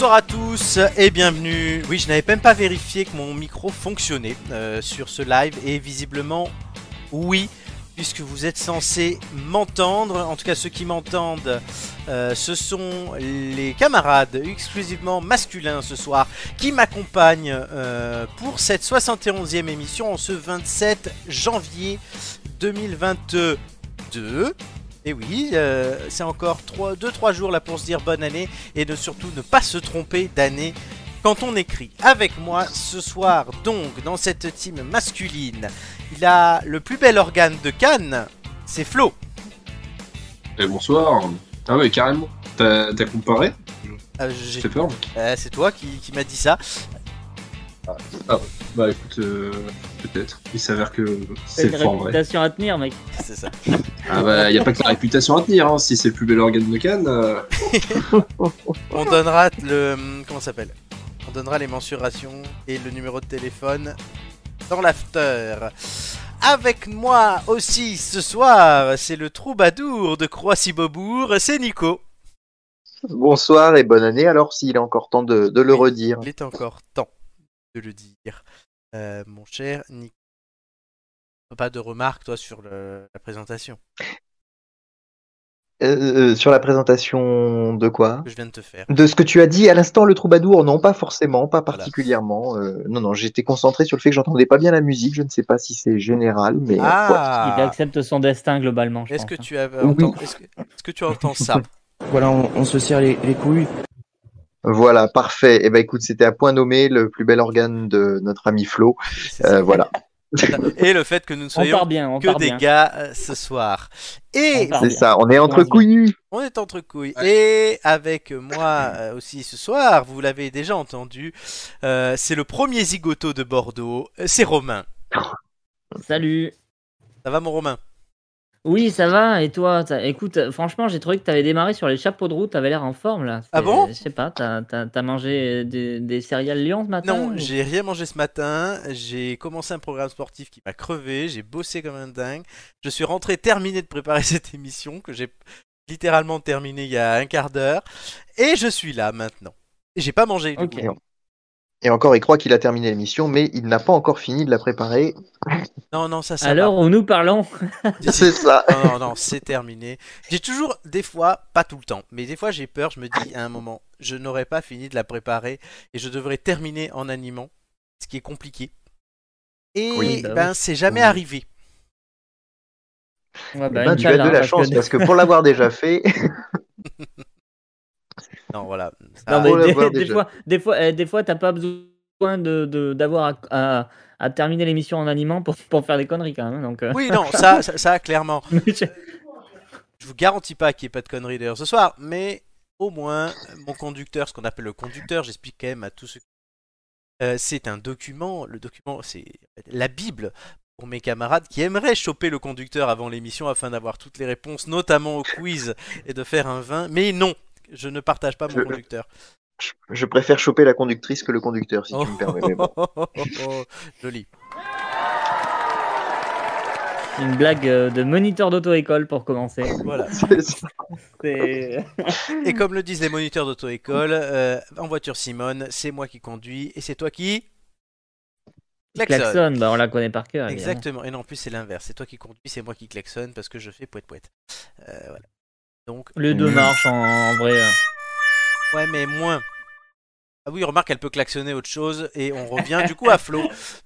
Bonsoir à tous et bienvenue. Oui, je n'avais même pas vérifié que mon micro fonctionnait sur ce live et visiblement oui, puisque vous êtes censés m'entendre. En tout cas, ceux qui m'entendent, ce sont les camarades exclusivement masculins ce soir qui m'accompagnent pour cette 71e émission en ce 27 janvier 2022. Et oui, c'est encore 2-3 jours là pour se dire bonne année et surtout ne pas se tromper d'année quand on écrit. Avec moi ce soir donc dans cette team masculine, il a le plus bel organe de Cannes, c'est Flo. Et bonsoir. Ah ouais, carrément. T'as comparé J'ai fait peur. c'est toi qui m'as dit ça. Ah ouais. Bah écoute, peut-être. Il s'avère que c'est une fort vrai. réputation à tenir, mec. C'est ça. Ah bah y a pas que la réputation à tenir, hein. Si c'est le plus bel organe de Cannes. On donnera comment ça s'appelle ? On donnera les mensurations et le numéro de téléphone dans l'after. Avec moi aussi ce soir, c'est le troubadour de Croissy-Beaubourg, c'est Nico. Bonsoir et bonne année, alors s'il est encore temps de le redire. Il est encore temps de le dire. Mon cher Nico. Pas de remarques toi sur la présentation Sur la présentation de quoi? que je viens de te faire. De ce que tu as dit à l'instant, le troubadour? Non, pas forcément, pas Voilà. particulièrement. Non, j'étais concentré sur le fait que j'entendais pas bien la musique. Je ne sais pas si c'est général, mais Ah, Il accepte son destin globalement, je est-ce pense. que tu as Oui. est-ce que tu entends ça? Voilà, on se serre les couilles. Voilà, parfait. Eh ben écoute, c'était à point nommé le plus bel organe de notre ami Flo. C'est ça. Voilà, Et le fait que nous ne On soyons part bien, on que part des bien. gars ce soir. Et On part c'est bien. ça. On est entre Commence bien. couilles nues. on est entre couilles. Et avec moi aussi ce soir, vous l'avez déjà entendu, c'est le premier zigoto de Bordeaux, c'est Romain. Salut. Ça va mon Romain? Oui, ça va, et toi? Écoute, franchement, j'ai trouvé que t'avais démarré sur les chapeaux de roue, t'avais l'air en forme là. Ah bon? Je sais pas, t'as mangé des céréales Lion ce matin? Non, ou- j'ai rien mangé ce matin, j'ai commencé un programme sportif qui m'a crevé, j'ai bossé comme un dingue, je suis rentré terminé de préparer cette émission que j'ai littéralement terminée il y a un quart d'heure, et je suis là maintenant. Et j'ai pas mangé du Ok. coup. Et encore, il croit qu'il a terminé l'émission, mais il n'a pas encore fini de la préparer. Non, ça À l'heure où nous parlons, C'est ça. Non, c'est terminé. J'ai toujours, des fois, pas tout le temps, mais des fois j'ai peur, je me dis à un moment, je n'aurais pas fini de la préparer et je devrais terminer en animant, ce qui est compliqué. Et Oui, bah oui. c'est jamais Oui. arrivé. ouais, Eh ben, tu as de la parce chance que- parce que pour l'avoir déjà fait, Non, voilà. Non, Ça- mais Pour des, l'avoir des déjà. fois, t'as pas besoin d'avoir à terminer l'émission en animant pour faire des conneries quand même. Donc, Oui, non, ça clairement. Je vous garantis pas qu'il n'y ait pas de conneries d'ailleurs ce soir, mais au moins, mon conducteur, ce qu'on appelle le conducteur, j'explique quand même à tous ceux qui... c'est un document, le document, c'est la Bible pour mes camarades qui aimeraient choper le conducteur avant l'émission afin d'avoir toutes les réponses, notamment au quiz, et de faire un vin. Mais non, je ne partage pas mon Je- conducteur. je préfère choper la conductrice que le conducteur, si tu me permets. Mais bon. Joli. Une blague de moniteur d'auto-école pour commencer. Voilà. C'est ça. C'est... Et comme le disent les moniteurs d'auto-école, en voiture Simone, c'est moi qui conduis et c'est toi qui klaxonne. Klaxon, bah on la connaît par cœur. évidemment. Exactement. Et non, en plus c'est l'inverse. C'est toi qui conduis, c'est moi qui klaxonne parce que je fais poète poète. Voilà. Donc, Les deux marchent en vrai. ouais, mais moins. Ah oui, remarque, elle peut klaxonner autre chose et on revient du coup à Flo.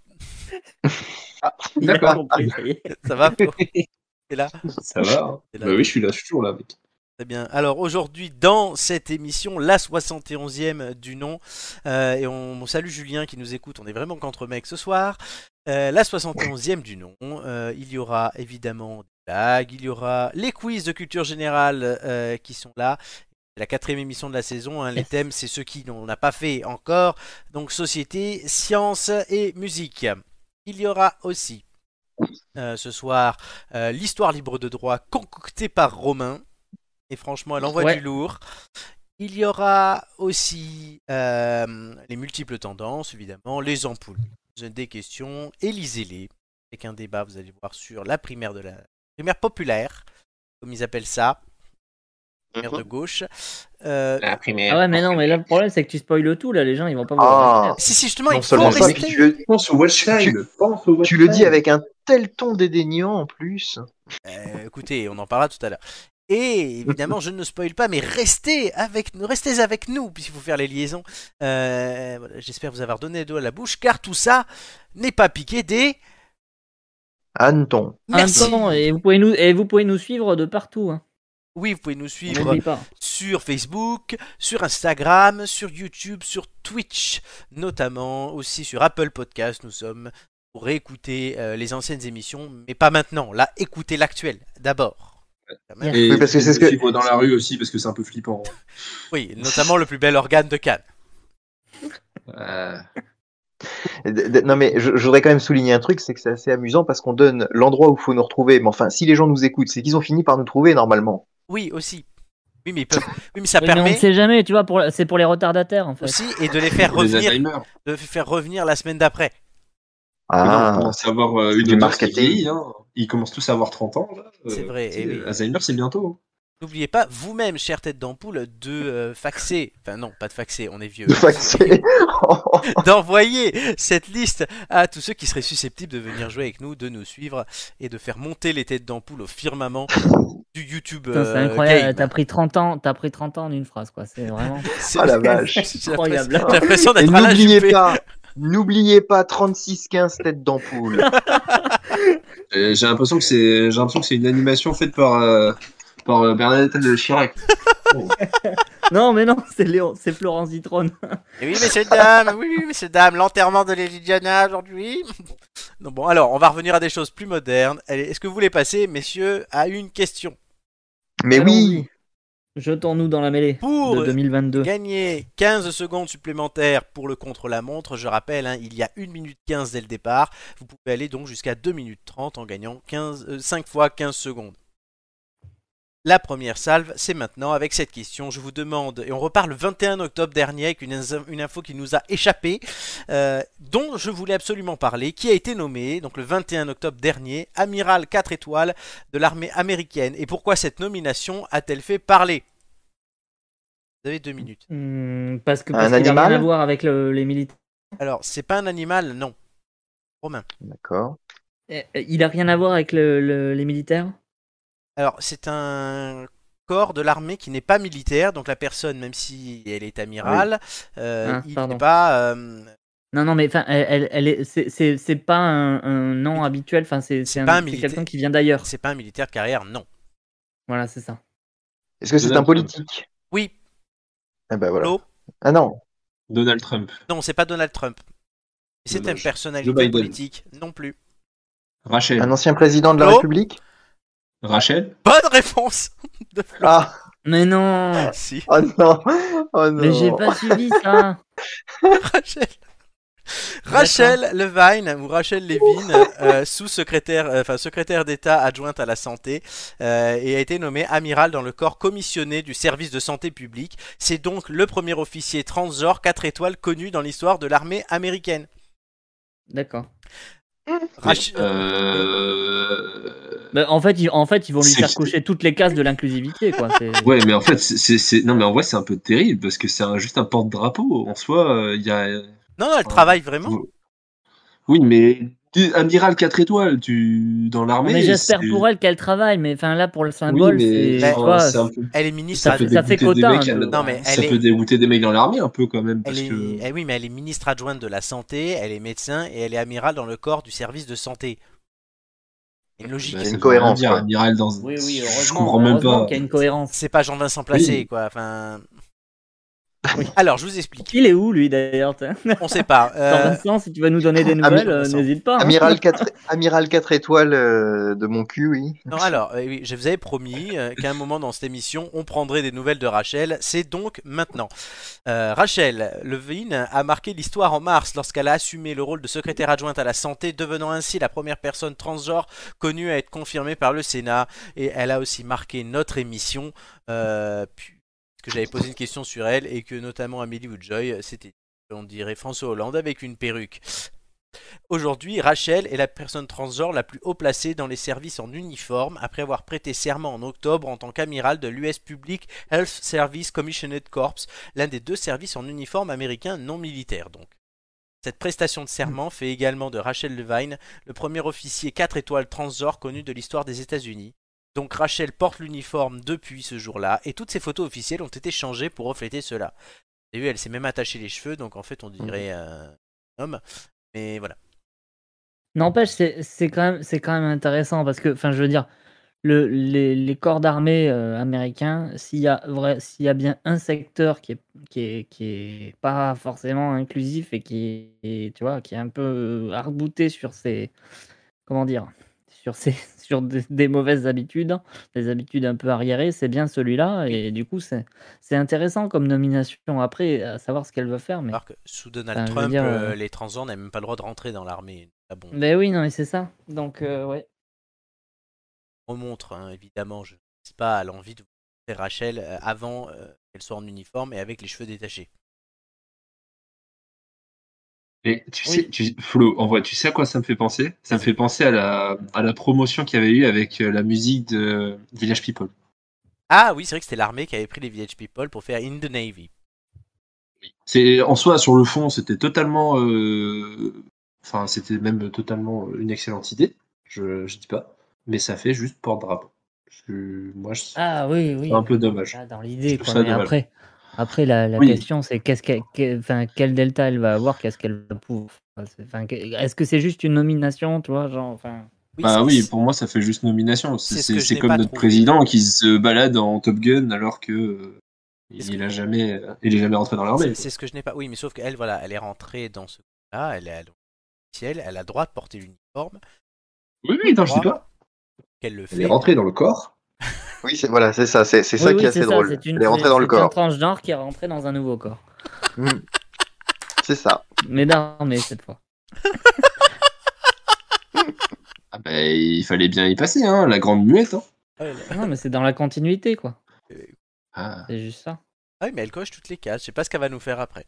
Il a D'accord. compris, ça y est. Ça va, Flo? T'es là? Ça va, hein. C'est là. Bah oui, je suis toujours là, mec. Très bien. Alors aujourd'hui, dans cette émission, la 71e du nom, et on salue Julien qui nous écoute, on est vraiment qu'entre mecs ce soir. La 71e du nom, il y aura évidemment des blagues, il y aura les quiz de culture générale qui sont là. C'est la 4e émission de la saison, hein. Les thèmes, c'est ceux qui n'ont pas fait encore, donc société, sciences et musique. Il y aura aussi ce soir l'histoire libre de droit concoctée par Romain. Et franchement, elle envoie Ouais. du lourd. Il y aura aussi les multiples tendances, évidemment, les ampoules, des questions, et lisez-les. Avec un débat, vous allez voir, sur la primaire populaire, comme ils appellent ça. primaire de gauche. La primaire. Ah ouais, mais non, mais là, le problème, c'est que tu spoiles tout, là, les gens, ils vont pas vouloir rester. Si, justement, Non il faut seulement ça, mais rester. Pense au watch time. Pense au watch tu le dis time. avec un tel ton dédaignant en plus. Écoutez, on en parlera tout à l'heure. Et évidemment, je ne spoil pas, mais restez avec nous, puisqu'il faut faire les liaisons. Voilà, j'espère vous avoir donné le doigt à la bouche, car tout ça n'est pas piqué des... Hanneton. Merci. Attends, et vous pouvez nous suivre de partout. Hein. Oui, vous pouvez nous suivre N'oublie pas. sur Facebook, sur Instagram, sur YouTube, sur Twitch, notamment aussi sur Apple Podcast. Nous sommes pour réécouter les anciennes émissions, mais pas maintenant. Là, écoutez l'actuel d'abord. Et Oui, parce que c'est ce que- suivre dans la rue aussi, parce que c'est un peu flippant. Oui, notamment le plus bel organe de Cannes. Non, mais je voudrais quand même souligner un truc, c'est que c'est assez amusant parce qu'on donne l'endroit où il faut nous retrouver. Mais enfin, si les gens nous écoutent, c'est qu'ils ont fini par nous trouver normalement. Oui, aussi. Oui, mais ils peuvent. Oui, mais ça Oui, mais on permet ne sait jamais, tu vois, c'est pour les retardataires, en fait. aussi et de les faire Les revenir, Alzheimer. de les faire revenir la semaine d'après. Non, on Ah, commence à avoir c'est une du audience qui marketing. vieillit. Hein. Ils commencent tous à avoir 30 ans. Là. C'est vrai, tu sais, et oui. Alzheimer, c'est bientôt. N'oubliez pas, vous-même, chère tête d'ampoule, de faxer, enfin non, pas de faxer, on est vieux, de faxer. d'envoyer cette liste à tous ceux qui seraient susceptibles de venir jouer avec nous, de nous suivre et de faire monter les têtes d'ampoule au firmament du YouTube Putain, c'est incroyable, game. t'as pris 30 ans en une phrase, quoi. C'est vraiment C'est Ah la vache. j'ai incroyable. l'impression Et d'être à la n'oubliez pas 36-15 têtes d'ampoule. J'ai l'impression que c'est une animation faite par Bernadette de Chirac. Non, mais non, c'est Florence Zitrone. Et oui, messieurs, dames, l'enterrement de Lady Diana aujourd'hui. Non, bon, alors, on va revenir à des choses plus modernes. Allez, est-ce que vous voulez passer, messieurs, à une question? Mais oui, Jetons-nous dans la mêlée Pour de 2022. gagner 15 secondes supplémentaires pour le contre-la-montre, je rappelle, hein, il y a 1 minute 15 dès le départ. Vous pouvez aller donc jusqu'à 2 minutes 30 en gagnant 5 fois 15 secondes. La première salve, c'est maintenant avec cette question. Je vous demande, et on repart le 21 octobre dernier avec une info qui nous a échappé, dont je voulais absolument parler, qui a été nommé, donc le 21 octobre dernier, amiral 4 étoiles de l'armée américaine. Et pourquoi cette nomination a-t-elle fait parler? Vous avez 2 minutes. Parce qu'il Un n'a rien animal à voir avec les militaires. Alors, c'est pas un animal, non. Romain. d'accord. Il a rien à voir avec les militaires. Alors, c'est un corps de l'armée qui n'est pas militaire, donc la personne, même si elle est amirale, il pardon. n'est pas... Non, mais enfin, c'est pas un nom habituel. Enfin, c'est pas un c'est militaire. quelqu'un qui vient d'ailleurs. C'est pas un militaire de carrière, non. Voilà, c'est ça. Est-ce que c'est un politique? Oui. Eh ben voilà. Flo. Ah non. Donald Trump. Non, c'est pas Donald Trump. C'est une Dommage. personnalité Joe Biden. politique, non plus. Rachel. Un ancien président de la Flo République? Rachel. Bonne réponse de Flo. Ah, Mais non. Si, oh non. Oh non. Mais j'ai pas suivi ça. Rachel Levine ou Rachel Levine, secrétaire d'État adjointe à la santé, et a été nommée amiral dans le corps commissionné du service de santé publique. C'est donc le premier officier transgenre 4 étoiles connu dans l'histoire de l'armée américaine. D'accord. Rach- Bah, en fait, ils vont lui C'est- faire cocher toutes les cases de l'inclusivité, quoi. Ouais, mais en fait, non, mais en vrai, c'est un peu terrible parce que c'est juste un porte-drapeau. En soi, il y a. Non, elle travaille vraiment. Oui, mais amiral 4 étoiles, dans l'armée. Mais j'espère pour elle qu'elle travaille, mais enfin là pour le Oui, symbole, mais c'est quoi, c'est un peu. Elle est ministre. ça fait quota. mecs, Non, mais ça peut dégoûter des mecs dans l'armée un peu quand même. Parce que... oui, mais elle est ministre adjointe de la santé, elle est médecin et elle est amirale dans le corps du service de santé. Il y a une logique. Bah, Il y a ça une veut cohérence, rien dire, quoi. amiral dans. Oui, Je heureusement, comprends même pas. qu'il y a une cohérence. C'est pas Jean-Vincent Placé, Oui. quoi. Enfin. Alors, je vous explique. Il est où lui d'ailleurs On sait pas. Vincent, si tu vas nous donner des nouvelles, Vincent. n'hésite pas. Hein. Amiral 4 étoiles de mon cul, oui. Non, alors, oui, je vous avais promis qu'à un moment dans cette émission, on prendrait des nouvelles de Rachel. C'est donc maintenant. Rachel Levine a marqué l'histoire en mars lorsqu'elle a assumé le rôle de secrétaire adjointe à la santé, devenant ainsi la première personne transgenre connue à être confirmée par le Sénat. Et elle a aussi marqué notre émission, que j'avais posé une question sur elle et que notamment Amélie Woodjoy, c'était, on dirait François Hollande avec une perruque. Aujourd'hui, Rachel est la personne transgenre la plus haut placée dans les services en uniforme après avoir prêté serment en octobre en tant qu'amiral de l'US Public Health Service Commissioned Corps, l'un des 2 services en uniforme américains non militaires donc. Cette prestation de serment fait également de Rachel Levine le premier officier 4 étoiles transgenre connu de l'histoire des États-Unis. Donc Rachel porte l'uniforme depuis ce jour-là et toutes ses photos officielles ont été changées pour refléter cela. Vous avez vu, elle s'est même attachée les cheveux, donc en fait on dirait un homme. Mais voilà. N'empêche, c'est quand même intéressant parce que, enfin, je veux dire, les corps d'armée américains, s'il y a bien un secteur qui est pas forcément inclusif et qui est, tu vois, qui est un peu arc-bouté sur ses, comment dire, sur des mauvaises habitudes, des habitudes un peu arriérées, c'est bien celui-là. Et du coup, c'est intéressant comme nomination. Après, à savoir ce qu'elle va faire, mais Alors que sous Donald enfin, je veux Trump, dire, les transgenres n'avaient même pas le droit de rentrer dans l'armée. Ah bon, ben oui, non, mais c'est ça. Donc, ouais. on montre, hein, évidemment, je ne sais pas à l'envie de faire Rachel avant qu'elle soit en uniforme et avec les cheveux détachés. Et tu Oui. sais, Flo, en vrai, tu sais à quoi ça me fait penser? Ça me fait penser à la promotion qu'il y avait eu avec la musique de Village People. Ah oui, c'est vrai que c'était l'armée qui avait pris les Village People pour faire In the Navy. C'est en soi, sur le fond, c'était totalement, enfin, c'était même totalement une excellente idée. Je dis pas, mais ça fait juste porte-drapeau. Moi, je Ah oui, c'est un peu oui. dommage. Là, dans Je l'idée, trouve quoi. ça Mais dommage. après la Oui, question, c'est enfin, quel delta elle va avoir, qu'est-ce qu'elle va pouvoir. Enfin, est-ce que c'est juste une nomination, tu vois, genre, enfin. Oui, bah oui, pour moi, ça fait juste nomination. c'est ce que je C'est n'ai comme pas notre trouvé. président qui se balade en Top Gun alors que C'est ce il est jamais rentré dans l'armée. C'est ce que je n'ai pas. Oui, mais sauf qu'elle, voilà, elle est rentrée dans ce coup-là, elle est à l'officiel, elle a le droit de porter l'uniforme, Oui, oui, non, je dis pas. qu'elle le Elle est fait. rentrée dans le corps. Oui, voilà, c'est ça, c'est ça qui est Oui, assez c'est ça. drôle. Elle est rentrée dans le C'est un corps. transgenre qui est rentré dans un nouveau corps. C'est ça. Mais d'armée, cette fois. Ah bah, il fallait bien y passer, hein, la grande muette. Hein. Non, mais c'est dans la continuité, quoi. Ah. C'est juste ça. Ah oui, mais elle coche toutes les cases. Je sais pas ce qu'elle va nous faire après.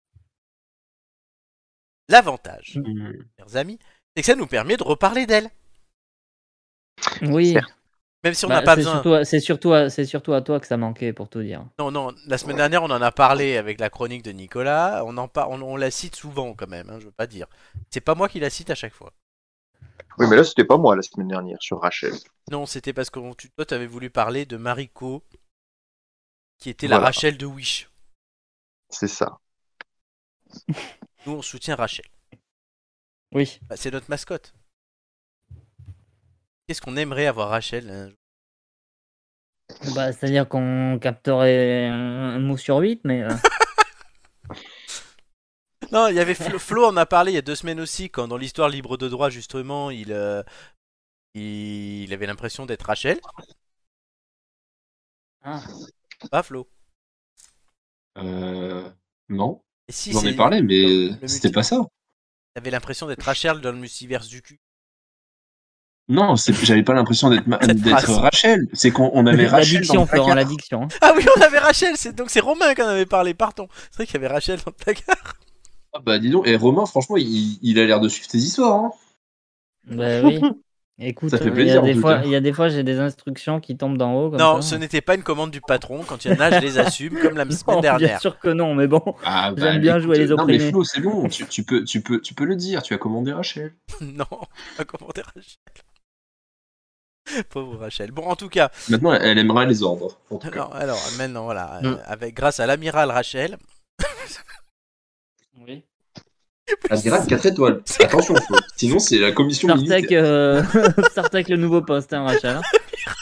L'avantage, chers amis, c'est que ça nous permet de reparler d'elle. Oui. Certes. Même si on Bah, n'a pas besoin. c'est surtout à toi que ça manquait, pour tout dire. Non, non, la semaine dernière, on en a parlé avec la chronique de Nicolas. On la cite souvent quand même, hein, je veux pas dire. C'est pas moi qui la cite à chaque fois. Oui, mais là, c'était pas moi la semaine dernière sur Rachel. Non, c'était parce que toi, t'avais voulu parler de Mariko, qui était la Voilà. Rachel de Wish. C'est ça. Nous, on soutient Rachel. Oui. Bah, c'est notre mascotte. Qu'est-ce qu'on aimerait avoir Rachel hein Bah, c'est-à-dire qu'on capterait un mot sur 8, mais. Non, il y avait Flo en a parlé il y a 2 semaines aussi, quand dans l'histoire libre de droit, justement, il avait l'impression d'être Rachel. Ah. Pas Flo. Non. Et si J'en ai c'est parlé, mais le c'était pas ça. T'avais l'impression d'être Rachel dans le multiverse du cul. Non, j'avais pas l'impression d'être phrase. Rachel. C'est qu'on avait Rachel dans L'addiction, le Florent, placard. l'addiction. Hein. Ah oui, on avait Rachel, donc c'est Romain qui en avait parlé, pardon. C'est vrai qu'il y avait Rachel dans le placard. Ah bah dis donc, et Romain, franchement, il a l'air de suivre tes histoires. Hein. Bah oui. Écoute, Ça fait plaisir, en tout cas. il y a des fois, j'ai des instructions qui tombent d'en haut. Comme Non, ça. ce n'était pas une commande du patron. Quand il y en a, je les assume, comme la semaine Non, bien dernière. sûr que non, mais bon. Ah bah, J'aime bien écoute, jouer les non mais opprimés. Flo, c'est bon, tu peux le dire, tu as commandé Rachel. Non, pas commandé Rachel. Pauvre Rachel. Bon, en tout cas, Maintenant, elle aimera les ordres. En tout cas. non, alors maintenant, voilà, grâce à l'amiral Rachel, Oui. Amiral 4 étoiles. Attention, Flo. Sinon, c'est la commission Startech, militaire. Startech, le nouveau poste, hein, Rachel. Hein.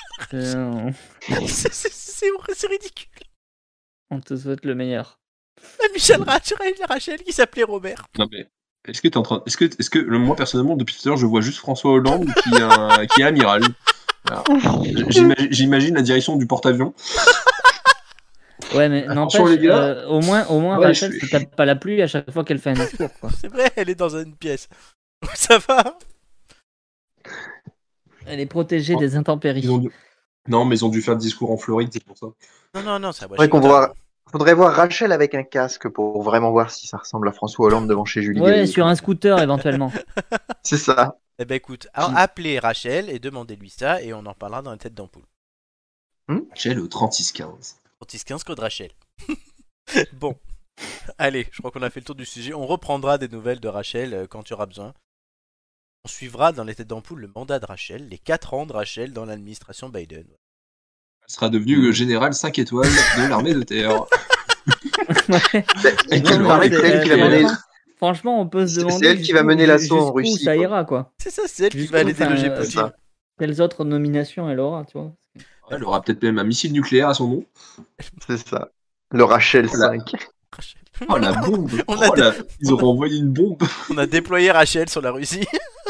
c'est ridicule. On te souhaite le meilleur. La Michel Rachel qui s'appelait Robert. Non mais, est-ce que t'es en train, est-ce que moi personnellement depuis tout à l'heure je vois juste François Hollande qui est amiral. Alors, j'imagine la direction du porte-avions. Ouais, mais Attention, n'empêche, les gars. au moins Ouais, Rachel se tape pas la pluie à chaque fois qu'elle fait un discours. Quoi. C'est vrai, elle est dans une pièce. Ça va. Elle est protégée des intempéries. Non, mais ils ont dû faire le discours en Floride, c'est pour ça. Non, c'est à C'est vrai qu'on Washington. Faudrait voir Rachel avec un casque pour vraiment voir si ça ressemble à François Hollande devant chez Julie Ouais, Gaillet. sur un scooter éventuellement. C'est ça. Eh ben écoute, appelez Rachel et demandez-lui ça et on en parlera dans la tête d'ampoule. Rachel au 3615. 3615 code Rachel. Bon, allez, je crois qu'on a fait le tour du sujet. On reprendra des nouvelles de Rachel quand tu auras besoin. On suivra dans les têtes d'ampoule le mandat de Rachel, les 4 ans de Rachel dans l'administration Biden. Elle sera devenue général 5 étoiles de l'armée de terre. Ouais. Et Non, qu'elle mais aura c'est elle qui va mener- Franchement, on peut se C'est demander. elle qui va mener l'assaut en Russie, Ça quoi. ira, quoi. C'est ça, c'est elle qui Jusqu'où, va aller enfin, déloger c'est Poutine. ça. Quelles autres nominations elle aura, tu vois? Elle aura peut-être même un missile nucléaire à son nom. C'est ça. Le Rachel Voilà. 5. Rachel. Oh la bombe. On a Ils auront envoyé une bombe. On a déployé Rachel sur la Russie.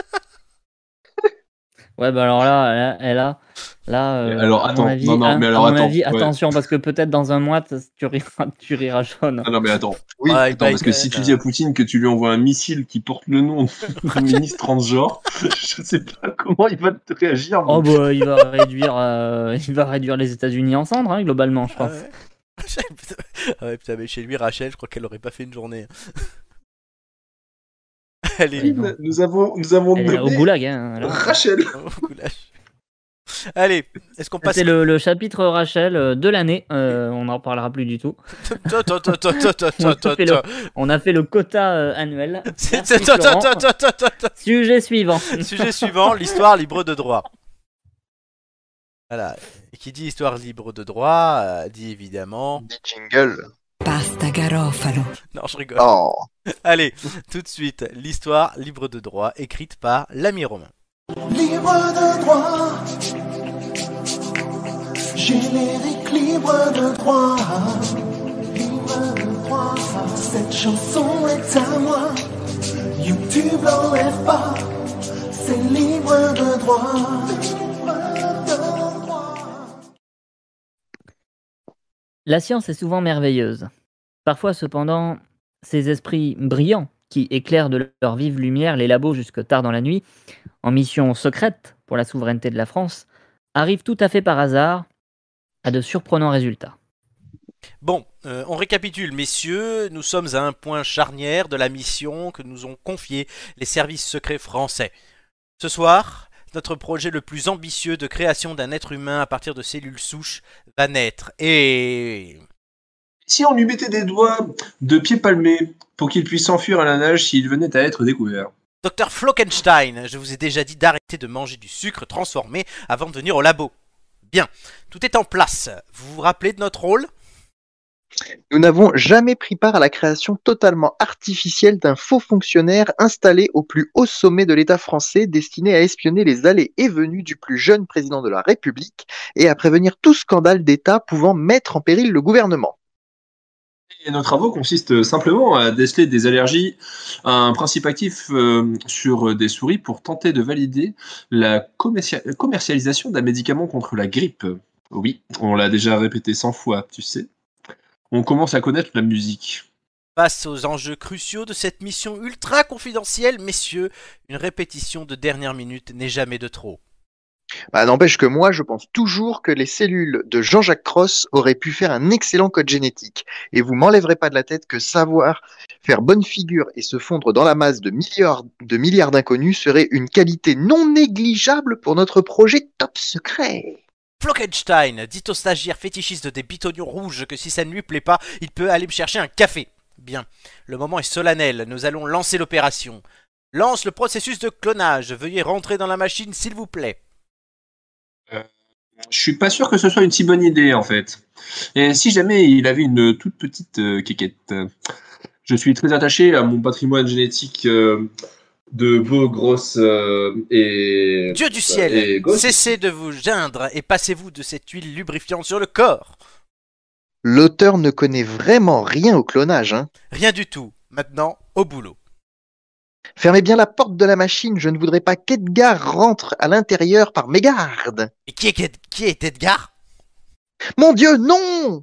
Ouais, bah alors là, elle a. Là, Alors, à attends, mon avis, non, à mais alors, mon attends, avis, ouais. attention, parce que peut-être dans un mois, tu riras jaune. Ah non mais attends. Oui. Ouais, Attends, parce que si tu dis à Poutine que tu lui envoies un missile qui porte le nom d'un ministre transgenre, je sais pas comment il va te réagir. Oh bah, il va réduire les États-Unis en cendres, hein, globalement, je Ah pense. ouais. Ah ouais, putain, mais chez lui, Rachel, je crois qu'elle aurait pas fait une journée. Allez, Oui, non. Nous avons Elle est au nommé goulag, hein. Là. Rachel. au goulash. Allez, est-ce qu'on passe C'est le chapitre Rachel de l'année. On n'en parlera plus du tout. On a fait le quota annuel. Merci, Florent. Sujet suivant. Sujet suivant, l'histoire libre de droit. Voilà. Et qui dit histoire libre de droit, dit évidemment... Dit jingle. Pasta Garofalo. Non, je rigole. Oh. Allez, tout de suite, l'histoire libre de droit, écrite par l'ami Romain. Libre de droit. Générique libre de droit. Libre de droit. Cette chanson est à moi. YouTube l'enlève pas. C'est libre de droit. Libre de droit. La science est souvent merveilleuse. Parfois, cependant, ces esprits brillants qui éclairent de leur vive lumière les labos jusque tard dans la nuit, en mission secrète pour la souveraineté de la France, arrivent tout à fait par hasard à de surprenants résultats. Bon, on récapitule, messieurs, nous sommes à un point charnière de la mission que nous ont confiée les services secrets français. Ce soir, notre projet le plus ambitieux de création d'un être humain à partir de cellules souches va naître. Et... Si on lui mettait des doigts de pieds palmés pour qu'il puisse s'enfuir à la nage s'il venait à être découvert. Dr Flockenstein, je vous ai déjà dit d'arrêter de manger du sucre transformé avant de venir au labo. Bien, tout est en place. Vous vous rappelez de notre rôle ? Nous n'avons jamais pris part à la création totalement artificielle d'un faux fonctionnaire installé au plus haut sommet de l'État français destiné à espionner les allées et venues du plus jeune président de la République et à prévenir tout scandale d'État pouvant mettre en péril le gouvernement. Et nos travaux consistent simplement à déceler des allergies à un principe actif sur des souris pour tenter de valider la commercialisation d'un médicament contre la grippe. Oui, on l'a déjà répété 100 fois, tu sais. On commence à connaître la musique. Face aux enjeux cruciaux de cette mission ultra confidentielle, messieurs, une répétition de dernière minute n'est jamais de trop. N'empêche que moi, je pense toujours que les cellules de Jean-Jacques Cross auraient pu faire un excellent code génétique. Et vous m'enlèverez pas de la tête que savoir faire bonne figure et se fondre dans la masse de milliards d'inconnus serait une qualité non négligeable pour notre projet top secret. Flockenstein, dites au stagiaire fétichiste des bitognons rouges que si ça ne lui plaît pas, il peut aller me chercher un café. Bien, le moment est solennel, nous allons lancer l'opération. Lance le processus de clonage, veuillez rentrer dans la machine s'il vous plaît. Je suis pas sûr que ce soit une si bonne idée en fait. Et si jamais il avait une toute petite quéquette. Je suis très attaché à mon patrimoine génétique de beaux, grosses et... Dieu du ciel, et gosses. cessez de vous geindre et passez-vous de cette huile lubrifiante sur le corps. L'auteur ne connaît vraiment rien au clonage, hein. Rien du tout. Maintenant, au boulot. Fermez bien la porte de la machine, je ne voudrais pas qu'Edgar rentre à l'intérieur par mégarde. Et qui est Edgar ? Mon Dieu, non!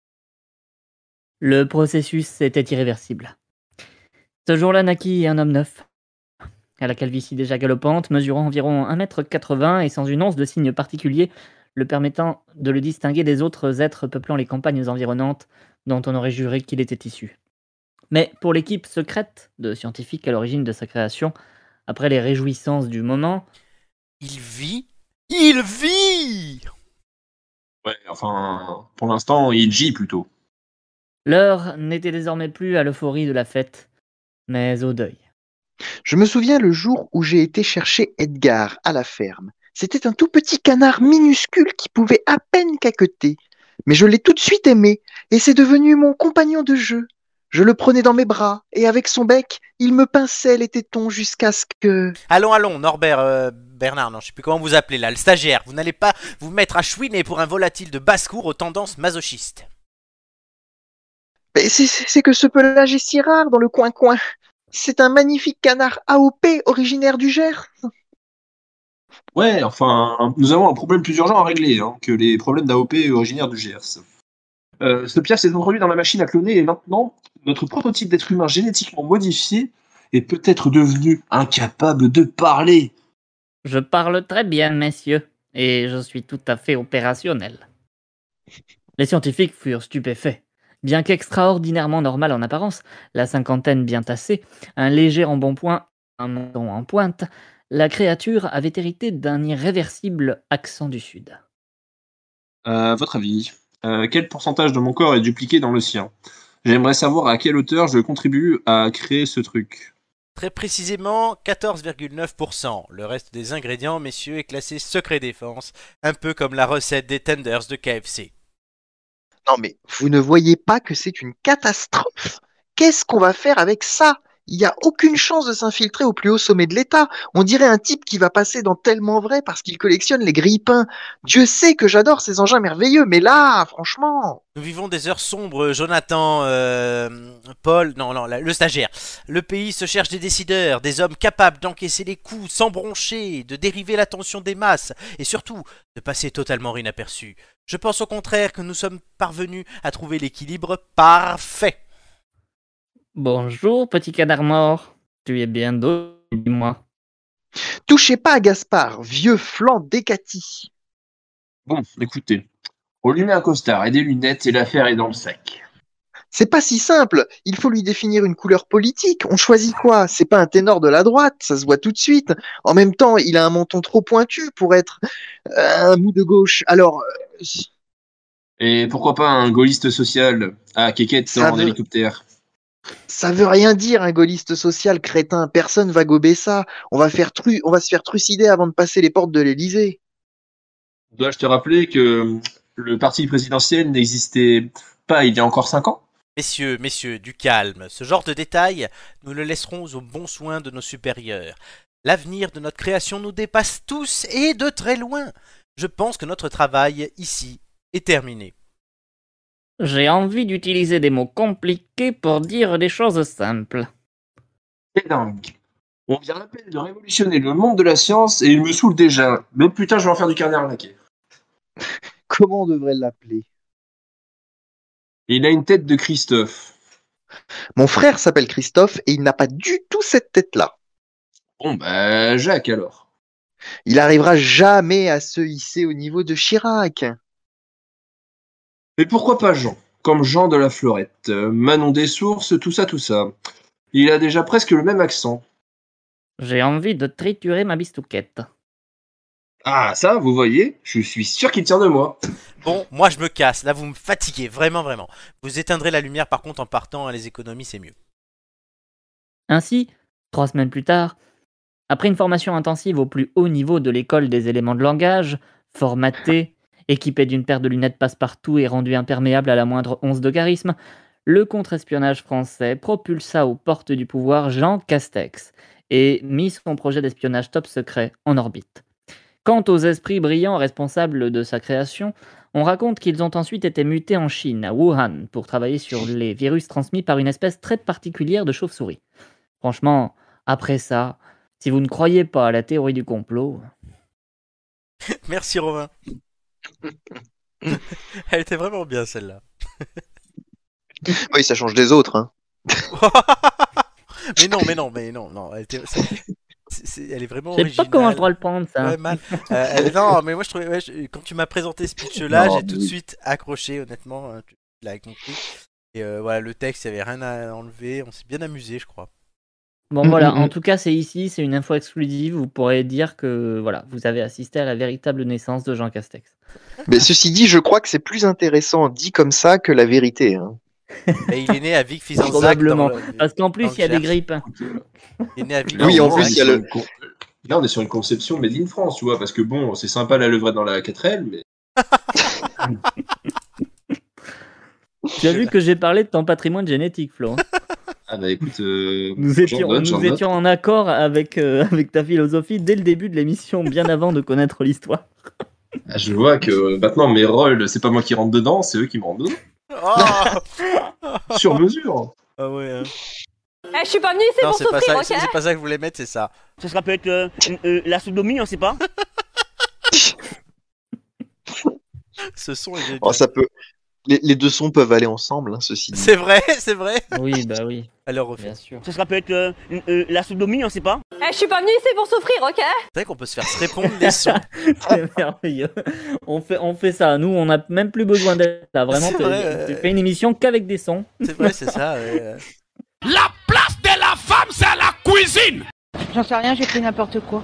Le processus était irréversible. Ce jour-là naquit un homme neuf, à la calvitie déjà galopante, mesurant environ 1,80 m et sans une once de signe particulier le permettant de le distinguer des autres êtres peuplant les campagnes environnantes dont on aurait juré qu'il était issu. Mais pour l'équipe secrète de scientifiques à l'origine de sa création, après les réjouissances du moment, Il vit. Il vit. Ouais, enfin, pour l'instant, il gît plutôt. l'heure n'était désormais plus à l'euphorie de la fête, mais au deuil. Je me souviens le jour où j'ai été chercher Edgar à la ferme. C'était un tout petit canard minuscule qui pouvait à peine caqueter. Mais je l'ai tout de suite aimé, et c'est devenu mon compagnon de jeu. Je le prenais dans mes bras, et avec son bec, il me pinçait les tétons jusqu'à ce que... Allons, Norbert, Bernard, non, je sais plus comment vous appelez là, le stagiaire. Vous n'allez pas vous mettre à chouiner pour un volatile de basse-cour aux tendances masochistes. Mais c'est que ce pelage est si rare dans le coin-coin. C'est un magnifique canard AOP originaire du Gers. Ouais, enfin, nous avons un problème plus urgent à régler que les problèmes d'AOP originaires du Gers. Ce Pierre s'est introduit dans la machine à cloner et maintenant, notre prototype d'être humain génétiquement modifié est peut-être devenu incapable de parler. Je parle très bien, messieurs, et je suis tout à fait opérationnel. Les scientifiques furent stupéfaits. Bien qu'extraordinairement normal en apparence, la cinquantaine bien tassée, un léger embonpoint, un menton en pointe, la créature avait hérité d'un irréversible accent du Sud. À votre avis, quel pourcentage de mon corps est dupliqué dans le sien? J'aimerais savoir à quelle hauteur je contribue à créer ce truc. Très précisément, 14,9%. Le reste des ingrédients, messieurs, est classé secret défense, un peu comme la recette des tenders de KFC. Non mais vous ne voyez pas que c'est une catastrophe? Qu'est-ce qu'on va faire avec ça? Il n'y a aucune chance de s'infiltrer au plus haut sommet de l'État. On dirait un type qui va passer dans Tellement Vrai parce qu'il collectionne les grille-pains. Dieu sait que j'adore ces engins merveilleux, mais là, franchement... Nous vivons des heures sombres, Jonathan, Paul, non, le stagiaire. Le pays se cherche des décideurs, des hommes capables d'encaisser les coups sans broncher, de dériver l'attention des masses, et surtout, de passer totalement inaperçus. Je pense au contraire que nous sommes parvenus à trouver l'équilibre parfait. Bonjour, petit canard mort. Tu es bien dos, dis-moi. Touchez pas à Gaspard, vieux flanc décati. Bon, écoutez, on lui met un costard et des lunettes et l'affaire est dans le sac. C'est pas si simple. Il faut lui définir une couleur politique. On choisit quoi? C'est pas un ténor de la droite, ça se voit tout de suite. En même temps, il a un menton trop pointu pour être un mou de gauche. Alors, Et pourquoi pas un gaulliste social à Kékette ça en veut, hélicoptère? ça veut rien dire, un gaulliste social crétin. Personne va gober ça. On va se faire trucider avant de passer les portes de l'Élysée. Dois-je te rappeler que le parti présidentiel n'existait pas il y a encore 5 ans? Messieurs, du calme. Ce genre de détails, nous le laisserons aux bons soins de nos supérieurs. L'avenir de notre création nous dépasse tous et de très loin. Je pense que notre travail ici est terminé. J'ai envie d'utiliser des mots compliqués pour dire des choses simples. C'est dingue. On vient à peine de révolutionner le monde de la science et il me saoule déjà. Mais putain, je vais en faire du carnet arnaqué. Comment on devrait l'appeler? Il a une tête de Christophe. Mon frère s'appelle Christophe et il n'a pas du tout cette tête-là. Bon, bah, Jacques alors. Il arrivera jamais à se hisser au niveau de Chirac. Mais pourquoi pas Jean? Comme Jean de la Fleurette, Manon des Sources, tout ça, tout ça. Il a déjà presque le même accent. J'ai envie de triturer ma bistouquette. Ah, ça, vous voyez, je suis sûr qu'il tient de moi. Bon, moi je me casse, là vous me fatiguez, vraiment. Vous éteindrez la lumière par contre en partant, les économies c'est mieux. Ainsi, 3 semaines plus tard, après une formation intensive au plus haut niveau de l'école des éléments de langage, formaté, équipé d'une paire de lunettes passe-partout et rendu imperméable à la moindre once de charisme, le contre-espionnage français propulsa aux portes du pouvoir Jean Castex et mit son projet d'espionnage top secret en orbite. Quant aux esprits brillants responsables de sa création, on raconte qu'ils ont ensuite été mutés en Chine, à Wuhan, pour travailler sur les virus transmis par une espèce très particulière de chauve-souris. Franchement, après ça, si vous ne croyez pas à la théorie du complot... Merci Romain. Elle était vraiment bien celle-là. Oui, ça change des autres. Hein. mais non. Elle est vraiment Je sais originale. pas comment je dois le prendre, ça. Ouais, mal. Non, mais moi je trouvais, quand tu m'as présenté ce pitch-là, Non, j'ai tout de suite accroché, honnêtement. Tu l'as compris. Et voilà, le texte, il n'y avait rien à enlever. On s'est bien amusé, je crois. Bon voilà, en tout cas c'est ici, c'est une info exclusive, vous pourrez dire que voilà, vous avez assisté à la véritable naissance de Jean Castex. Mais ceci dit, je crois que c'est plus intéressant dit comme ça que la vérité. Hein. Et il est né à Vic-Fezensac. Probablement, parce qu'en plus dans le il y a des Gers. grippes. Il est né à Vic. Oui, en Là, plus, on est il y a sur le- une Là, on est sur une conception made in France, tu vois, parce que bon, c'est sympa la levrette dans la 4L, mais Tu as vu que j'ai parlé de ton patrimoine génétique, Flo. Hein. ah bah écoute, Nous j'en note. étions en accord avec, avec ta philosophie dès le début de l'émission, bien avant de connaître l'histoire. Ah, je vois que maintenant mes rôles, c'est pas moi qui rentre dedans, c'est eux qui me rentrent dedans. Oh Sur mesure. Ah ouais. Hein. Je suis pas venue ici Non, pour c'est pas souffrir, ça. ok? C'est pas ça que je voulais mettre, c'est ça. Ça sera peut-être la sodomie, on sait pas. Ce son est génial. Oh, ça peut. Les deux sons peuvent aller ensemble, hein, ceci dit. C'est vrai, c'est vrai. Oui, bah oui, Alors refais. bien sûr. Ça sera peut-être la sodomie, on sait pas. Je suis pas venue ici pour souffrir, ok? C'est vrai qu'on peut se faire se répondre les sons. C'est merveilleux. On fait ça, nous on n'a même plus besoin d'être là, vraiment. C'est vrai, Tu fais une émission qu'avec des sons. C'est vrai, c'est ça. Ouais. La place de la femme, c'est à la cuisine. J'en sais rien, j'ai fait n'importe quoi.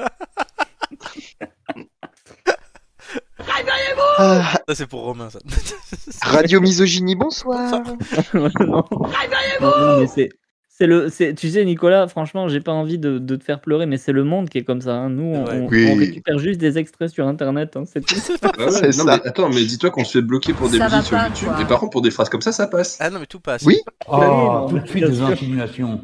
Ah, Ça c'est pour Romain, ça. Radio Misogynie, bonsoir. Non, mais tu sais Nicolas, franchement, j'ai pas envie de te faire pleurer, mais c'est le monde qui est comme ça. Hein. Nous, on Oui. récupère juste des extraits sur Internet. Hein, c'est tout. Ah ouais, C'est non, ça. mais attends, mais dis-toi qu'on se fait bloquer pour des Ça va musiques sur pas, YouTube, quoi. mais par contre pour des phrases comme ça passe. Ah non, mais tout passe. Oui. Ah oui, non, tout de suite bien des sûr. insinuations.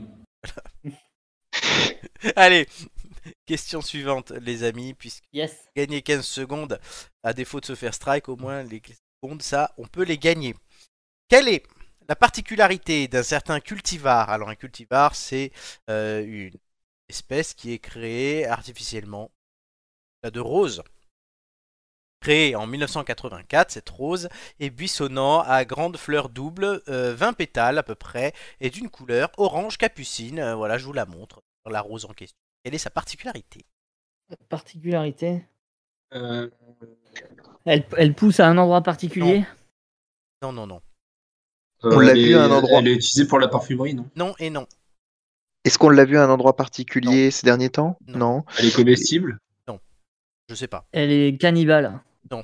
Allez, question suivante, les amis, puisque Yes. gagner 15 secondes, à défaut de se faire strike, au moins les secondes, ça, on peut les gagner. Quelle est la particularité d'un certain cultivar? Alors un cultivar, c'est une espèce qui est créée artificiellement de rose. Créée en 1984, cette rose est buissonnant à grandes fleurs doubles, 20 pétales à peu près, et d'une couleur orange capucine. Voilà, je vous la montre, la rose en question. Quelle est sa particularité? Particularité. Euh, Elle pousse à un endroit particulier. Non, non, non. On l'a elle vu est- à un endroit. Elle est utilisée pour la parfumerie, non? Non et non. Est-ce qu'on l'a vu à un endroit particulier ces derniers temps? Non. Non. Elle est comestible? Je sais pas. Elle est cannibale. Non.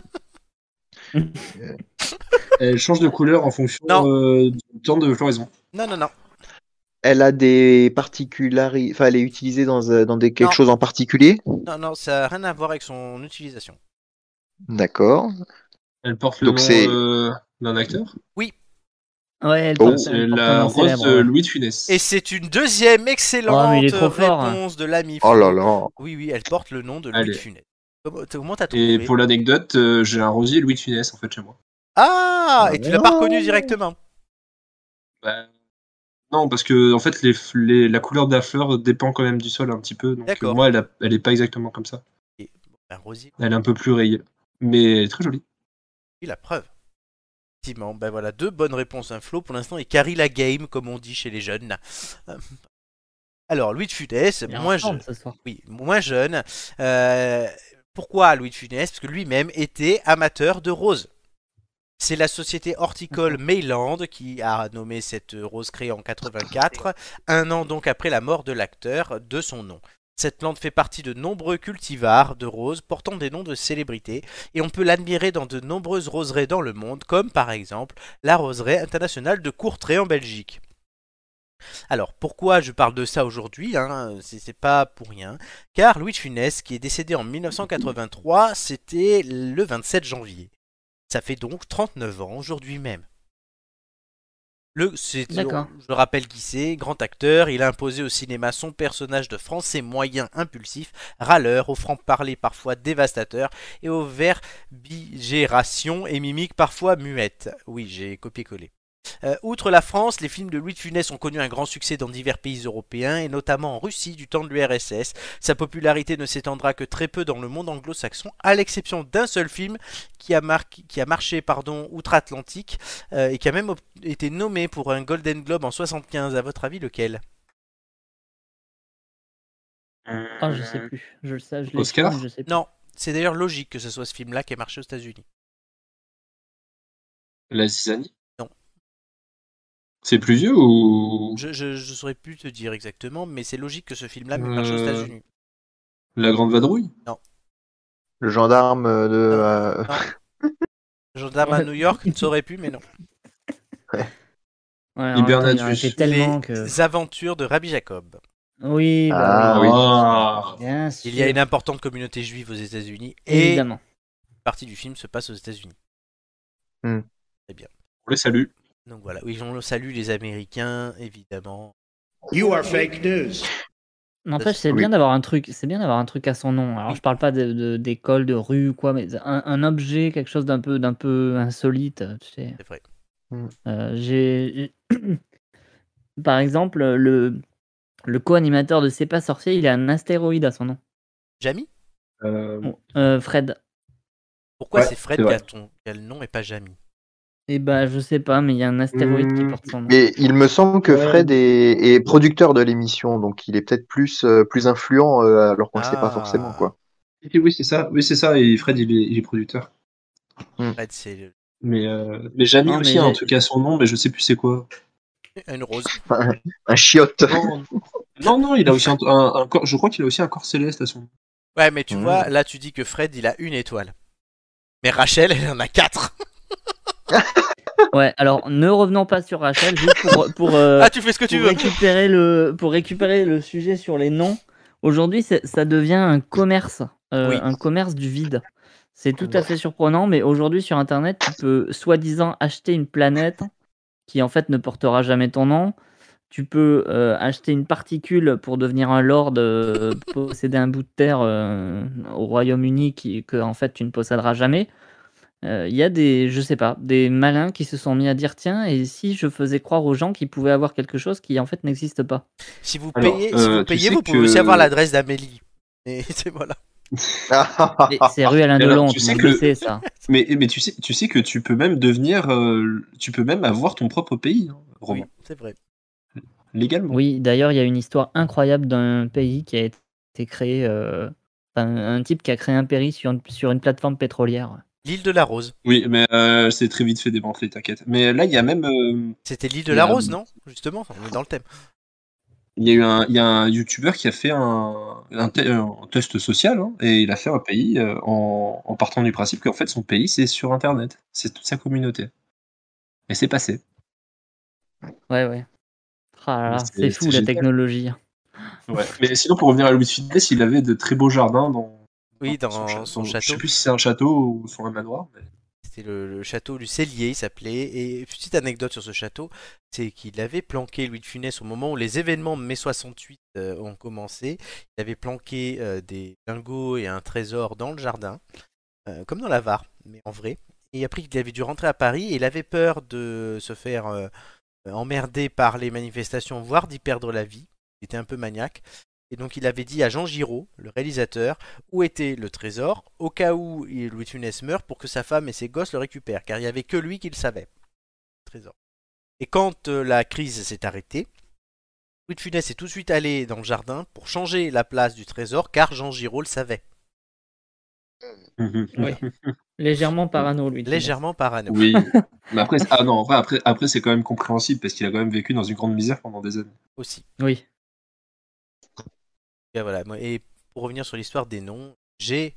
Elle change de couleur en fonction Non. du temps de floraison. Non, non, non. Elle a des particularités. Enfin, elle est utilisée dans quelque Non. chose en particulier? Non, non, ça n'a rien à voir avec son utilisation. D'accord. Elle porte le Donc nom c'est- d'un acteur? Ouais, elle Oh, porte- C'est elle porte un la nom rose célèbre, de ouais. Louis de Funès. Et c'est une deuxième excellente Oh, mais il est trop fort, hein. réponse de l'ami. Oh Flo. là là. Oui, oui, elle porte le nom de Louis Allez. de Funès. Comment t'as trouvé? Et pour l'anecdote, j'ai un rosier Louis de Funès en fait chez moi. Ah, et tu l'as pas reconnu directement. Bah, non, parce que en fait, la couleur de la fleur dépend quand même du sol un petit peu. Donc D'accord. moi, elle est pas exactement comme ça. Et, un rosier, Elle est un peu plus rayée. Mais elle est très jolie. oui, la preuve. Effectivement, ben voilà, deux bonnes réponses, un Flo pour l'instant, et carry la game, comme on dit chez les jeunes. Alors, Louis de Funès, Elle est en moins forme jeune. ce soir. Oui, moins jeune. Pourquoi Louis de Funès? Parce que lui-même était amateur de roses. C'est la société horticole Mayland qui a nommé cette rose créée en 84, un an donc après la mort de l'acteur de son nom. Cette plante fait partie de nombreux cultivars de roses portant des noms de célébrités et on peut l'admirer dans de nombreuses roseraie dans le monde, comme par exemple la roseraie internationale de Courtrai en Belgique. Alors, pourquoi je parle de ça aujourd'hui, hein, c'est pas pour rien, car Louis de Funès, qui est décédé en 1983, c'était le 27 janvier. Ça fait donc 39 ans aujourd'hui même. D'accord. Je rappelle qui c'est, grand acteur, il a imposé au cinéma son personnage de français moyen impulsif, râleur, au franc-parler parfois dévastateur et aux verbigérations et mimiques parfois muettes. Oui, j'ai copié-collé. Outre la France, les films de Louis de Funès ont connu un grand succès dans divers pays européens et notamment en Russie du temps de l'URSS. Sa popularité ne s'étendra que très peu dans le monde anglo-saxon, à l'exception d'un seul film qui a marché outre-Atlantique et qui a même été nommé pour un Golden Globe en 75. À votre avis, lequel? Ah, je sais plus. Je le sais, je l'ai Oscar? su, mais je sais plus. Non, c'est d'ailleurs logique que ce soit ce film-là qui a marché aux États-Unis. La zizanie? C'est plus vieux ou Je saurais plus te dire exactement, mais c'est logique que ce film-là marche aux États-Unis. La Grande Vadrouille? Non. Le gendarme de. Non. Gendarme à New York, ça aurait pu, mais non. Ouais, en même temps, il y en a Hibernatus. fait tellement Les que. aventures de Rabbi Jacob. Oui, Ah, oui. Ah. Bien sûr. Il y a une importante communauté juive aux États-Unis et Évidemment. une partie du film se passe aux États-Unis. Hmm. Très bien. On les salue. Donc voilà, oui, on salue les Américains, évidemment. You are fake news. N'empêche, c'est Oui. bien d'avoir un truc. C'est bien d'avoir un truc à son nom. Alors, je parle pas d'école, de rue ou quoi, mais un objet, quelque chose d'un peu insolite, tu sais. C'est vrai. J'ai par exemple le co-animateur de C'est pas sorcier, il a un astéroïde à son nom. Jamy? Fred. Pourquoi Ouais, c'est Fred c'est vrai. qui a le nom et pas Jamy? Et bah, je sais pas, mais il y a un astéroïde qui porte son nom. Mais il me semble que Ouais. Fred est producteur de l'émission, donc il est peut-être plus influent alors qu'on ne sait pas forcément quoi. Oui, c'est ça. Oui, c'est ça. Et Fred, il est producteur. Fred, c'est Mais Jamie Non, mais aussi a un j'ai- truc à son nom, mais je sais plus c'est quoi. une rose. Un chiotte. Non, il a aussi un corps. Je crois qu'il a aussi un corps céleste à son nom. Ouais, mais tu vois, là tu dis que Fred il a une étoile. Mais Rachel, elle en a 4. Ouais, alors ne revenons pas sur Rachel, juste pour Ah, tu fais ce que tu veux. pour récupérer le sujet sur les noms. Aujourd'hui, ça devient un commerce, Oui. un commerce du vide. C'est tout à fait surprenant, mais aujourd'hui sur Internet, tu peux soi-disant acheter une planète qui en fait ne portera jamais ton nom. Tu peux acheter une particule pour devenir un lord, posséder un bout de terre au Royaume-Uni que en fait tu ne posséderas jamais. Il y a je sais pas, des malins qui se sont mis à dire tiens, et si je faisais croire aux gens qu'ils pouvaient avoir quelque chose qui en fait n'existe pas. Si vous Alors, payez, tu sais vous pouvez que- aussi avoir l'adresse d'Amélie. Et c'est voilà. Mais c'est rue Alain Et alors, Delon, tu tout sais le monde que- le sait ça. Mais tu sais que tu peux même devenir, tu peux même avoir ton propre pays, hein, Oui, Romain, c'est vrai. légalement. Oui, d'ailleurs, il y a une histoire incroyable d'un pays qui a été créé, un type qui a créé un pays sur une plateforme pétrolière. L'île de la Rose. Oui, mais c'est très vite fait démanteler, t'inquiète. Mais là, il y a même, C'était l'île de Il y la a- Rose, non? Justement, on est dans le thème. il y a un YouTuber qui a fait un test social, hein, et il a fait un pays en partant du principe qu'en fait son pays c'est sur Internet, c'est toute sa communauté. Et c'est passé. Ouais. Ah là là, C'est- c'est fou c'est la génial. technologie. Ouais. Mais sinon, pour revenir à Louis de Funès, il avait de très beaux jardins Oui, dans Je son sais château. plus si c'est un château ou un manoir. Mais... C'était le château du Cellier, il s'appelait. Et petite anecdote sur ce château, c'est qu'il avait planqué Louis de Funès au moment où les événements de mai 68 ont commencé. Il avait planqué des lingots et un trésor dans le jardin, comme dans la Var, mais en vrai. Et après, il avait dû rentrer à Paris et il avait peur de se faire emmerder par les manifestations, voire d'y perdre la vie. Il était un peu maniaque. Et donc il avait dit à Jean Giraud, le réalisateur, où était le trésor, au cas où Louis de Funès meurt, pour que sa femme et ses gosses le récupèrent, car il n'y avait que lui qui le savait. Le trésor. Et quand la crise s'est arrêtée, Louis de Funès est tout de suite allé dans le jardin pour changer la place du trésor, car Jean Giraud le savait. Oui. Légèrement parano, lui. Légèrement parano. Oui. Mais après, non, en vrai, après c'est quand même compréhensible parce qu'il a quand même vécu dans une grande misère pendant des années. Aussi. Oui. Et voilà. Et pour revenir sur l'histoire des noms, j'ai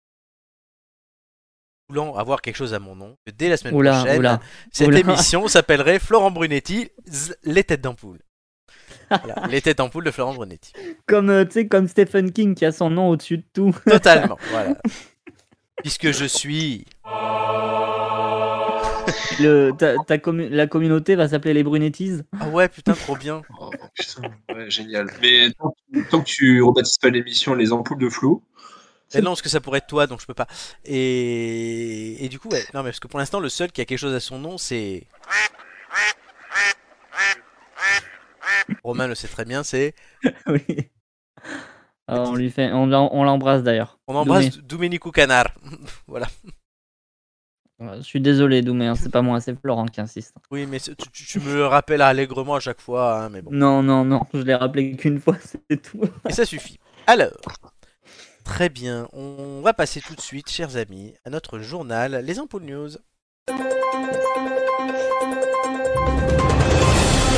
voulant avoir quelque chose à mon nom, que dès la semaine prochaine, cette émission s'appellerait Florent Brunetti, les têtes d'ampoule. Voilà, les têtes d'ampoule de Florent Brunetti. Comme, tu sais, comme Stephen King qui a son nom au-dessus de tout. Totalement, voilà. Puisque je suis... La communauté va s'appeler les Brunettis. Ah ouais, putain, trop bien. Oh, putain, ouais, génial. Mais tant que tu rebaptises pas l'émission Les Ampoules de Flo... Mais non, parce que ça pourrait être toi, donc je peux pas. Et du coup, ouais. Non, mais parce que pour l'instant, le seul qui a quelque chose à son nom, c'est... Romain le sait très bien, c'est... Oui. Alors, on l'embrasse d'ailleurs. On embrasse Domenico Canard. Voilà. Je suis désolé, Doumé, hein, c'est pas moi, c'est Florent qui insiste. Oui, mais tu me le rappelles allègrement à chaque fois, hein, mais bon. Non, je l'ai rappelé qu'une fois, c'est tout. Et ça suffit. Alors, très bien, on va passer tout de suite, chers amis, à notre journal, les Ampoules News.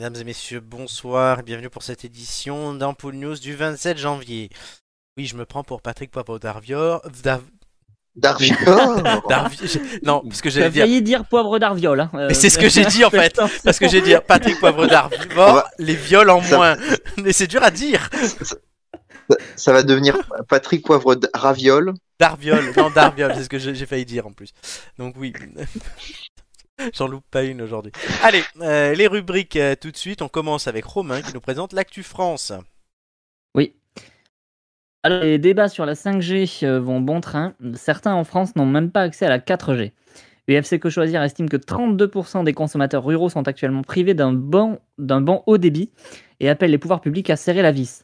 Mesdames et messieurs, bonsoir et bienvenue pour cette édition d'Ampoule News du 27 janvier. Oui, je me prends pour Patrick Poivre d'Arvior. D'Arvior. Non, parce que Tu as j'allais dire. failli dire poivre d'Arviol. Hein. Mais c'est ce que j'ai dit en fait. Parce que j'ai dit Patrick Poivre d'Arvior, les viols en moins. Mais c'est dur à dire. Ça va devenir Patrick Poivre Raviol. D'Arviol, non d'Arviol, c'est ce que j'ai failli dire en plus. Donc oui. J'en loupe pas une aujourd'hui. Allez, les rubriques tout de suite. On commence avec Romain qui nous présente l'actu France. Oui. Alors, les débats sur la 5G vont bon train. Certains en France n'ont même pas accès à la 4G. UFC Que Choisir estime que 32% des consommateurs ruraux sont actuellement privés d'un bon haut débit et appelle les pouvoirs publics à serrer la vis.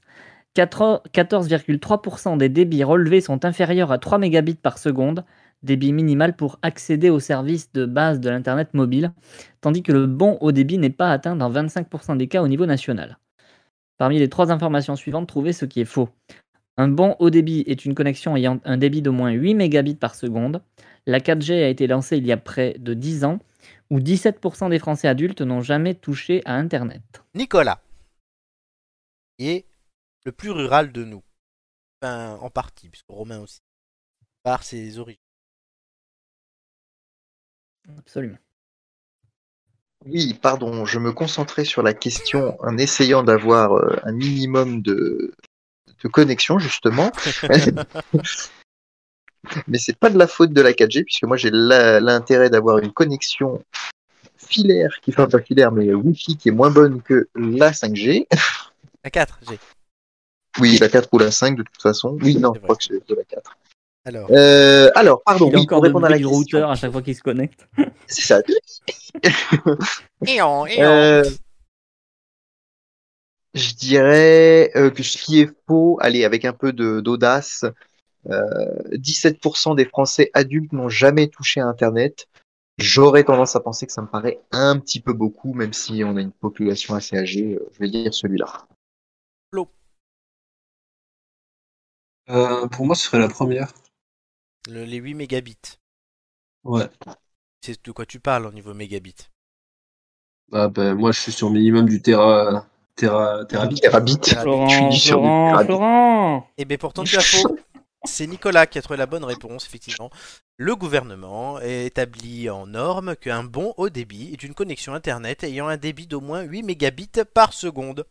14,3% des débits relevés sont inférieurs à 3 mégabits par seconde, débit minimal pour accéder aux services de base de l'Internet mobile, tandis que le bon haut débit n'est pas atteint dans 25% des cas au niveau national. Parmi les 3 informations suivantes, trouvez ce qui est faux. Un bon haut débit est une connexion ayant un débit d'au moins 8 mégabits par seconde. La 4G a été lancée il y a près de 10 ans, où 17% des Français adultes n'ont jamais touché à Internet. Nicolas, qui est le plus rural de nous. Enfin, en partie, puisque Romain aussi, par ses origines. Absolument. Oui, pardon, je me concentrais sur la question en essayant d'avoir un minimum de connexion, justement. Mais c'est pas de la faute de la 4G, puisque moi j'ai l'intérêt d'avoir une connexion filaire, enfin pas filaire, mais Wi-Fi qui est moins bonne que la 5G. La 4G. Oui, la 4 ou la 5 de toute façon. Oui, non, je crois que c'est de la 4. Alors, pardon, il a oui, encore pour répondre à la du question. routeur à chaque fois qu'il se connecte. C'est ça. Je dirais que ce qui est faux, allez, avec un peu d'audace, 17% des Français adultes n'ont jamais touché à Internet. J'aurais tendance à penser que ça me paraît un petit peu beaucoup, même si on a une population assez âgée. Je vais dire celui-là. Pour moi, ce serait la première. Les 8 mégabits. Ouais. C'est de quoi tu parles au niveau mégabits? Moi, je suis sur minimum du terabit. Florent. Et bien pourtant tu as faux. C'est Nicolas qui a trouvé la bonne réponse, effectivement. Le gouvernement établit en norme qu'un bon haut débit est une connexion internet ayant un débit d'au moins 8 mégabits par seconde.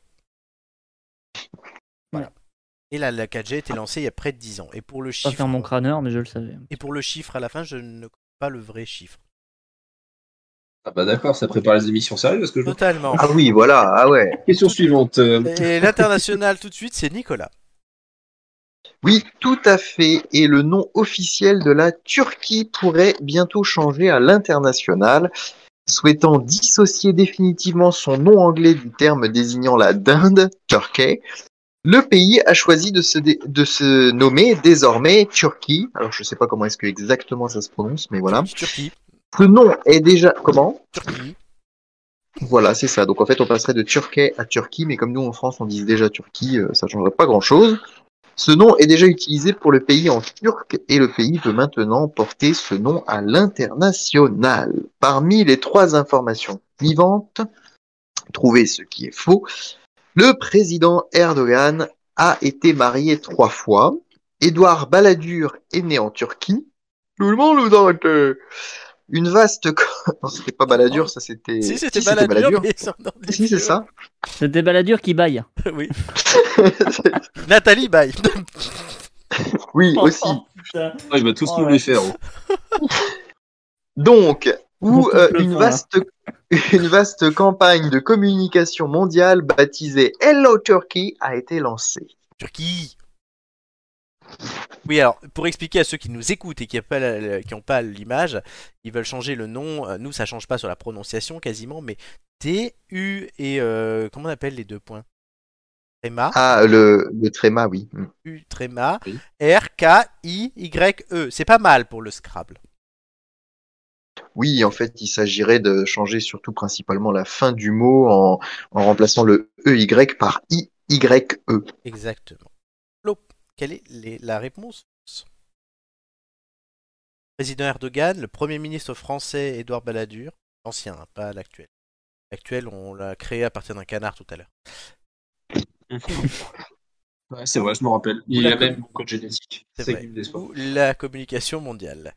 Voilà. Et là, la 4G a été lancée il y a près de 10 ans. Et pour le chiffre. Pas faire mon crâneur, mais je le savais. Et pour le chiffre à la fin, je ne connais pas le vrai chiffre. Ah bah d'accord, ça prépare les émissions sérieuses que je vois. Totalement. Ah oui, voilà, ah ouais. Question suivante. Et l'international tout de suite, c'est Nicolas. Oui, tout à fait. Et le nom officiel de la Turquie pourrait bientôt changer à l'international. Souhaitant dissocier définitivement son nom anglais du terme désignant la dinde, Turkey, le pays a choisi de se nommer désormais Turquie. Alors je ne sais pas comment est-ce que exactement ça se prononce, mais voilà. Turquie. Ce nom est déjà... Comment ? Turquie. Voilà, c'est ça. Donc en fait, on passerait de Turquie à Turquie, mais comme nous en France, on dit déjà Turquie, ça ne changerait pas grand-chose. Ce nom est déjà utilisé pour le pays en turc et le pays peut maintenant porter ce nom à l'international. Parmi les 3 informations suivantes, trouvez ce qui est faux. Le président Erdogan a été marié 3 fois. Édouard Balladur est né en Turquie. Tout le monde nous a été... Une vaste... Non, c'était pas Balladur, ça c'était... Si, c'était Balladur. Mais si, c'est ça. C'était Balladur qui baille. Oui. Nathalie baille. Oui, aussi. Il va tous nous les faire. Donc, une vaste campagne de communication mondiale baptisée Hello Turkey a été lancée. Turquie. Oui, alors, pour expliquer à ceux qui nous écoutent et qui n'ont pas l'image, ils veulent changer le nom. Nous, ça change pas sur la prononciation quasiment, mais T-U et... comment on appelle les 2 points? Tréma. Ah, le tréma, oui. U, tréma. Oui. R-K-I-Y-E. C'est pas mal pour le Scrabble. Oui, en fait, il s'agirait de changer surtout principalement la fin du mot en remplaçant le EY par I-Y-E. Exactement. Quelle est la réponse? Président Erdogan, le Premier ministre français Édouard Balladur, ancien, pas l'actuel, L'actuel, on l'a créé à partir d'un canard tout à l'heure. Ouais, c'est vrai, je me rappelle. Ou Il la a même mon code génétique. C'est C'est ça vrai. qui me déçoit. Ou la communication mondiale.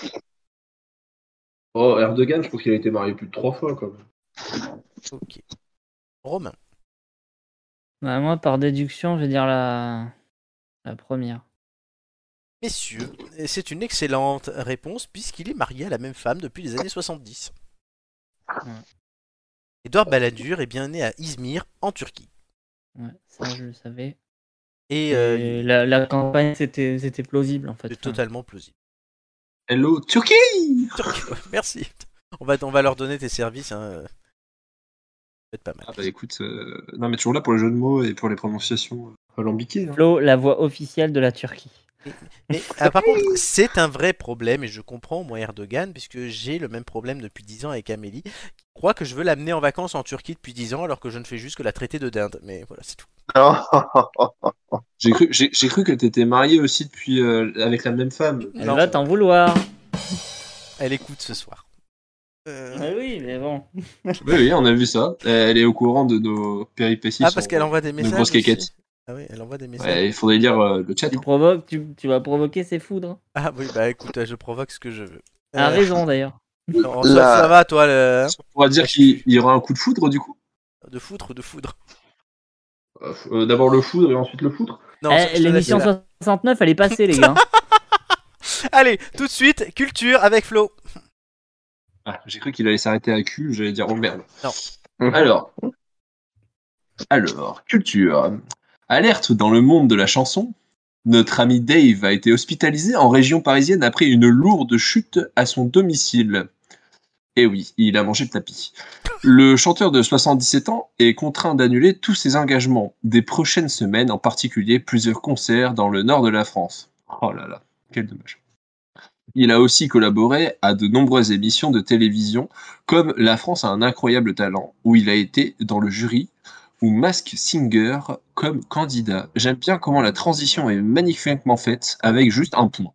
Oh, Erdogan, je pense qu'il a été marié plus de 3 fois, quand même. Ok. Romain. Bah, moi, par déduction, je vais dire la première. Messieurs, c'est une excellente réponse puisqu'il est marié à la même femme depuis les années 70. Ouais. Édouard Balladur est bien né à Izmir, en Turquie. Ouais, ça, je le savais. Et Et la campagne, c'était plausible, en fait. c'est totalement plausible. Hello, Turquie! Merci. On va leur donner tes services. Hein. C'est pas mal. Ah bah écoute, non mais toujours là pour les jeux de mots et pour les prononciations alambiquées. Hein. Flo, la voix officielle de la Turquie. Mais par contre, c'est un vrai problème et je comprends, moi, Erdogan, puisque j'ai le même problème depuis 10 ans avec Amélie, qui croit que je veux l'amener en vacances en Turquie depuis 10 ans alors que je ne fais juste que la traiter de dinde. Mais voilà, c'est tout. J'ai cru que t'étais marié aussi depuis avec la même femme. Elle va t'en vouloir. Elle écoute ce soir. Oui, mais bon. Oui, on a vu ça. Elle est au courant de nos péripéties. Ah, parce qu'elle envoie des messages. Grosse quéquette. Aussi. Ah oui, elle envoie des messages. Ouais, il faudrait lire le chat. Tu vas provoquer ses foudres. Ah oui, bah écoute, je provoque ce que je veux. A raison d'ailleurs. Non, ça va, toi. On pourra dire qu'il y aura un coup de foudre du coup. De foudre ou de foudre. D'abord le foudre et ensuite le foudre. L'émission 69, elle est passée, les gars. Allez, tout de suite, culture avec Flo. Ah, j'ai cru qu'il allait s'arrêter à Q, j'allais dire oh merde. Non. Alors, culture. Alerte dans le monde de la chanson. Notre ami Dave a été hospitalisé en région parisienne après une lourde chute à son domicile. Eh oui, il a mangé le tapis. Le chanteur de 77 ans est contraint d'annuler tous ses engagements des prochaines semaines, en particulier plusieurs concerts dans le nord de la France. Oh là là, quel dommage. Il a aussi collaboré à de nombreuses émissions de télévision, comme La France a un incroyable talent, où il a été dans le jury, ou Mask Singer comme candidat. J'aime bien comment la transition est magnifiquement faite, avec juste un point.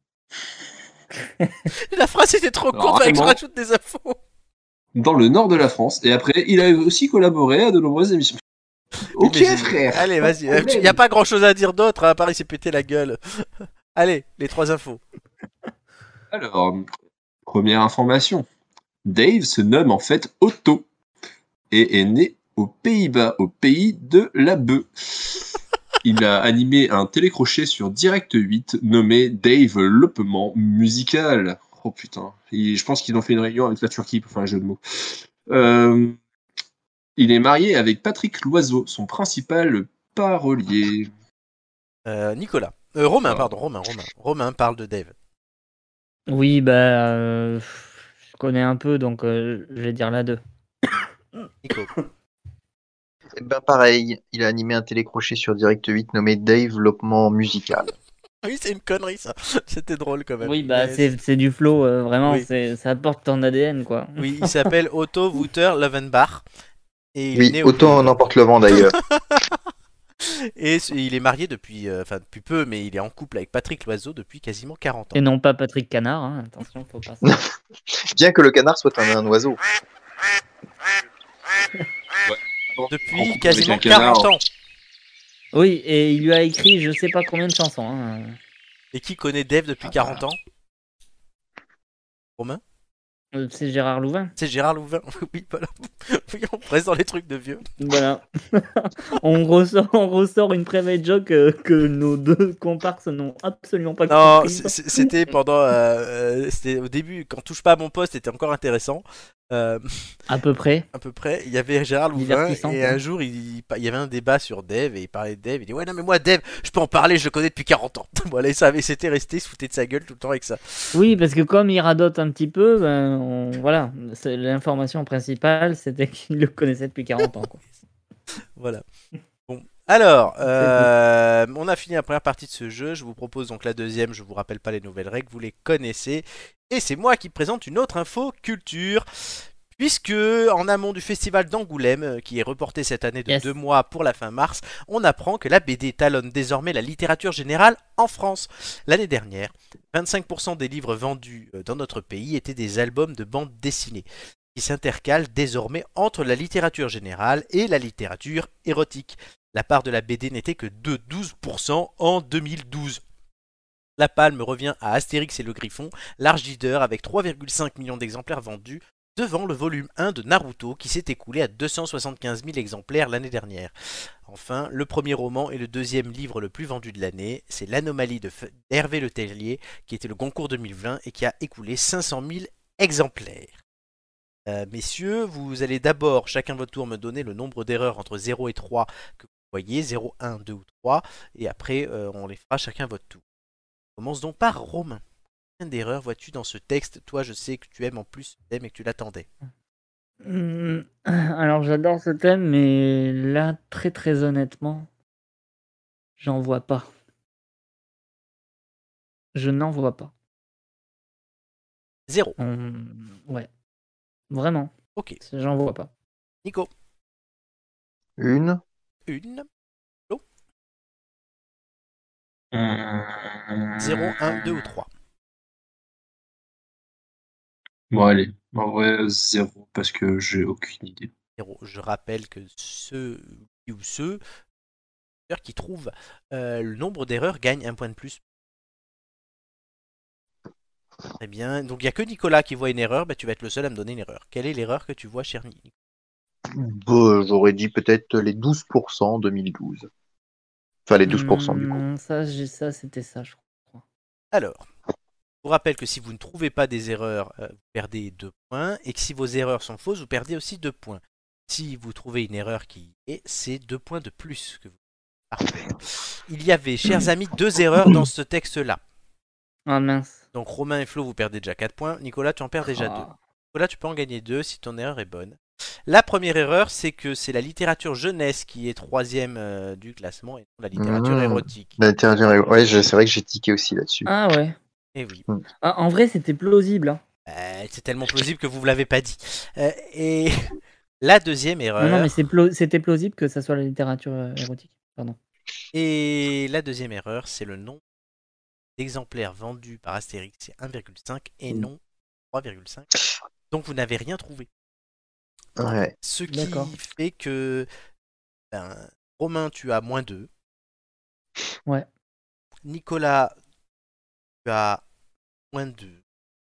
La phrase était trop courte, avec je rajoute des infos. Dans le nord de la France, et après, il a aussi collaboré à de nombreuses émissions. Ok, frère. Allez, vas-y. Il n'y a pas grand chose à dire d'autre, à part il s'est pété la gueule. Allez, les 3 infos. Alors, première information. Dave se nomme en fait Otto et est né aux Pays-Bas, au pays de la bœuf. Il a animé un télécrochet sur Direct 8 nommé Dave Lopement Musical. Oh putain, je pense qu'ils ont fait une réunion avec la Turquie pour faire un jeu de mots. Il est marié avec Patrick Loiseau, son principal parolier. Nicolas. Romain, pardon, Romain. Romain parle de Dave. Oui, je connais un peu, donc je vais dire la 2. Nico. Eh ben pareil, il a animé un télécrochet sur Direct 8 nommé Dave Lopement Musical. Oui, c'est une connerie ça. C'était drôle quand même. Oui, c'est du flow, vraiment, oui. ça apporte ton ADN quoi. Oui, il s'appelle Otto Wouter Lovenbach. Et il oui, est né Otto en emporte le vent d'ailleurs. Et il est marié depuis peu, mais il est en couple avec Patrick Loiseau depuis quasiment 40 ans. Et non pas Patrick Canard, hein. Attention, faut pas ça. Bien que le canard soit un oiseau. Depuis quasiment 40 ans. Oui, et il lui a écrit je sais pas combien de chansons. Hein. Et qui connaît Dave depuis 40 ans? Romain? C'est Gérard Louvain. C'est Gérard Louvain, oui, voilà. On reste dans les trucs de vieux. Voilà. on ressort une private joke que nos deux comparses n'ont absolument pas compris. Non, c'était pendant... c'était au début, quand Touche pas à mon poste, c'était encore intéressant. À peu près. À peu près. Il y avait Gérard Louvain et un jour, il y avait un débat sur Dave et il parlait de Dave. Il dit ouais, non, mais moi, Dave, je peux en parler, je le connais depuis 40 ans. Voilà, et c'était resté, il se foutait de sa gueule tout le temps avec ça. Oui, parce que comme il radote un petit peu, voilà, l'information principale, c'était qu'il le connaissait depuis 40 ans. Quoi. Voilà. Bon. Alors, on a fini la première partie de ce jeu. Je vous propose donc la deuxième. Je vous rappelle pas les nouvelles règles, vous les connaissez. Et c'est moi qui présente une autre info culture. Puisque, en amont du festival d'Angoulême, qui est reporté cette année de 2 mois pour la fin mars, on apprend que la BD talonne désormais la littérature générale en France. L'année dernière, 25% des livres vendus dans notre pays étaient des albums de bande dessinée. qui s'intercale désormais entre la littérature générale et la littérature érotique. La part de la BD n'était que de 12% en 2012. La palme revient à Astérix et le Griffon, large leader avec 3,5 millions d'exemplaires vendus, devant le volume 1 de Naruto qui s'est écoulé à 275 000 exemplaires l'année dernière. Enfin, le premier roman et le deuxième livre le plus vendu de l'année, c'est L'Anomalie d'Hervé Le Tellier, qui était le Goncourt 2020 et qui a écoulé 500 000 exemplaires. Messieurs, vous allez d'abord, chacun votre tour, me donner le nombre d'erreurs entre 0 et 3 que vous voyez, 0, 1, 2 ou 3, et après on les fera chacun votre tour. Commence donc par Romain. Combien d'erreurs vois-tu dans ce texte? Toi, je sais que tu aimes en plus ce thème et que tu l'attendais. Alors, j'adore ce thème, mais là, très très honnêtement, j'en vois pas. Je n'en vois pas. 0. Ouais. Vraiment. Ok. J'en vois pas. Nico. Une. 0, 1, 2 ou 3. Bon, allez, en vrai, 0, parce que j'ai aucune idée. 0. Je rappelle que ceux qui trouvent le nombre d'erreurs gagnent un point de plus. Très bien. Donc il n'y a que Nicolas qui voit une erreur. Tu vas être le seul à me donner une erreur. Quelle est l'erreur que tu vois, cher Nicolas? J'aurais dit peut-être les 12% en 2012. Enfin, les 12% du coup. Ça, c'était ça, je crois. Alors, je vous rappelle que si vous ne trouvez pas des erreurs, vous perdez 2 points. Et que si vos erreurs sont fausses, vous perdez aussi 2 points. Si vous trouvez une erreur qui est, c'est 2 points de plus que vous. Parfait. Il y avait, chers amis, 2 erreurs dans ce texte-là. Ah mince. Donc Romain et Flo, vous perdez déjà 4 points. Nicolas, tu en perds déjà 2. Nicolas, tu peux en gagner 2 si ton erreur est bonne. La première erreur, c'est que c'est la littérature jeunesse qui est 3e du classement et non la littérature érotique. La littérature, ouais, c'est vrai que j'ai tiqué aussi là-dessus. Ah ouais. Et oui. Ah, en vrai, c'était plausible. Hein. C'est tellement plausible que vous ne l'avez pas dit. Et la deuxième erreur... Non, mais c'était plausible que ça soit la littérature érotique. Pardon. Et la deuxième erreur, c'est le nombre d'exemplaires vendus par Astérix, c'est 1,5 et non 3,5. Donc vous n'avez rien trouvé. Ouais. Ce qui fait que Romain, tu as moins 2. Ouais. Nicolas, tu as moins 2.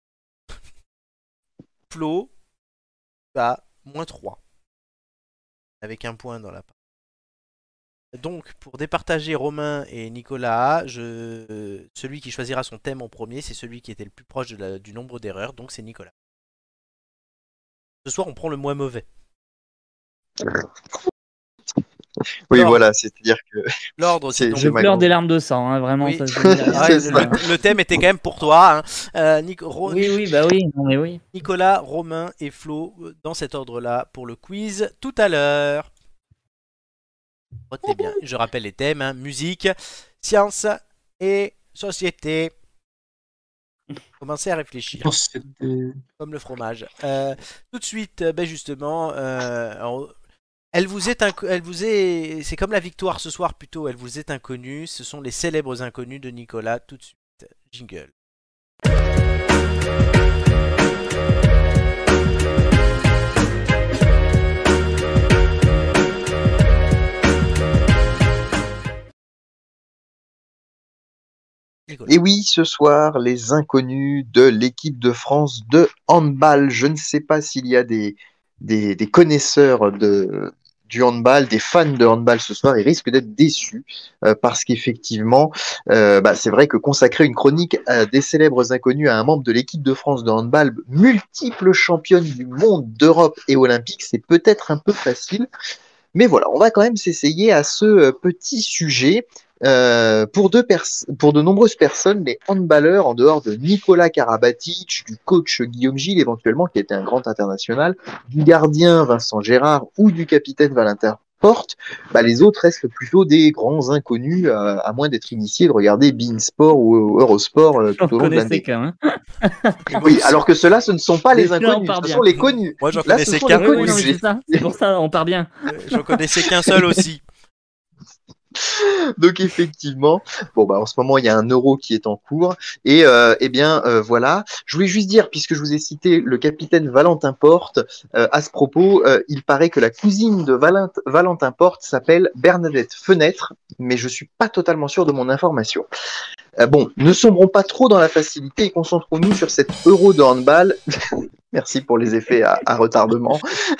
Flo, tu as moins 3. Avec un point dans la part. Donc, pour départager Romain et Nicolas, celui qui choisira son thème en premier, c'est celui qui était le plus proche du nombre d'erreurs, donc c'est Nicolas. Ce soir, on prend le moins mauvais. Oui, voilà, c'est-à-dire que... L'ordre, c'est donc... Je pleure des larmes de sang, hein, vraiment. Oui. Ça, le thème était quand même pour toi. Hein. Oui, bah oui, non, mais oui. Nicolas, Romain et Flo, dans cet ordre-là, pour le quiz, tout à l'heure. Retenez bien, je rappelle les thèmes, hein. Musique, science et société. Commencez à réfléchir. Comme le fromage. Tout de suite, justement, c'est comme la victoire ce soir plutôt, elle vous est inconnue. Ce sont les célèbres inconnus de Nicolas. Tout de suite, jingle. Et oui, ce soir, les inconnus de l'équipe de France de handball. Je ne sais pas s'il y a des connaisseurs du handball, des fans de handball ce soir, ils risquent d'être déçus parce qu'effectivement, c'est vrai que consacrer une chronique à des célèbres inconnus à un membre de l'équipe de France de handball, multiple championne du monde, d'Europe et olympique, c'est peut-être un peu facile. Mais voilà, on va quand même s'essayer à ce petit sujet. Pour de nombreuses personnes, les handballeurs, en dehors de Nicolas Karabatic, du coach Guillaume Gilles éventuellement, qui était un grand international, du gardien Vincent Gérard ou du capitaine Valentin Porte, les autres restent plutôt des grands inconnus, à moins d'être initiés de regarder beIN Sport ou Eurosport tout au long de l'année. Oui, alors que ceux-là, ce ne sont pas les inconnus, ce sont les connus. Moi, j'en connaissais qu'un. C'est pour ça, on part bien. J'en connaissais qu'un seul aussi. Donc effectivement, bon bah en ce moment il y a un euro qui est en cours et voilà. Je voulais juste dire, puisque je vous ai cité le capitaine Valentin Porte, à ce propos, il paraît que la cousine de Valentin Porte s'appelle Bernadette Fenêtre, mais je suis pas totalement sûr de mon information. Bon, ne sombrons pas trop dans la facilité et concentrons-nous sur cet euro de handball. Merci pour les effets à retardement.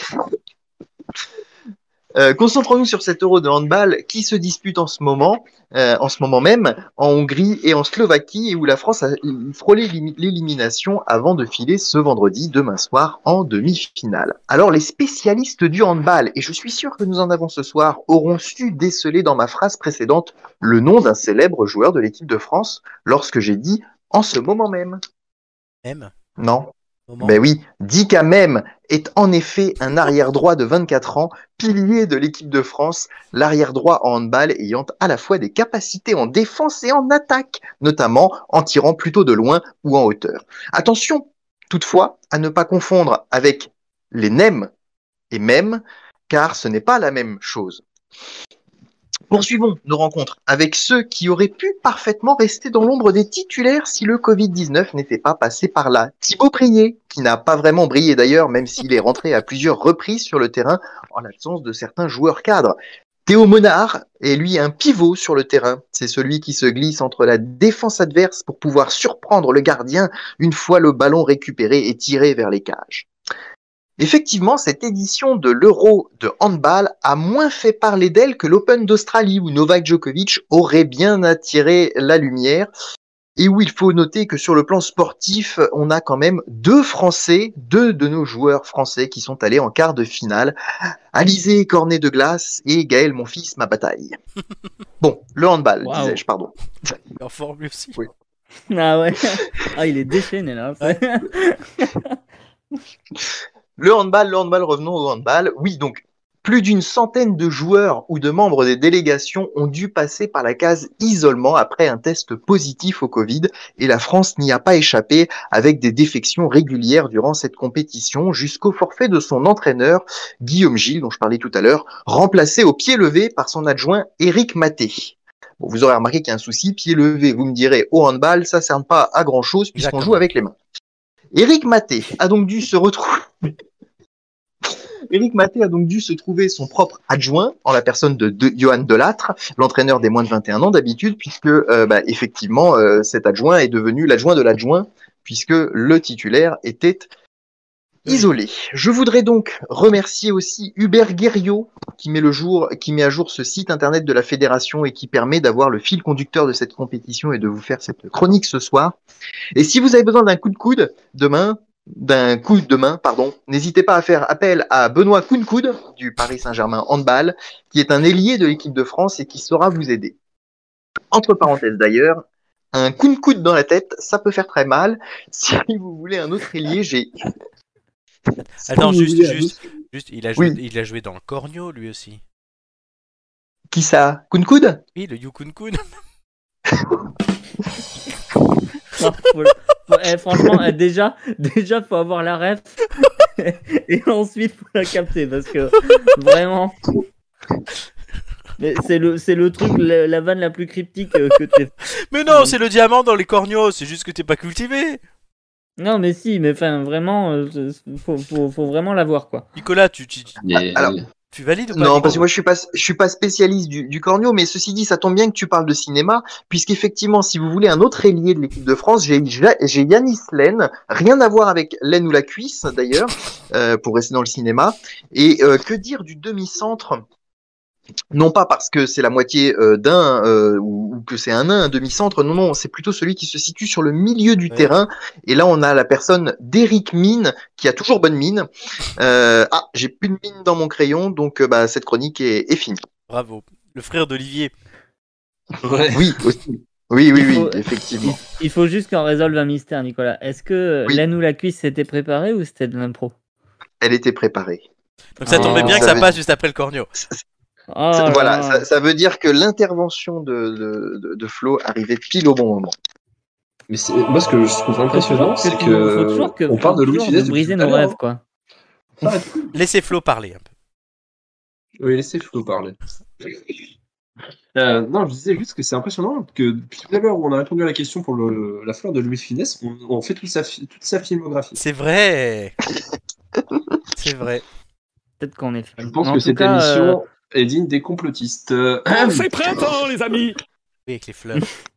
Concentrons-nous sur cet euro de handball qui se dispute en ce moment même, en Hongrie et en Slovaquie, et où la France a frôlé l'élimination avant de filer ce vendredi, demain soir, en demi-finale. Alors, les spécialistes du handball, et je suis sûr que nous en avons ce soir, auront su déceler dans ma phrase précédente le nom d'un célèbre joueur de l'équipe de France lorsque j'ai dit « en ce moment même ». M. Non. Moment. Ben oui, Dika Mem est en effet un arrière-droit de 24 ans, pilier de l'équipe de France, l'arrière-droit en handball ayant à la fois des capacités en défense et en attaque, notamment en tirant plutôt de loin ou en hauteur. Attention, toutefois, à ne pas confondre avec les NEM et MEM, car ce n'est pas la même chose. Poursuivons nos rencontres avec ceux qui auraient pu parfaitement rester dans l'ombre des titulaires si le Covid-19 n'était pas passé par là. Thibaut Prié, qui n'a pas vraiment brillé d'ailleurs, même s'il est rentré à plusieurs reprises sur le terrain en l'absence de certains joueurs cadres. Théo Monard est lui un pivot sur le terrain. C'est celui qui se glisse entre la défense adverse pour pouvoir surprendre le gardien une fois le ballon récupéré et tiré vers les cages. Effectivement, cette édition de l'Euro de handball a moins fait parler d'elle que l'Open d'Australie où Novak Djokovic aurait bien attiré la lumière et où il faut noter que sur le plan sportif, on a quand même deux de nos joueurs français qui sont allés en quart de finale, Alizé Cornet de Glace et Gaël Monfils ma bataille. Bon, le handball, disais-je, pardon. Il est en forme lui aussi. Oui. Ah ouais, ah il est déchaîné là. Ouais. Le handball, revenons au handball. Oui, donc, plus d'une centaine de joueurs ou de membres des délégations ont dû passer par la case isolement après un test positif au Covid et la France n'y a pas échappé avec des défections régulières durant cette compétition jusqu'au forfait de son entraîneur, Guillaume Gilles, dont je parlais tout à l'heure, remplacé au pied levé par son adjoint Éric Maté. Bon, vous aurez remarqué qu'il y a un souci, pied levé, vous me direz, au handball, ça ne sert pas à grand chose puisqu'on joue avec les mains. Éric Maté a donc dû se trouver son propre adjoint en la personne de Johan Delattre, l'entraîneur des moins de 21 ans d'habitude, puisque effectivement cet adjoint est devenu l'adjoint de l'adjoint, puisque le titulaire était isolé. Je voudrais donc remercier aussi Hubert Guerriot qui met à jour ce site internet de la fédération et qui permet d'avoir le fil conducteur de cette compétition et de vous faire cette chronique ce soir. Et si vous avez besoin d'un coup de main, n'hésitez pas à faire appel à Benoît Kounkoud du Paris Saint-Germain Handball, qui est un ailier de l'équipe de France et qui saura vous aider. Entre parenthèses d'ailleurs, un Kounkoud dans la tête, ça peut faire très mal. Si vous voulez un autre ailier, j'ai... Attends, juste, il a joué dans le Cornio lui aussi. Qui ça? Kounkoud? Oui, le Yukunkun. Franchement, déjà, faut avoir la ref et ensuite faut la capter parce que vraiment, mais c'est le truc, la vanne la plus cryptique que t'aies. Mais non, c'est le diamant dans les cornios, c'est juste que t'es pas cultivé. Non, mais si, mais enfin, vraiment, faut vraiment l'avoir, quoi. Nicolas, tu valides ou pas? Non, parce que moi je suis pas spécialiste du cornio, mais ceci dit, ça tombe bien que tu parles de cinéma, puisqu'effectivement, si vous voulez un autre ailier de l'équipe de France, j'ai Yanis Len, rien à voir avec l'aine ou la cuisse d'ailleurs, pour rester dans le cinéma. Et que dire du demi-centre? Non pas parce que c'est la moitié d'un ou que c'est un demi-centre, non, c'est plutôt celui qui se situe sur le milieu du terrain. Et là, on a la personne d'Éric Mine, qui a toujours bonne mine. J'ai plus de mine dans mon crayon, donc cette chronique est finie. Bravo. Le frère d'Olivier. Ouais. Oui, aussi. Oui, effectivement. Il faut juste qu'on résolve un mystère, Nicolas. Est-ce que l'aine ou la cuisse s'était préparée ou c'était de l'impro? Elle était préparée. Donc ça tombait bien que ça passe juste après le cornio. Voilà, ça veut dire que l'intervention de Flo arrivait pile au bon moment. Mais moi, ce que je trouve impressionnant, c'est que on parle de Louis Funès depuis briser tout à nos l'heure, rêves, quoi. Laissez Flo parler un peu. Oui, laissez Flo parler. Non, je disais juste que c'est impressionnant que depuis tout à l'heure où on a répondu à la question pour la fleur de Louis de Funès, on fait toute sa filmographie. C'est vrai. C'est vrai. Peut-être qu'on est Je fan. pense Mais en que tout cette cas, émission est digne des complotistes. C'est printemps, les amis. Oui, avec les fleurs.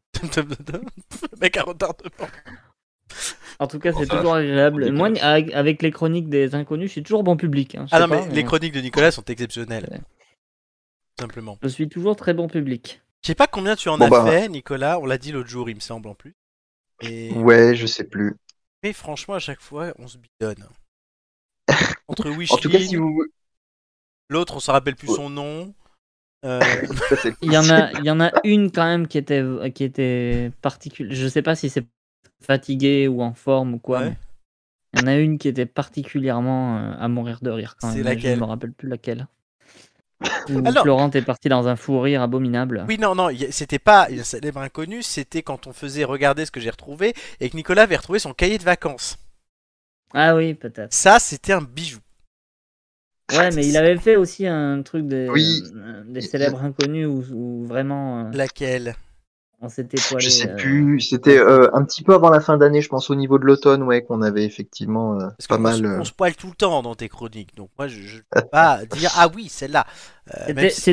Le mec a retardement. en tout cas, c'est Enfin, toujours agréable. on Moi, déconne. avec les chroniques des inconnus, je suis toujours bon public. Hein. Je Ah sais non, pas, mais les chroniques de Nicolas sont exceptionnelles. Ouais. Tout simplement. je suis toujours très bon public. Je sais pas combien tu en Bon, as bah. fait, Nicolas. On l'a dit l'autre jour, il me semble en plus. Et... Ouais, je sais plus. Mais franchement, à chaque fois, on se bidonne. Entre En tout cas, si Wishline, vous. l'autre, on se rappelle plus son nom. Ça, c'est le Il y en a une quand même qui était particulière. Je sais pas si c'est fatigué ou en forme ou quoi. Ouais. Mais il y en a une qui était particulièrement à mourir de rire quand C'est même. laquelle Je me rappelle plus laquelle. Où Ah non. Florent est parti dans un fou rire abominable. Oui, non, c'était pas une célèbre inconnue, c'était quand on faisait regarder ce que j'ai retrouvé et que Nicolas avait retrouvé son cahier de vacances. Ah oui, peut-être. Ça, c'était un bijou. Ouais, mais il avait fait aussi un truc Oui. des célèbres inconnus où vraiment Laquelle? on s'était poilé. Je sais plus. C'était un petit peu avant la fin d'année, je pense, au niveau de l'automne, ouais, qu'on avait effectivement Parce pas qu'on mal. on se poile tout le temps dans tes chroniques, donc moi je peux pas dire ah oui, celle-là. Même si-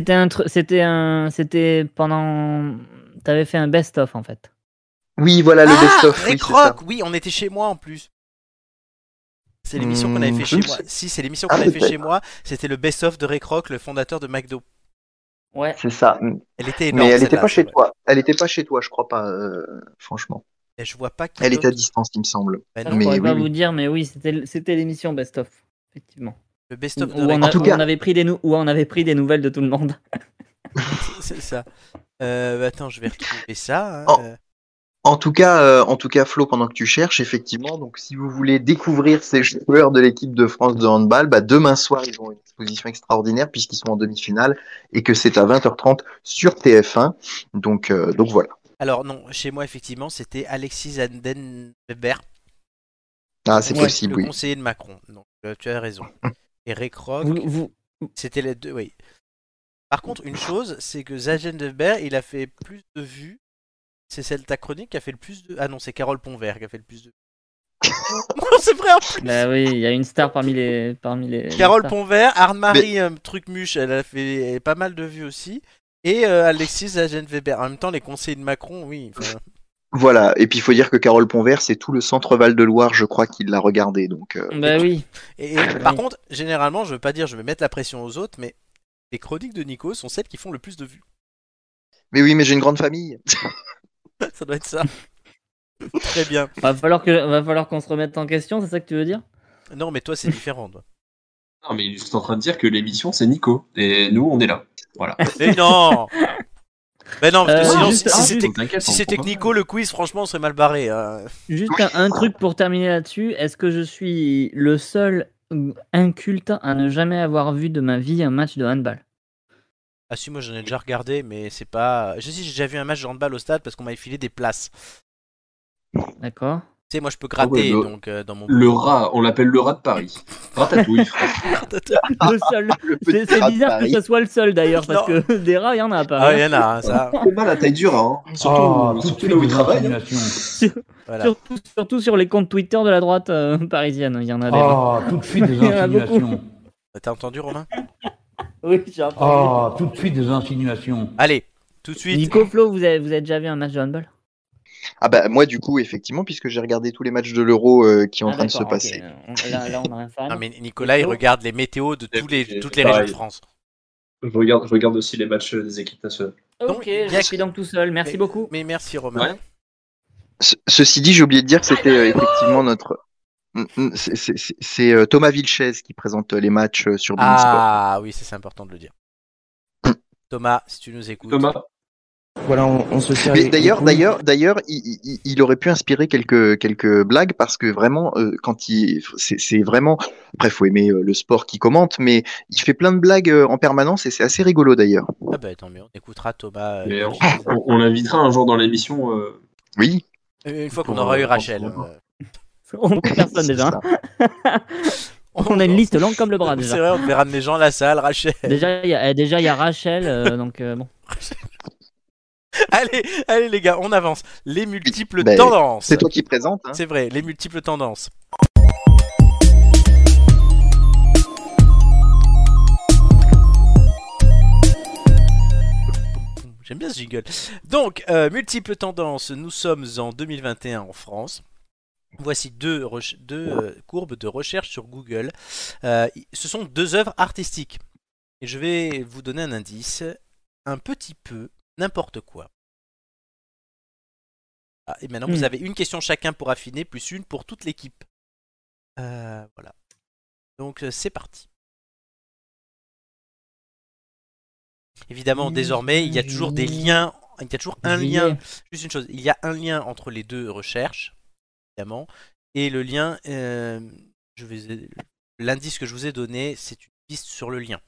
C'était pendant. T'avais fait un best-of en fait. Oui, voilà le best-of. Oui, Rick c'est ça. Rock, oui, on était chez moi en plus. C'est l'émission qu'on avait fait je chez ne moi. sais- Si, c'est l'émission Ah, qu'on avait fait peut-être. chez moi. C'était le best-of de Rick Rock, le fondateur de McDo. Ouais. C'est ça. Elle était énorme. Mais elle était celle-là, pas c'est chez vrai. toi. Elle était pas chez toi, je crois pas, franchement. Et je vois pas qui Elle était à d'autre. distance, il me semble. Ben Ça, non, je pourrais Mais pas oui, vous oui. dire, mais oui, c'était l'émission best-of, effectivement. le Où, best-of de où Rick on En a- tout où cas- on avait pris où on avait pris des nouvelles de tout le monde. C'est ça. Attends, je vais retrouver ça. hein, Oh. En tout cas, Flo, pendant que tu cherches, effectivement, donc si vous voulez découvrir ces joueurs de l'équipe de France de handball, bah, demain soir, ils ont une exposition extraordinaire puisqu'ils sont en demi-finale et que c'est à 20h30 sur TF1. Donc voilà. Alors non, chez moi effectivement, c'était Alexis Zandenweber, Ah, c'est Ouais, possible, le oui. conseiller de Macron. Donc tu as raison. Et Rick Rock, Vous- c'était les deux, oui. Par contre, une chose, c'est que Zandenweber, il a fait plus de vues. C'est celle de ta chronique qui a fait le plus de. Ah non, c'est Carole Ponvert qui a fait le plus de. Non, c'est vrai en plus. Bah oui, il y a une star parmi les Carole stars. Ponvert, Arne-Marie Trucmuche, elle a fait pas mal de vues aussi. Et Alexis Zandenweber. En même temps, les conseillers de Macron, oui. enfin, Voilà. Et puis, il faut dire que Carole Ponvert, c'est tout le centre Val-de-Loire, je crois, qui l'a regardé. Donc, Bah oui. Et par contre, généralement, je veux pas dire, je vais mettre la pression aux autres, mais les chroniques de Nico sont celles qui font le plus de vues. Mais oui, mais j'ai une grande famille. Ça doit être ça. Très bien. Va falloir qu'on se remette en question, c'est ça que tu veux dire? Non, mais toi, c'est différent. Toi. Non, mais il est juste en train de dire que l'émission, c'est Nico. Et nous, on est là. Voilà. Mais non. Mais non, parce que sinon, juste- si c'était T'inquiète, si on c'était comprend que Nico, le quiz, franchement, on serait mal barré. hein. Juste un truc pour terminer là-dessus. Est-ce que je suis le seul inculte à ne jamais avoir vu de ma vie un match de handball? Ah si, moi j'en ai déjà regardé, mais c'est pas. Je sais, j'ai déjà vu un match de handball au stade parce qu'on m'avait filé des places. D'accord. Tu sais, moi je peux gratter, ouais, donc dans mon. Le rat, on l'appelle le rat de Paris. Ratatouille, frère. Le seul. Le petit C'est rat de bizarre que Paris. ce soit le seul d'ailleurs, parce Non. que des rats, il y en a pas. Ah, hein. il y en a, hein, ça. C'est mal la taille du rat. Hein. Surtout là où il travaille. Hein. Voilà. Surtout sur les comptes Twitter de la droite parisienne, il y en a des rats. Ah, tout de suite des Il y en a beaucoup. insinuations. T'as entendu, Romain? Oui, j'ai entendu. Ah, tout de suite des insinuations. Allez, tout de suite. Nico, Flo, vous avez déjà vu un match de handball? Ah bah moi du coup effectivement puisque j'ai regardé tous les matchs de l'Euro qui est en train de se d'accord, ok. passer. Là, on a un fan. Non, mais Nicolas, il regarde les météos de toutes les C'est régions pareil. de France. Je regarde aussi les matchs des équipes nationales. Ok, je suis donc tout seul. Merci beaucoup. Mais merci, Romain. Ouais. Ceci dit, j'ai oublié de dire que c'était effectivement notre c'est Thomas Vilches qui présente les matchs sur Bein Sport. Ah oui, c'est important de le dire. Thomas, si tu nous écoutes. Thomas, Voilà, on se sert Mais les d'ailleurs, couilles. il aurait pu inspirer quelques blagues parce que vraiment, c'est vraiment. Après, faut aimer le sport qu'il commente, mais il fait plein de blagues en permanence et c'est assez rigolo d'ailleurs. Ah bah tant mieux, on écoutera Thomas. mais on l'invitera un jour dans l'émission. Oui. Une fois qu'on pour, aura eu pour- Rachel. pour- On ne personne C'est déjà. ça. On a une liste longue comme le bras déjà. C'est vrai, on devait ramener Jean Lassalle, Rachel. Déjà, il y a Rachel, donc bon. Allez les gars, on avance. Les multiples Ben, tendances. C'est toi qui présente. Hein. C'est vrai, les multiples tendances. J'aime bien ce jingle. Donc, multiples tendances, nous sommes en 2021 en France. Voici deux courbes de recherche sur Google. Ce sont deux œuvres artistiques. Et je vais vous donner un indice. Un petit peu, n'importe quoi. Ah, et maintenant, vous avez une question chacun pour affiner, plus une pour toute l'équipe. Voilà. Donc, c'est parti. Évidemment, désormais, il y a toujours des liens. Il y a toujours un lien. Juste une chose. Il y a un lien entre les deux recherches, évidemment. Et le lien, l'indice que je vous ai donné, c'est une piste sur le lien.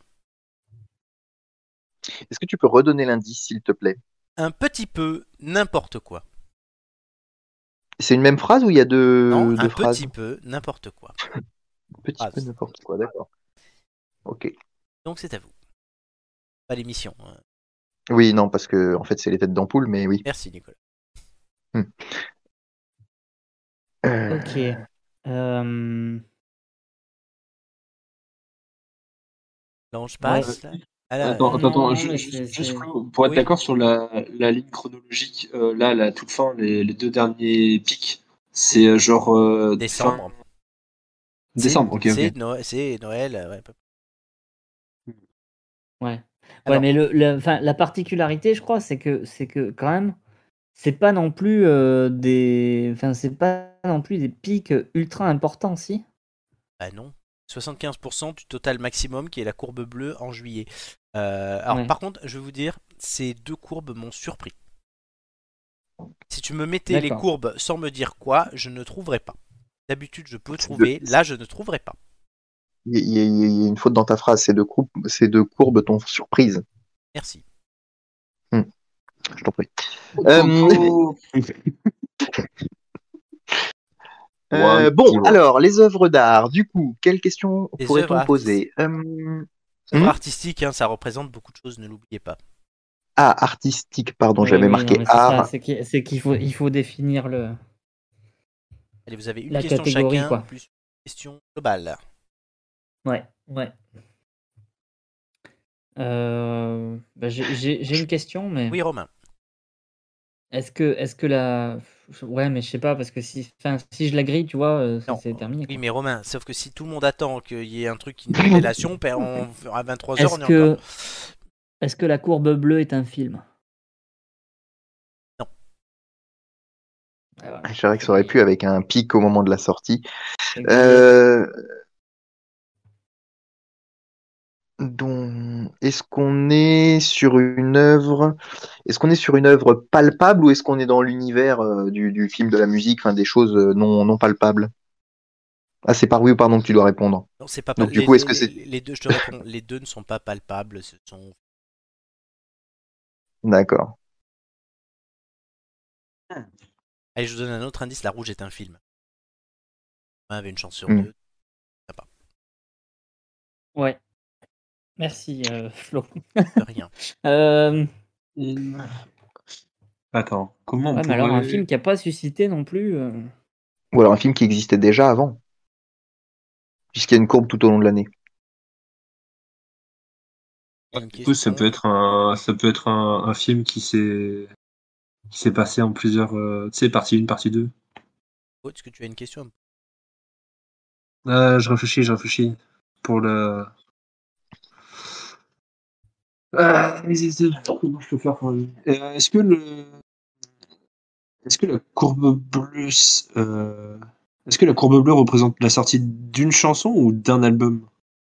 Est-ce que tu peux redonner l'indice, s'il te plaît? Un petit peu n'importe quoi. C'est une même phrase ou il y a deux phrases? Petit peu n'importe quoi. Petit peu n'importe quoi, d'accord. Ok. Donc c'est à vous. Pas l'émission. Oui, non, parce que en fait c'est les têtes d'ampoule, mais oui. Merci Nicolas. Ok. Non, je passe là. Attends, juste pour être d'accord sur la ligne chronologique, là, à la toute fin, les deux derniers pics, c'est genre décembre. Décembre, ok. C'est Noël, ouais. Alors, ouais, mais la particularité, je crois, c'est que quand même, c'est pas non plus c'est pas non plus des pics ultra importants, si. Bah non. 75% du total maximum qui est la courbe bleue en juillet. Alors par contre, je vais vous dire, ces deux courbes m'ont surpris. Si tu me mettais les courbes sans me dire quoi, je ne trouverais pas. D'habitude, je peux trouver. Là, je ne trouverais pas. Il y a une faute dans ta phrase. Ces deux courbes t'ont surprise. Merci. Je t'en prie. Bon, alors, les œuvres d'art, du coup, quelles questions pourrait-on poser? Œuvres artistiques, hein, ça représente beaucoup de choses, ne l'oubliez pas. Ah, artistique, pardon, j'avais marqué art. C'est qu'il faut définir le. Allez, vous avez une la question catégorie, chacun, quoi. plus une question globale. Ouais. J'ai une question, mais. Oui, Romain. Est-ce que la. Ouais, mais je sais pas, parce que si je la grille, tu vois, c'est terminé. Oui, mais Romain, sauf que si tout le monde attend qu'il y ait un truc, une révélation, à 23h, on est encore. Est-ce que la courbe bleue est un film? Non. C'est vrai que ça aurait pu avec un pic au moment de la sortie. Donc, est-ce qu'on est sur une œuvre palpable ou est-ce qu'on est dans l'univers du film, de la musique, enfin des choses non palpables? Ah, c'est par oui ou par non que tu dois répondre. Non, c'est pas donc du coup, est-ce que c'est les deux? Je te réponds. Les deux ne sont pas palpables. Ce sont. D'accord. Allez, je vous donne un autre indice. La Rouge est un film. On avait une chance sur deux. Sympa. Ouais. Merci, Flo. De rien. Attends, comment on mais pourrait... alors un film qui n'a pas suscité non plus. Ou alors un film qui existait déjà avant, puisqu'il y a une courbe tout au long de l'année. Du coup, ça peut être un film qui s'est passé en plusieurs, tu sais, partie 1, partie 2. Est-ce que tu as une question? Je réfléchis pour le. Comment je peux faire pour lui? Est-ce que la courbe bleue, représente la sortie d'une chanson ou d'un album?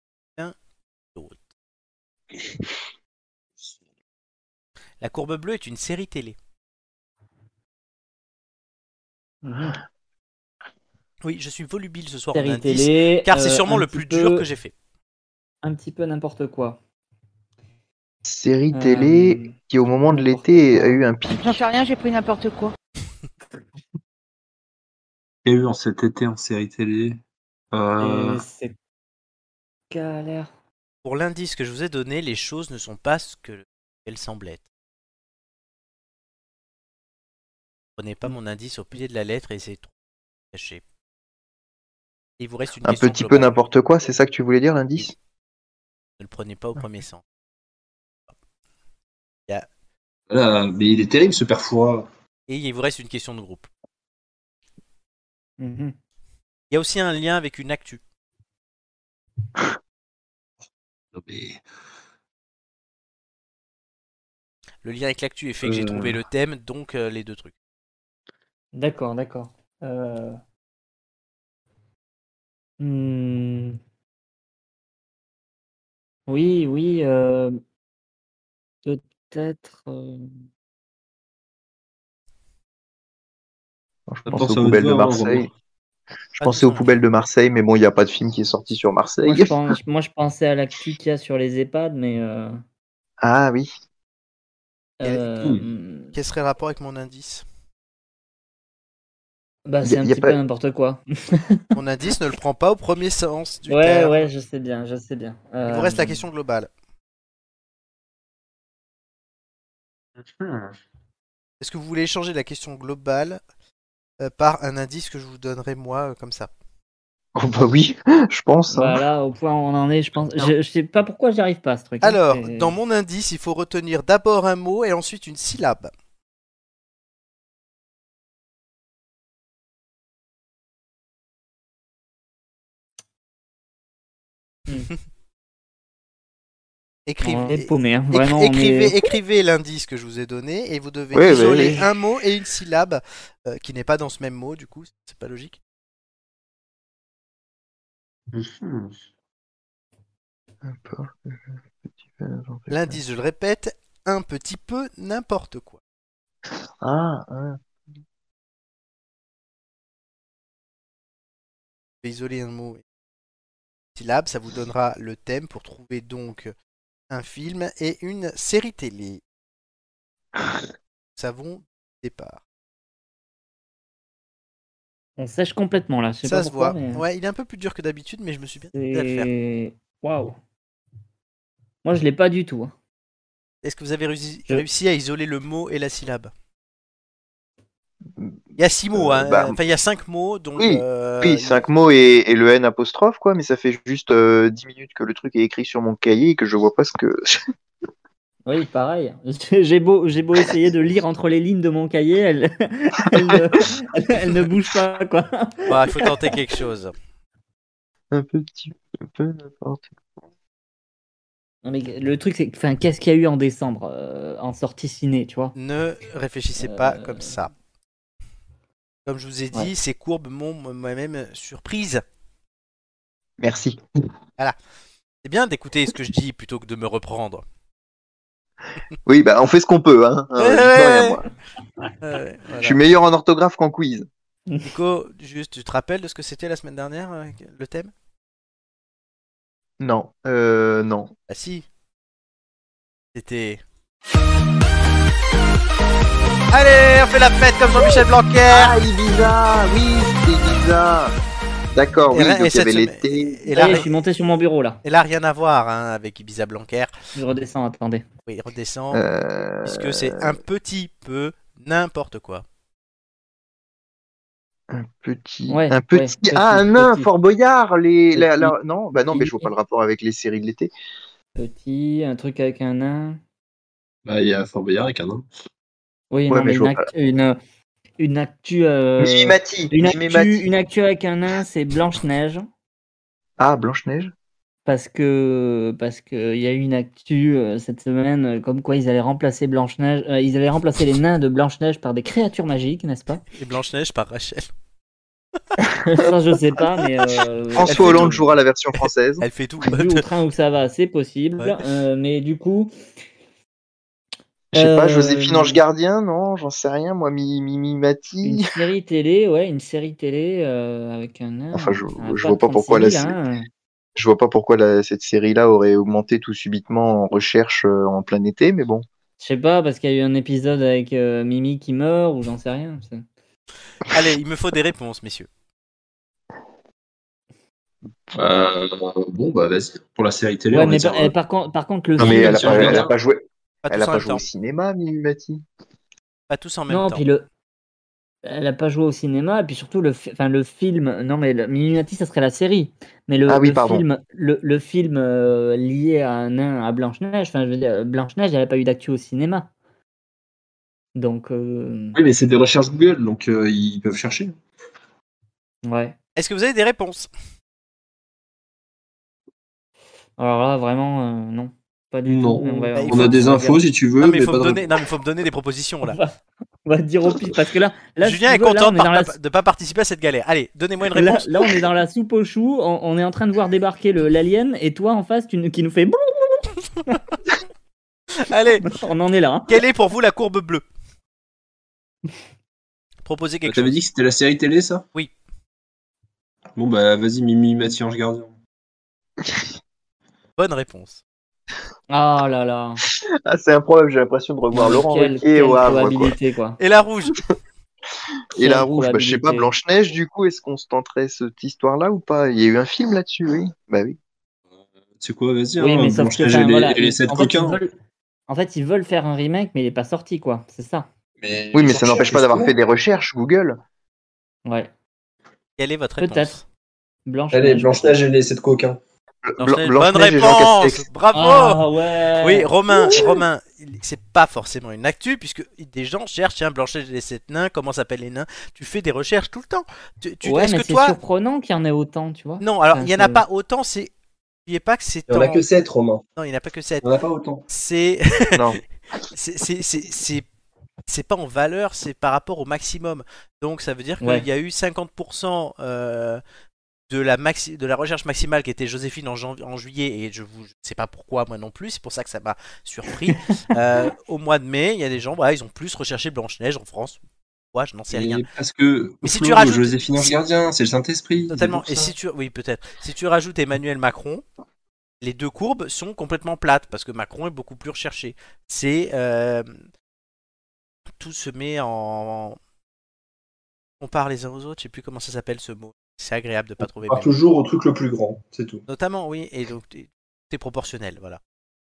La courbe bleue est une série télé. Oui, je suis volubile ce soir en indice, télé, car c'est sûrement le plus dur que j'ai fait. Un petit peu n'importe quoi. Série télé qui, au moment de l'été, a eu un pic. J'en sais rien, j'ai pris n'importe quoi. Il y a eu en cet été en série télé. galère. Pour l'indice que je vous ai donné, les choses ne sont pas ce qu'elles semblent être. Prenez pas mon indice au pilier de la lettre et essayez de cacher. Il vous reste une Un question petit peu globale. n'importe quoi, c'est ça que tu voulais dire, l'indice? Ne le prenez pas au premier sens. Voilà, mais il est terrible ce père Fouras. Et il vous reste une question de groupe. Mhm. Il y a aussi un lien avec une actu. Non, mais... Le lien avec l'actu est fait que j'ai trouvé le thème, donc les deux trucs. D'accord. Hmm. Oui, peut-être. Je Attends, pense aux ça va poubelles de devoir, Marseille. Je Ah, pensais aux doucement. poubelles de Marseille, mais bon, il n'y a pas de film qui est sorti sur Marseille. Moi, je pensais à l'actu qu'il y a sur les EHPAD, mais Ah oui. Quel serait le rapport avec mon indice? bah, Y c'est a- un y a petit pas- peu n'importe quoi. Mon indice ne le prend pas au premier sens du Ouais, terme. ouais, je sais bien. Il vous reste la question globale. Est-ce que vous voulez échanger la question globale par un indice que je vous donnerai moi comme ça? Oh bah oui, je pense. Bah Hein. là, au point où on en est, je pense. Je sais pas pourquoi j'y arrive pas à ce truc. Hein, Alors, c'est- dans mon indice, il faut retenir d'abord un mot et ensuite une syllabe. On est Écrivez, paumé, hein. Vraiment, on est. écrivez l'indice que je vous ai donné et vous devez Ouais, isoler ouais. un mot et une syllabe qui n'est pas dans ce même mot, du coup, c'est pas logique. L'indice, je le répète, un petit peu n'importe quoi. Ah, Vous devez isoler un mot et une syllabe, ça vous donnera le thème pour trouver donc un film et une série télé. Nous savons départ. On sèche complètement là. Je sais Ça pas se pourquoi, voit. mais. Ouais, il est un peu plus dur que d'habitude, mais je me suis bien amusé à le faire. C'est. Waouh. Moi, je l'ai pas du tout. Hein. Est-ce que vous avez réussi à isoler le mot et la syllabe? Il y a 6 mots, hein. bah, Enfin il y a 5 mots, donc... oui, 5 mots et le N apostrophe, quoi, mais ça fait juste 10 minutes que le truc est écrit sur mon cahier et que je vois pas ce que... Oui, pareil. J'ai beau essayer de lire entre les lignes de mon cahier, elle ne bouge pas, quoi. Bah, il faut tenter quelque chose. Un petit peu n'importe quoi. Non, mais le truc, c'est enfin, qu'est-ce qu'il y a eu en décembre en sortie ciné, tu vois? Ne réfléchissez pas comme ça. Comme je vous ai dit, ces courbes m'ont moi-même surprise. Merci. Voilà. C'est bien d'écouter ce que je dis plutôt que de me reprendre. Oui, bah on fait ce qu'on peut, hein. J'y peux rien, moi. Voilà. Je suis meilleur en orthographe qu'en quiz. Nico, juste, tu te rappelles de ce que c'était la semaine dernière, le thème? Non, non. Ah si. C'était... Allez, on fait la fête comme Jean-Michel Blanquer. Ah, Ibiza, oui, c'était Ibiza. D'accord, oui, donc il y avait l'été. Et là, je suis monté sur mon bureau, là. Et là, rien à voir hein, avec Ibiza Blanquer. Je redescends, attendez. Oui, il redescend, puisque c'est un petit peu n'importe quoi. Un petit... Ouais, un petit... petit, ah, un nain, petit. Fort Boyard. Non, bah non, mais Petit. je vois pas le rapport avec les séries de l'été. Petit, un truc avec un nain. Bah, il y a Fort Boyard avec un nain. Oui, Ouais, non, mais mais je vois pas. une actu... Mimimati. une actu avec un nain, c'est Blanche-Neige. Ah, Blanche-Neige. Parce que il y a eu une actu cette semaine comme quoi ils allaient remplacer Blanche-Neige, ils allaient remplacer les nains de Blanche-Neige par des créatures magiques, n'est-ce pas? Et Blanche-Neige par Rachel. Ça je sais pas, mais François Hollande jouera la version française. Elle fait tout. vu au train où ça va, c'est possible. Ouais. Mais du coup, Je sais pas, Joséphine Ange Gardien, non, j'en sais rien, moi, Mimimati. une série télé avec un nain. Enfin, je un vois pas 36 pourquoi 000, la, hein. je vois pas pourquoi cette série-là aurait augmenté tout subitement en recherche en plein été, mais bon. Je sais pas, parce qu'il y a eu un épisode avec Mimi qui meurt ou j'en sais rien. Allez, il me faut des réponses, messieurs. Bon, bah vas-y. Pour la série télé, Ouais, on va mais dire. par contre, le Non, mais film. elle a pas joué. Pas Elle tous a en pas même joué au temps. cinéma, Mimimati. Pas tous en même Non, temps. puis elle a pas joué au cinéma, et puis surtout le film. Non, mais Mimimati, ça serait la série. Mais Ah oui, le pardon. film, le film lié à un nain à Blanche-Neige, enfin, je veux dire, Blanche-Neige, elle a pas eu d'actu au cinéma. Donc, Oui, mais c'est des recherches Google, donc ils peuvent chercher. ouais. Est-ce que vous avez des réponses? Alors là, vraiment, non. Pas du tout. Mais Non. Bah, il On faut- a des on va infos dire- si tu veux, Non, mais mais faut pas me de donner... réponse. non, mais faut me donner des propositions là. On va dire au pif, parce que là, si Julien tu est veux, là, content on est dans la... de pas participer à cette galère. Allez, donnez-moi une Là, réponse. là, on est dans la soupe aux choux, on est en train de voir débarquer l'alien, et toi en face, qui nous fait... Allez, On en est là. Hein. quelle est pour vous la courbe bleue? Proposez quelque T'avais chose. dit que c'était la série télé, ça? Oui. Bon, bah vas-y, Mimimati Ange Gardien. Bonne réponse. Ah là là. Ah, c'est un problème, j'ai l'impression de revoir Laurent Ruquier Quelle au Havre, quoi. probabilité, quoi. Et la rouge? Et la Quelle rouge, bah, je sais pas, probabilité. Blanche-Neige, du coup, est-ce qu'on se tenterait cette histoire-là ou pas? Il y a eu un film là-dessus, oui. Bah oui. C'est quoi, vas-y, Oui, hein, mais sauf que, Blanche-Neige enfin, voilà, et les 7 coquins. en fait, ils veulent faire un remake, mais il est pas sorti, quoi. C'est ça. Mais Oui, mais ça n'empêche pas d'avoir fait des recherches Google. Ouais. Quelle est votre réponse? Peut-être. Allez, Blanche-Neige. Blanche-Neige et les 7 coquins. Bonne Blanche-Neige et Jean réponse. Castex. Bravo. Ah ouais. Oui, Romain, c'est pas forcément une actu puisque des gens cherchent, tiens, Blanche-Neige et les 7 nains, comment s'appellent les nains? Tu fais des recherches tout le temps. Ouais, Est-ce mais que c'est toi... surprenant qu'il y en ait autant, tu vois. Non, alors Enfin, il y en a pas autant, c'est... N'oubliez pas que c'est... Il y en a que 7, Romain. Non, il n'y en a pas que 7. Il y en a pas autant. C'est... Non. c'est pas en valeur, c'est par rapport au maximum. Donc ça veut dire qu'il Ouais. y a eu 50% de la recherche maximale qui était Joséphine en juillet, et je sais pas pourquoi moi non plus, c'est pour ça que ça m'a surpris. Au mois de mai, il y a des gens, voilà, ils ont plus recherché Blanche-Neige en France. Ouais, je n'en sais rien. Parce que Mais si Flo, tu rajoutes... Joséphine Ange Gardien, c'est le Saint-Esprit. Totalement. Et si tu... Oui, peut-être. Si tu rajoutes Emmanuel Macron, les deux courbes sont complètement plates parce que Macron est beaucoup plus recherché. C'est... Tout se met en... On parle les uns aux autres, je sais plus comment ça s'appelle ce mot. C'est agréable de pas trouver. On part toujours au truc le plus grand, c'est tout. Notamment, oui, et donc c'est proportionnel, voilà.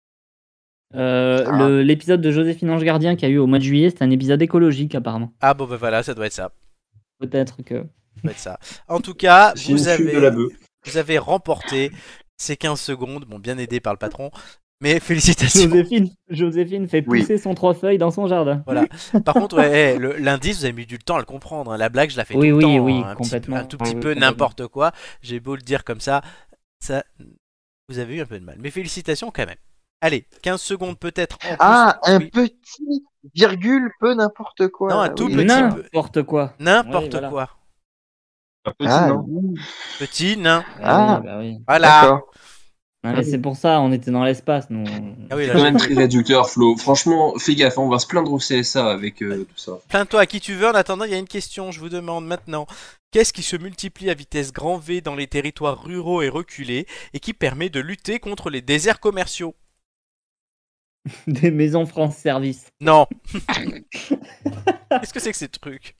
L'épisode de Joséphine Ange Gardien qu'il y a eu au mois de juillet, c'est un épisode écologique apparemment. Ah bon, ben voilà, ça doit être ça. Peut-être que. Ça doit être ça. En tout cas, C'est une pub de la bœuf. vous avez remporté ces 15 secondes, bon, bien aidé par le patron, mais félicitations. Joséphine fait pousser son 3 feuilles dans son jardin. Voilà. Par contre, ouais, l'indice, vous avez mis du temps à le comprendre. Hein. La blague, je la fais Oui, tout le oui, temps. oui, Hein. complètement. Un tout petit Oui, peu complètement. n'importe quoi. J'ai beau le dire comme ça, vous avez eu un peu de mal. Mais félicitations quand même. Allez, 15 secondes peut-être en plus. Ah, un Oui. petit virgule, peu n'importe quoi. Non, un là, tout oui. petit N'importe quoi. N'importe Oui, voilà. quoi. Un petit, Ah, non Petit nain. Ah. Oui, bah oui. Voilà. D'accord. Non, mais c'est pour ça, on était dans l'espace, nous. Ah oui, C'est là, quand même j'ai- très réducteur, Flo. Franchement, fais gaffe, on va se plaindre au CSA avec tout ça. Plains-toi à qui tu veux. En attendant, il y a une question. Je vous demande maintenant. Qu'est-ce qui se multiplie à vitesse grand V dans les territoires ruraux et reculés et qui permet de lutter contre les déserts commerciaux? Des maisons France Service. Non. Qu'est-ce que c'est que ces trucs?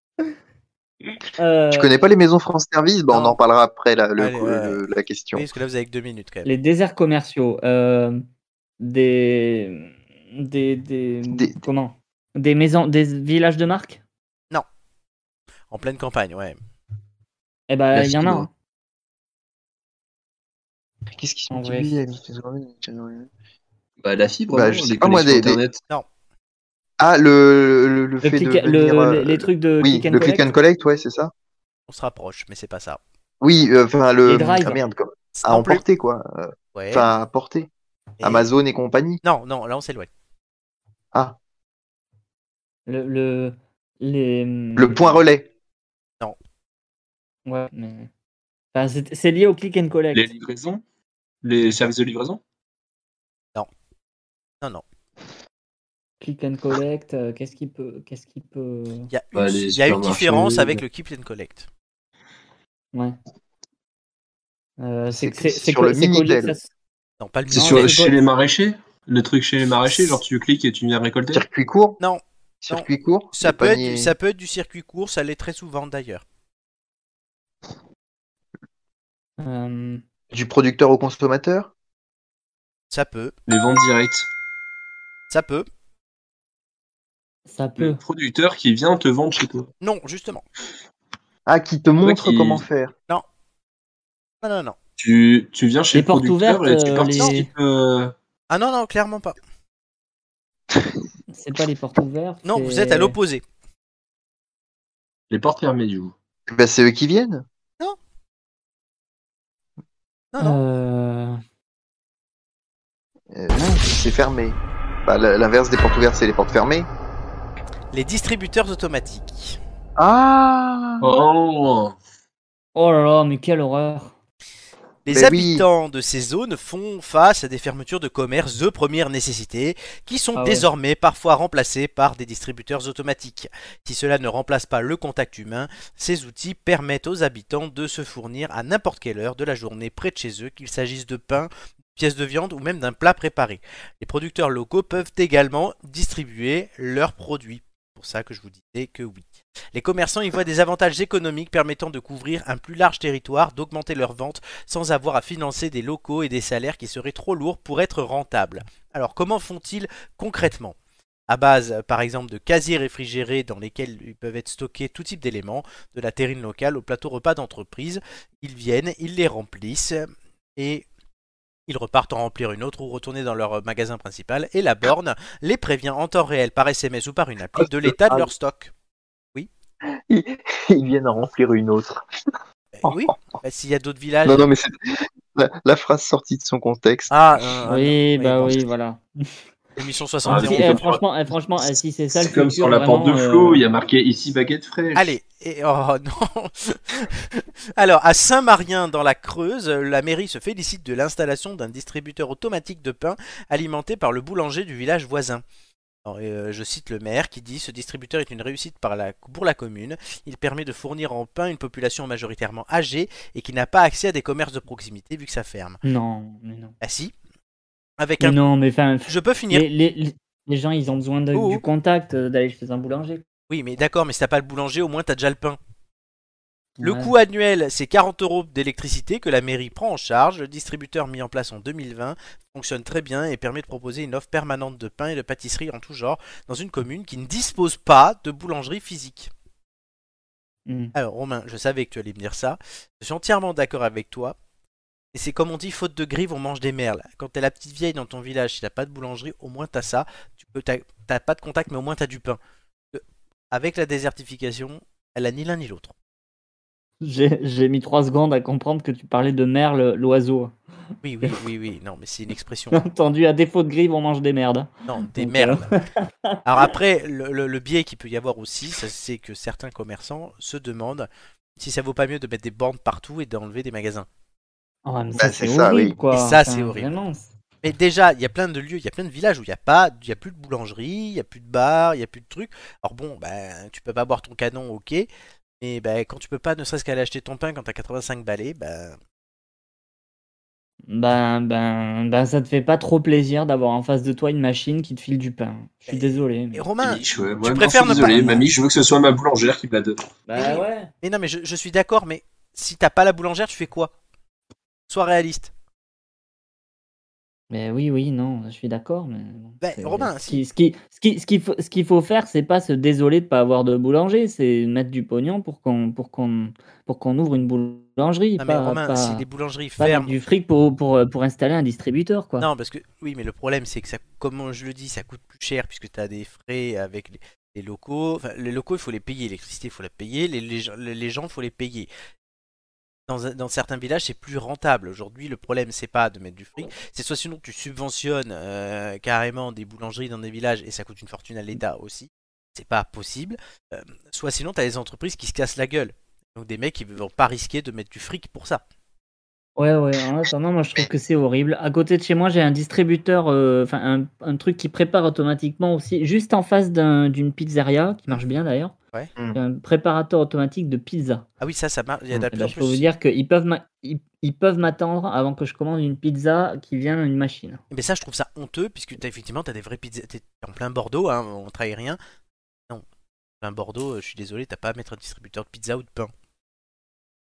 Tu connais pas les maisons France Service? Bah, on Non. en parlera après la question. Oui, parce que là, vous avez que 2 minutes quand même. Les déserts commerciaux. Comment? Des maisons, des villages de marque? En pleine campagne, ouais. Eh ben, La il y en a. fibre. Hein. Qu'est-ce qui se En multiplie vrai. à vitesse grand V? Bah, la fibre, Bah, non, je sais les pas, moi, connexions des- Internet. Ah, le Le fait click- de venir, les trucs de oui, click and le click collect. and collect, ouais, c'est ça. On se rapproche, mais c'est pas ça. Oui, enfin Les drives. ah merde, quoi. À Non plus. emporter, quoi. Ouais. Enfin, à porter. Et- Amazon et compagnie. Non, non, là on s'éloigne. Ah, Le point relais. Ouais, mais. Enfin, c'est lié au click and collect. Les livraisons? Les services de livraison? Non, non. Click and collect, qu'est-ce qui peut. Il y a Bah, une, les il y a une supermarchés. différence avec le keep and collect. Ouais. C'est sur le Minitel. Non, pas le C'est Minitel. chez les maraîchers? Le truc chez les maraîchers, genre tu cliques et tu viens récolter? Circuit court. Non, Circuit court. ça le peut, panier- ça peut être du circuit court, ça l'est très souvent d'ailleurs. Du producteur au consommateur? Ça peut. Les ventes directes. Ça peut. Ça Le peut. producteur qui vient te vendre chez toi. Non, justement. Ah, qui te montre qui- comment faire. Non. Non, non, non. Tu viens chez Les le portes producteur ouvertes, et tu participes. Ah non, non, clairement pas. C'est pas les portes ouvertes. Non, c'est- vous êtes à l'opposé. Les portes fermées, du coup. Ben, c'est eux qui viennent. Non. Non, non. Non, c'est fermé. Bah, l'inverse des portes ouvertes, c'est les portes fermées. Les distributeurs automatiques. Ah Oh Oh là là, mais quelle horreur. Les Ben oui. habitants de ces zones font face à des fermetures de commerce de première nécessité qui sont Ah ouais. désormais parfois remplacées par des distributeurs automatiques. Si cela ne remplace pas le contact humain, ces outils permettent aux habitants de se fournir à n'importe quelle heure de la journée près de chez eux, qu'il s'agisse de pain, de pièces de viande ou même d'un plat préparé. Les producteurs locaux peuvent également distribuer leurs produits. C'est pour ça que je vous disais que oui. Les commerçants y voient des avantages économiques permettant de couvrir un plus large territoire, d'augmenter leurs ventes sans avoir à financer des locaux et des salaires qui seraient trop lourds pour être rentables. Alors comment font-ils concrètement? À base par exemple de casiers réfrigérés dans lesquels ils peuvent être stockés tout type d'éléments, de la terrine locale au plateau repas d'entreprise, ils viennent, ils les remplissent et ils repartent en remplir une autre ou retourner dans leur magasin principal et la borne les prévient en temps réel par SMS ou par une appli de l'état de leur stock. Ils viennent en remplir une autre. Oui, s'il y a d'autres villages. Non, non, mais c'est la phrase sortie de son contexte. Oui, bah bon, oui, voilà. Émission Si, 71. franchement, si c'est ça le C'est comme futur, sur la porte de vraiment, Flo, il y a marqué ici baguette fraîche. Allez, oh non. Alors, à Saint-Marien, dans la Creuse, la mairie se félicite de l'installation d'un distributeur automatique de pain alimenté par le boulanger du village voisin. Alors, je cite le maire qui dit « Ce distributeur est une réussite pour la commune. Il permet de fournir en pain une population majoritairement âgée et qui n'a pas accès à des commerces de proximité vu que ça ferme. » Non, mais non. Ah si. Avec Mais non, mais enfin. Je peux finir. Les gens, ils ont besoin du contact, d'aller chez un boulanger. Oui, mais d'accord, mais si t'as pas le boulanger, au moins t'as déjà le pain. Le Ouais. coût annuel, c'est 40 € d'électricité que la mairie prend en charge. Le distributeur mis en place en 2020 fonctionne très bien et permet de proposer une offre permanente de pain et de pâtisserie en tout genre dans une commune qui ne dispose pas de boulangerie physique. Alors Romain, je savais que tu allais me dire ça. Je suis entièrement d'accord avec toi. Et c'est comme on dit, faute de grive, on mange des merles. Quand t'es la petite vieille dans ton village, si t'as pas de boulangerie, au moins t'as ça. T'as pas de contact, mais au moins t'as du pain. Avec la désertification, elle a ni l'un ni l'autre. J'ai mis 3 secondes à comprendre que tu parlais de merle, l'oiseau. Oui, non, mais c'est une expression. Bien entendu, à défaut de grive, on mange des merdes. Non, des Donc, merles. Alors après, le biais qu'il peut y avoir aussi, c'est que certains commerçants se demandent si ça vaut pas mieux de mettre des bornes partout et d'enlever des magasins. Oh, mais ça, c'est horrible, quoi. Et ça, Enfin, c'est horrible. vraiment. Mais déjà, il y a plein de lieux, il y a plein de villages où il y a plus de boulangerie, il y a plus de bar, il y a plus de trucs. Alors bon, ben, tu peux pas boire ton canon, ok. Mais ben, quand tu peux pas, ne serait-ce qu'aller acheter ton pain quand t'as 85 balais, ben... Ben, ça te fait pas trop plaisir d'avoir en face de toi une machine qui te file du pain. Je suis désolé. Et Romain, Moi, préfères désolé, mamie, je veux que ce soit ma boulangère qui me la donne. Bah ouais. Mais non, mais je suis d'accord, mais si t'as pas la boulangère, tu fais quoi? Sois réaliste. Mais oui, non, je suis d'accord. Mais Romain, ce qu'il faut faire, c'est pas se désoler de pas avoir de boulanger, c'est mettre du pognon pour qu'on ouvre une boulangerie. Non, mais Romain, si les boulangeries ferment, mettre du fric pour installer un distributeur, quoi. Non, parce que oui, mais le problème c'est que ça, comme je le dis, ça coûte plus cher puisque tu as des frais avec les locaux. Enfin, les locaux, il faut les payer, l'électricité, il faut la payer, les gens, il faut les payer. Dans certains villages, c'est plus rentable. Aujourd'hui, le problème, c'est pas de mettre du fric, c'est soit sinon tu subventionnes carrément des boulangeries dans des villages et ça coûte une fortune à l'État aussi. C'est pas possible. Soit sinon, tu as des entreprises qui se cassent la gueule. Donc des mecs qui ne vont pas risquer de mettre du fric pour ça. Ouais, en attendant, moi je trouve que c'est horrible. À côté de chez moi, j'ai un distributeur, un truc qui prépare automatiquement aussi, juste en face d'une pizzeria, qui marche bien d'ailleurs. Ouais. Un préparateur automatique de pizza. Ah oui, ça marche. Il y a de plus en Je peux plus. vous dire qu'ils peuvent m'attendre avant que je commande une pizza qui vient d'une machine. Mais ça, je trouve ça honteux, puisque effectivement, tu as des vraies pizzas. T'es en plein Bordeaux, hein, on trahit rien. Non, en plein Bordeaux, je suis désolé, t'as pas à mettre un distributeur de pizza ou de pain.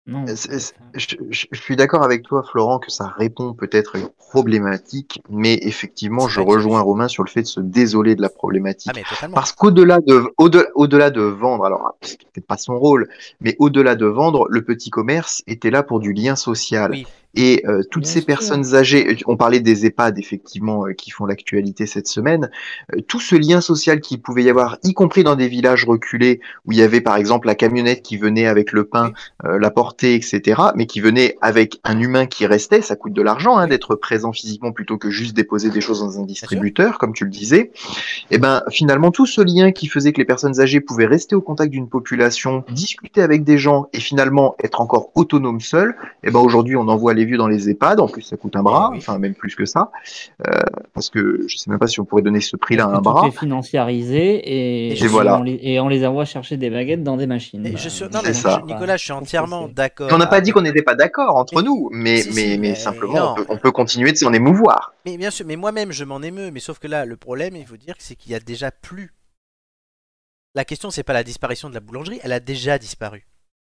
Non. Je suis d'accord avec toi, Florent, que ça répond peut-être à une problématique, mais effectivement, je rejoins Romain sur le fait de se désoler de la problématique. Ah, mais totalement. Parce qu'au-delà de vendre, alors c'est peut-être pas son rôle, mais au-delà de vendre, le petit commerce était là pour du lien social. Oui. Et toutes Bien ces sûr. personnes âgées, on parlait des EHPAD effectivement qui font l'actualité cette semaine, tout ce lien social qu'il pouvait y avoir, y compris dans des villages reculés où il y avait par exemple la camionnette qui venait avec le pain, la portée, etc., mais qui venait avec un humain qui restait, ça coûte de l'argent d'être présent physiquement plutôt que juste déposer des choses dans un distributeur, comme tu le disais. Et ben finalement tout ce lien qui faisait que les personnes âgées pouvaient rester au contact d'une population, discuter avec des gens et finalement être encore autonomes seules, et ben aujourd'hui on envoie les vieux dans les EHPAD, en plus ça coûte un bras, enfin même plus que ça, parce que je sais même pas si on pourrait donner ce prix-là à un bras. Tout est financiarisé et voilà. on les envoie chercher des baguettes dans des machines. Nicolas, je suis entièrement d'accord. On n'a pas dit qu'on n'était pas d'accord entre nous, mais simplement on peut continuer de s'en émouvoir. Mais bien sûr, mais moi-même je m'en émeus, mais sauf que là le problème, il faut dire, c'est qu'il y a déjà plus. La question, c'est pas la disparition de la boulangerie, elle a déjà disparu.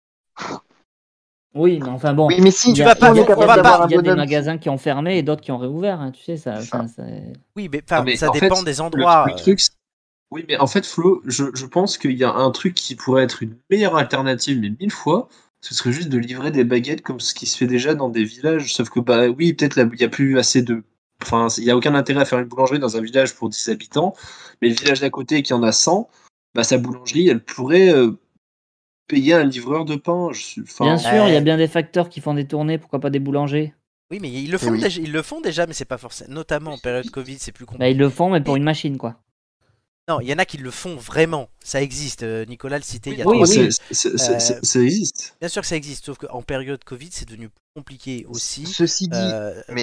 Oui, mais enfin bon. Oui, mais si il y a des magasins qui ont fermé et d'autres qui ont réouvert, hein, tu sais ça. Oui, mais ça dépend des endroits. Le truc, oui, mais en fait, Flo, je pense qu'il y a un truc qui pourrait être une meilleure alternative, mais 1000 fois. Ce serait juste de livrer des baguettes comme ce qui se fait déjà dans des villages. Sauf que, bah oui, peut-être il n'y a plus assez de. Enfin, il n'y a aucun intérêt à faire une boulangerie dans un village pour 10 habitants. Mais le village d'à côté qui en a 100, bah sa boulangerie, elle pourrait payer un livreur de pain. Bien sûr, il y a bien des facteurs qui font des tournées, pourquoi pas des boulangers? Oui, mais ils le font déjà, mais c'est pas forcément. Notamment en période Covid, c'est plus compliqué. Bah, ils le font, mais pour une machine, quoi. Non, il y en a qui le font vraiment. Ça existe. Nicolas le citait il y a 3 jours. Ça existe. Bien sûr que ça existe, sauf qu'en période Covid, c'est devenu plus compliqué aussi. Ceci dit,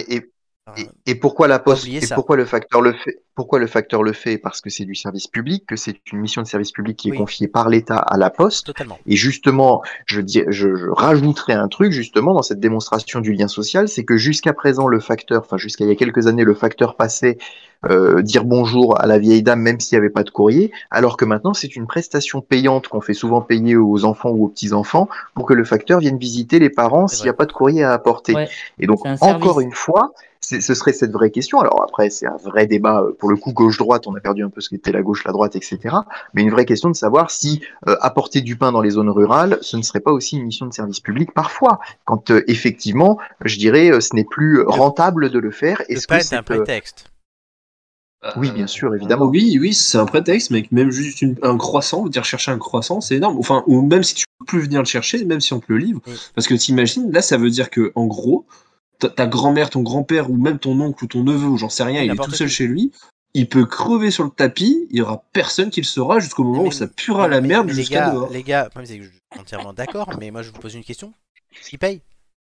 et pourquoi la Poste et pourquoi le facteur le fait? Pourquoi le facteur le fait? Parce que c'est du service public, que c'est une mission de service public qui est confiée par l'État à la Poste. Totalement. Et justement, je rajouterai un truc justement dans cette démonstration du lien social, c'est que jusqu'à présent le facteur, enfin jusqu'à il y a quelques années, le facteur passait dire bonjour à la vieille dame même s'il n'y avait pas de courrier, alors que maintenant c'est une prestation payante qu'on fait souvent payer aux enfants ou aux petits-enfants pour que le facteur vienne visiter les parents s'il n'y a pas de courrier à apporter. Ouais. Et donc encore une fois, ce serait cette vraie question. Alors après, c'est un vrai débat, pour le coup, gauche-droite, on a perdu un peu ce qu'était la gauche, la droite, etc. Mais une vraie question de savoir si apporter du pain dans les zones rurales, ce ne serait pas aussi une mission de service public parfois, quand effectivement, je dirais, ce n'est plus rentable de le faire. Est-ce que c'est un prétexte? Oui, bien sûr, évidemment. Oui, c'est un prétexte, mais même juste un croissant, dire chercher un croissant, c'est énorme. Enfin, ou même si tu peux plus venir le chercher, même si on te le livre. Parce que t'imagines, là, ça veut dire que, en gros, ta grand-mère, ton grand-père, ou même ton oncle ou ton neveu, ou j'en sais rien, il est tout seul chez lui, il peut crever sur le tapis, il y aura personne qui le saura jusqu'au moment où ça puera la merde jusqu'à dehors. Les gars, je suis entièrement d'accord, mais moi je vous pose une question. Qui paye?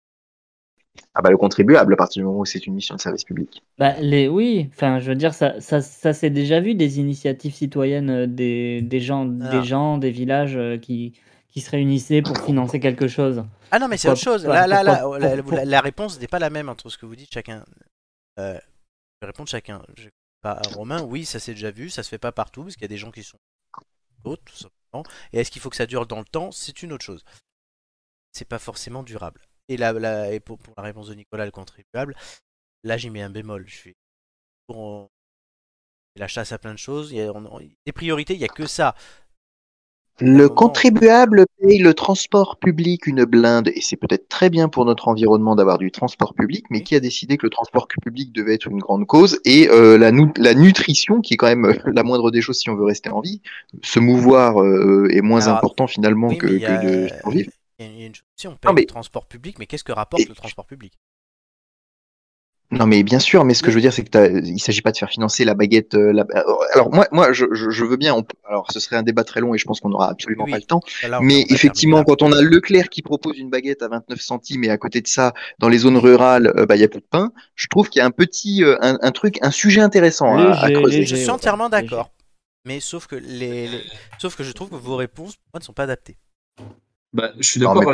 Ah bah le contribuable à partir du moment où c'est une mission de service public. Bah oui, enfin je veux dire ça s'est déjà vu des initiatives citoyennes des gens, des villages qui se réunissaient pour financer quelque chose. Ah non mais c'est autre chose. La réponse n'est pas la même entre ce que vous dites chacun. Je vais répondre chacun. Pas Romain, oui ça s'est déjà vu, ça se fait pas partout parce qu'il y a des gens qui sont d'autres tout simplement. Et est-ce qu'il faut que ça dure dans le temps? C'est une autre chose. C'est pas forcément durable. Et pour la réponse de Nicolas, le contribuable, là j'y mets un bémol. Je suis pour la chasse à plein de choses. Les priorités, il n'y a que ça. Le contribuable paye le transport public une blinde, et c'est peut-être très bien pour notre environnement d'avoir du transport public, mais qui a décidé que le transport public devait être une grande cause, et la nutrition, qui est quand même la moindre des choses si on veut rester en vie, se mouvoir est moins important finalement que de survivre. Il y a une chose aussi, on paye le transport public, mais qu'est-ce que rapporte le transport public? Non mais bien sûr, mais ce que je veux dire c'est que il s'agit pas de faire financer la baguette. Alors moi je veux bien. Alors ce serait un débat très long et je pense qu'on n'aura absolument pas le temps. Mais effectivement, quand on a Leclerc qui propose une baguette à 29 centimes et à côté de ça, dans les zones rurales, il y a plus de pain. Je trouve qu'il y a un petit un sujet intéressant à creuser. Je suis entièrement d'accord. Mais sauf que je trouve que vos réponses pour moi ne sont pas adaptées. Bah, je suis d'accord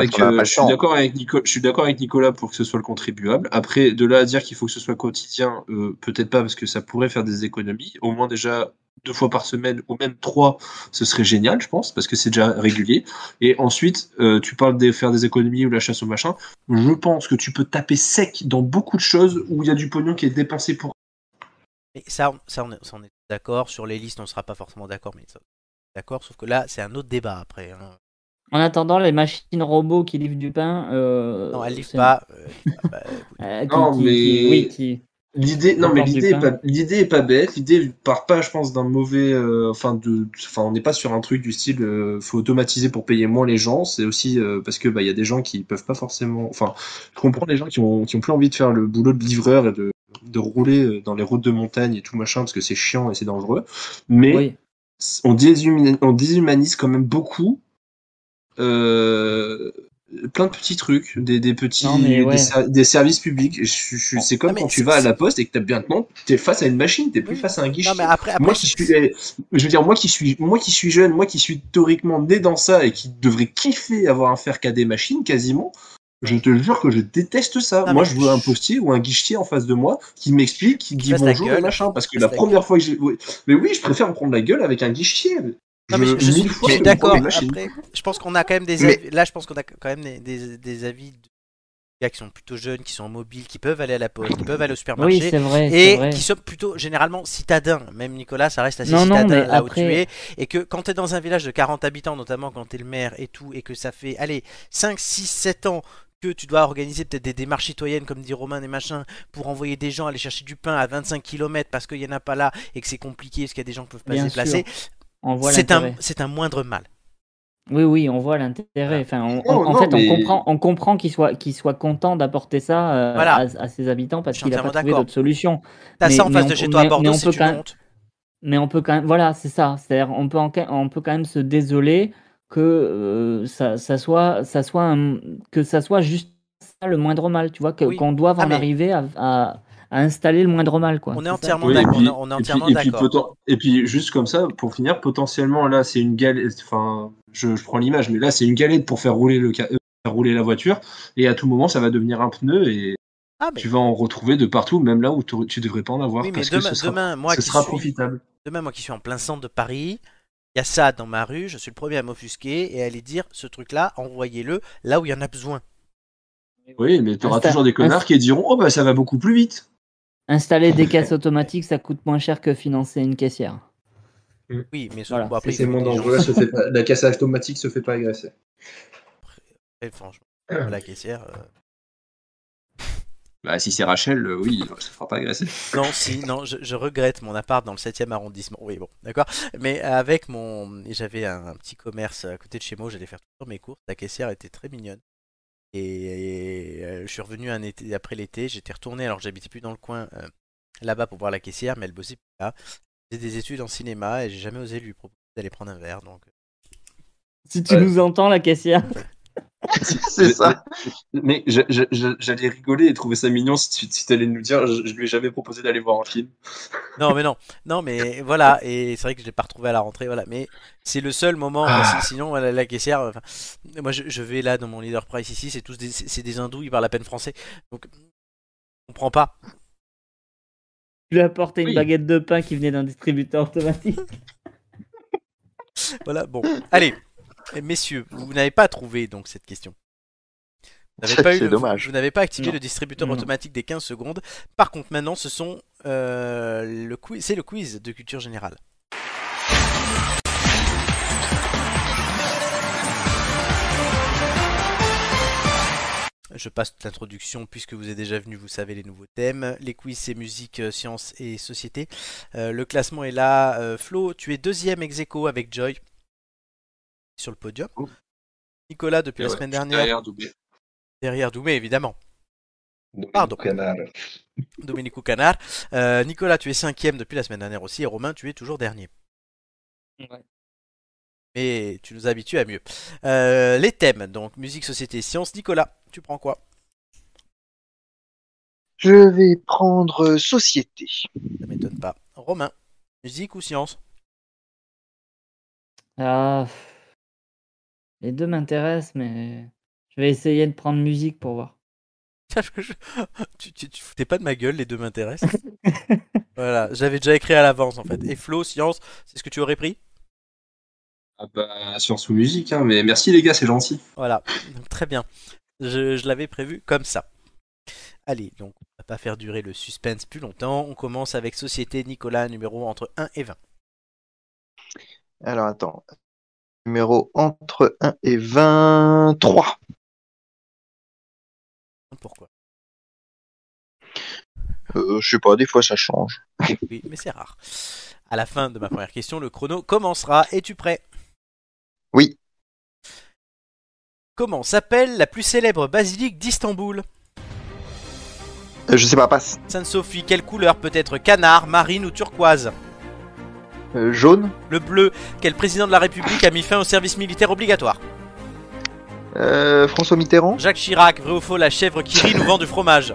avec Nicolas pour que ce soit le contribuable. Après, de là à dire qu'il faut que ce soit quotidien, peut-être pas parce que ça pourrait faire des économies. Au moins déjà, 2 fois par semaine ou même 3, ce serait génial, je pense, parce que c'est déjà régulier. Et ensuite, tu parles de faire des économies ou la chasse au machin. Je pense que tu peux taper sec dans beaucoup de choses où il y a du pognon qui est dépensé pour. Et ça, on est d'accord. Sur les listes, on ne sera pas forcément d'accord, mais ça, d'accord. Sauf que là, c'est un autre débat après. Hein. En attendant, les machines robots qui livrent du pain. Non, elles livrent pas. Non, mais l'idée, non, mais Apporte du l'idée est pas bête. L'idée part pas, je pense, d'un mauvais, on n'est pas sur un truc du style, faut automatiser pour payer moins les gens. C'est aussi parce que il y a des gens qui peuvent pas forcément. Enfin, je comprends les gens qui ont plus envie de faire le boulot de livreur et de rouler dans les routes de montagne et tout machin parce que c'est chiant et c'est dangereux. Mais Oui. on déshumanise quand même beaucoup. Plein de petits trucs, des petits, Non, mais ouais. des services publics. C'est comme quand tu vas à la poste et que t'es face à une machine, t'es plus face à un guichet. Non, mais après, moi qui suis, je veux dire, moi qui suis jeune, moi qui suis théoriquement né dans ça et qui devrait kiffer avoir affaire qu'à des machines quasiment. Je te jure que je déteste ça. Non, moi, mais je veux un postier ou un guichetier en face de moi qui m'explique, qui dit bonjour et machin. Parce que la première fois que j'ai, mais oui, je préfère me prendre la gueule avec un guichetier. Non, mais je suis d'accord. Après, je pense qu'on a quand même des avis. Là, je pense qu'on a quand même des avis de gars qui sont plutôt jeunes, qui sont mobiles, qui peuvent aller à la poste, qui peuvent aller au supermarché. Oui, c'est vrai. Et qui sont plutôt généralement citadins. Même Nicolas, ça reste assez citadin là où tu es. Et que quand tu es dans un village de 40 habitants, notamment quand tu es le maire et tout, et que ça fait, allez, 5, 6, 7 ans que tu dois organiser peut-être des démarches citoyennes, comme dit Romain, des machins, pour envoyer des gens aller chercher du pain à 25 km parce qu'il n'y en a pas là et que c'est compliqué, parce qu'il y a des gens qui peuvent pas se déplacer. C'est un moindre mal. Oui, on voit l'intérêt. Enfin, on comprend qu'il soit content d'apporter ça à ses habitants parce qu'il n'a pas trouvé d'autre solution. T'as ça en face de chez toi à Bordeaux, c'est une honte. Mais on peut quand même, voilà, c'est ça. C'est-à-dire, on peut quand même se désoler que ça soit juste ça le moindre mal, tu vois, qu'on doive en arriver à installer le moindre mal, quoi. On est entièrement d'accord. Et puis juste comme ça, pour finir, potentiellement là, c'est une galette. Enfin, je prends l'image, mais là, c'est une galette pour faire rouler la voiture, et à tout moment, ça va devenir un pneu et tu vas en retrouver de partout, même là où tu devrais pas en avoir. Oui, mais parce que ce sera profitable. Demain, moi qui suis en plein centre de Paris, il y a ça dans ma rue, je suis le premier à m'offusquer et à aller dire ce truc-là, envoyez-le là où il y en a besoin. Oui, mais tu auras toujours des connards qui diront oh bah ça va beaucoup plus vite. Installer des caisses automatiques, ça coûte moins cher que financer une caissière. Oui, mais voilà. Après, c'est moins dangereux. La caisse automatique se fait pas agresser. Après, franchement, la caissière. Bah, si c'est Rachel, oui, ça ne fera pas agresser. Non, je regrette mon appart dans le 7e arrondissement. Oui, bon, d'accord. Mais avec j'avais un petit commerce à côté de chez moi où j'allais faire toutes mes courses. La caissière était très mignonne. Et je suis revenu un été après l'été. J'étais retourné alors que j'habitais plus dans le coin là-bas pour voir la caissière, mais elle bossait plus là. Elle faisait des études en cinéma et j'ai jamais osé lui proposer d'aller prendre un verre. Donc. Si tu nous entends, la caissière. C'est ça. Mais j'allais rigoler et trouver ça mignon si tu allais nous dire je lui ai jamais proposé d'aller voir un film. Non mais voilà, et c'est vrai que je l'ai pas retrouvé à la rentrée, voilà, mais c'est le seul moment, sinon voilà, la caissière, moi je vais là dans mon leader price ici, c'est des hindous, ils parlent à peine français, donc je comprends pas. Je lui ai apporté une baguette de pain qui venait d'un distributeur automatique. Voilà, bon, allez. Messieurs, vous n'avez pas trouvé donc cette question. Dommage. Vous n'avez pas activé le distributeur automatique des 15 secondes. Par contre, maintenant, ce sont le quiz de culture générale. Je passe toute l'introduction puisque vous êtes déjà venu, vous savez les nouveaux thèmes. Les quiz, c'est musique, sciences et société. Le classement est là. Flo, tu es deuxième ex-aequo avec Joy sur le podium. Nicolas, depuis la semaine dernière. Derrière Doumé, évidemment. Domenico Canard. Nicolas, tu es 5e depuis la semaine dernière aussi. Et Romain, tu es toujours dernier. Ouais. Mais tu nous habitues à mieux. Les thèmes, donc musique, société, sciences. Nicolas, tu prends quoi? Je vais prendre société. Ça m'étonne pas. Romain, musique ou sciences? Les deux m'intéressent, mais je vais essayer de prendre musique pour voir. Tu foutais pas de ma gueule, les deux m'intéressent. Voilà, j'avais déjà écrit à l'avance en fait. Et Flo, science, c'est ce que tu aurais pris? Ah bah, science ou musique, hein, mais merci les gars, c'est gentil. Voilà, donc, très bien. Je l'avais prévu comme ça. Allez, donc on va pas faire durer le suspense plus longtemps. On commence avec Société Nicolas, numéro entre 1 et 20. Alors attends. Numéro entre 1 et 23. Pourquoi? Je sais pas, des fois ça change. Oui, mais c'est rare. À la fin de ma première question, le chrono commencera. Es-tu prêt? Oui. Comment s'appelle la plus célèbre basilique d'Istanbul? Je sais pas, passe. Sainte-Sophie, quelle couleur peut être canard, marine ou turquoise? Jaune. Le bleu, quel président de la République a mis fin au service militaire obligatoire? François Mitterrand. Jacques Chirac, vrai ou faux, la chèvre qui rit nous vend du fromage?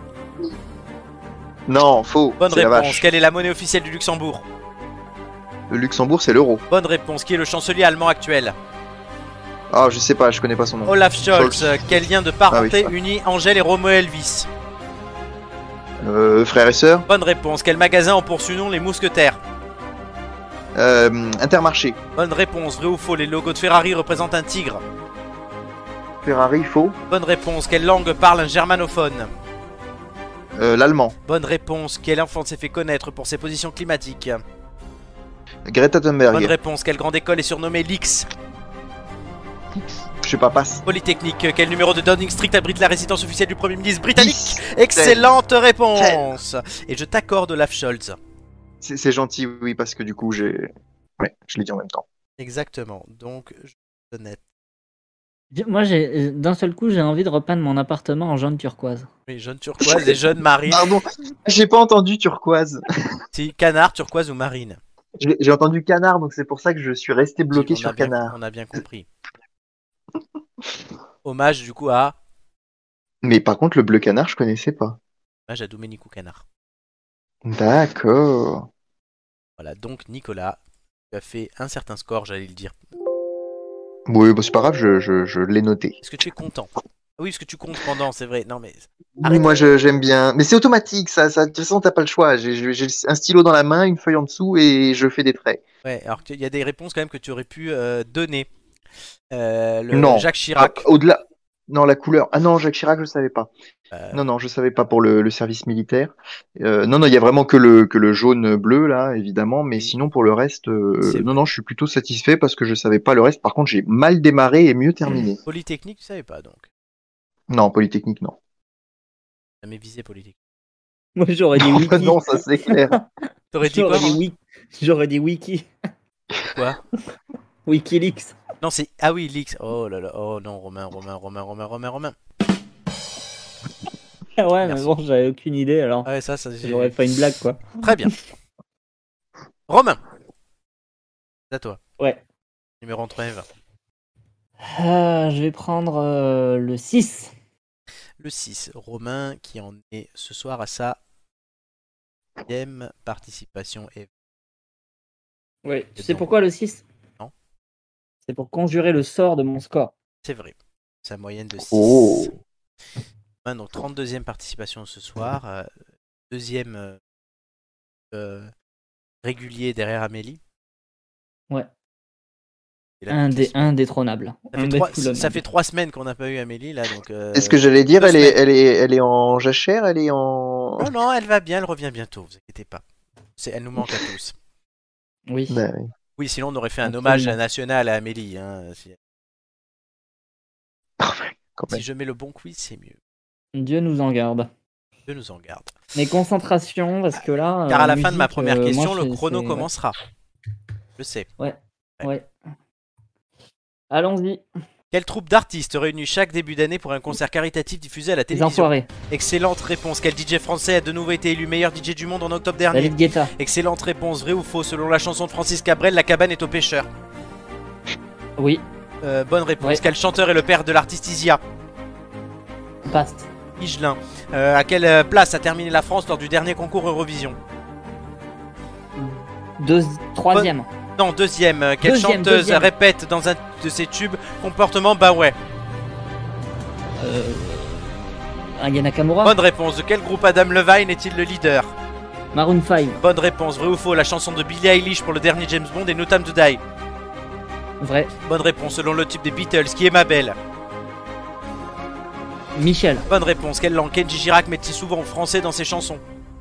Non, faux. Bonne c'est la réponse. vache. Quelle est la monnaie officielle du Luxembourg? Le Luxembourg, c'est l'euro. Bonne réponse. Qui est le chancelier allemand actuel? Ah, je sais pas, je connais pas son nom. Olaf Scholz. Quel lien de parenté Ah oui, unit Angèle et Romo Elvis? Frères et sœurs. Bonne réponse. Quel magasin ont pour surnom les mousquetaires? Intermarché. Bonne réponse. Vrai ou faux, les logos de Ferrari représentent un tigre? Ferrari, faux. Bonne réponse. Quelle langue parle un germanophone? L'allemand. Bonne réponse. Quel enfant s'est fait connaître pour ses positions climatiques? Greta Thunberg. Bonne réponse. Quelle grande école est surnommée l'X? Je sais pas, passe. Polytechnique. Quel numéro de Downing Street abrite la résidence officielle du Premier ministre britannique? Excellente réponse. Et je t'accorde Olaf Scholz. C'est gentil, oui, parce que du coup, Ouais, je l'ai dit en même temps. Exactement. Donc, je suis honnête. Moi, d'un seul coup, j'ai envie de repeindre mon appartement en jaune turquoise. Oui, jaune turquoise et jaune marine. Pardon, j'ai pas entendu turquoise. Si, canard, turquoise ou marine. J'ai entendu canard, donc c'est pour ça que je suis resté bloqué sur canard. On a bien compris. Hommage du coup à... Mais par contre, le bleu canard, je connaissais pas. Hommage à Domenico Canard. D'accord. Voilà, donc Nicolas, tu as fait un certain score, j'allais le dire. Oui, bah, c'est pas grave, je l'ai noté. Est-ce que tu es content? Oui, parce que tu comptes pendant, c'est vrai. Non, mais... Oui, moi j'aime bien. Mais c'est automatique, ça. De toute façon, t'as pas le choix. J'ai un stylo dans la main, une feuille en dessous et je fais des traits. Ouais, alors qu'il y a des réponses quand même que tu aurais pu donner. Non. Jacques Chirac. Au-delà. Non, la couleur. Ah non, Jacques Chirac, je savais pas. Non, je savais pas pour le service militaire. Non, il y a vraiment que le jaune-bleu là, évidemment. Mais sinon, pour le reste, non, je suis plutôt satisfait parce que je savais pas le reste. Par contre, j'ai mal démarré et mieux terminé. Polytechnique, tu savais pas donc? Non, Polytechnique, non. Jamais visé Polytechnique. Moi, j'aurais dit wiki. Non, ça c'est clair. T'aurais dit quoi? J'aurais dit wiki. Quoi? Wikileaks. Non, c'est... Ah oui, Leaks. Oh là là. Oh non, Romain. Ah ouais, Merci. mais bon, j'avais aucune idée alors. Ah ouais, ça j'aurais pas une blague quoi. Très bien. Romain. C'est à toi. Ouais. Numéro entre 1 et 20. Je vais prendre le 6. Le 6. Romain qui en est ce soir à sa 10e participation. Et... Ouais. Tu sais pourquoi le 6? Non. C'est pour conjurer le sort de mon score. C'est vrai. Sa moyenne de 6. Oh. Donc 32e participation ce soir. Deuxième régulier derrière Amélie. Ouais. Indétrônable. Ça fait 3 semaines qu'on n'a pas eu Amélie là. Donc, est-ce que j'allais dire, elle est en jachère, elle est en... Non, elle va bien, elle revient bientôt, vous inquiétez pas. Elle nous manque à tous. Oui. Bah, oui. Oui, sinon on aurait fait un hommage national à Amélie. Hein, si je mets le bon quiz, c'est mieux. Dieu nous en garde. Dieu nous en garde. Mais concentration, parce que là... Car à la fin de ma première question, le chrono commencera. Je sais. Ouais. Allons-y. Quelle troupe d'artistes réunit chaque début d'année pour un concert caritatif diffusé à la télévision? Les Enfoirés. Excellente réponse. Quel DJ français a de nouveau été élu meilleur DJ du monde en octobre dernier? David Guetta. Excellente réponse. Vrai ou faux? Selon la chanson de Francis Cabrel, la cabane est aux pêcheurs. Oui. Bonne réponse. Ouais. Quel chanteur est le père de l'artiste Isia? Passe. Higelin. À quelle place a terminé la France lors du dernier concours Eurovision? Troisième. Non, deuxième. Quelle chanteuse répète dans un de ses tubes comportement bah ouais? Aya Nakamura. Bonne réponse. De quel groupe Adam Levine est-il le leader? Maroon 5. Bonne réponse. Vrai ou faux, la chanson de Billie Eilish pour le dernier James Bond est No Time to Die. Vrai. Bonne réponse. Selon le type des Beatles, qui est ma belle? Michel. Bonne réponse. Quelle langue Kenji Girac met-il souvent en français dans ses chansons?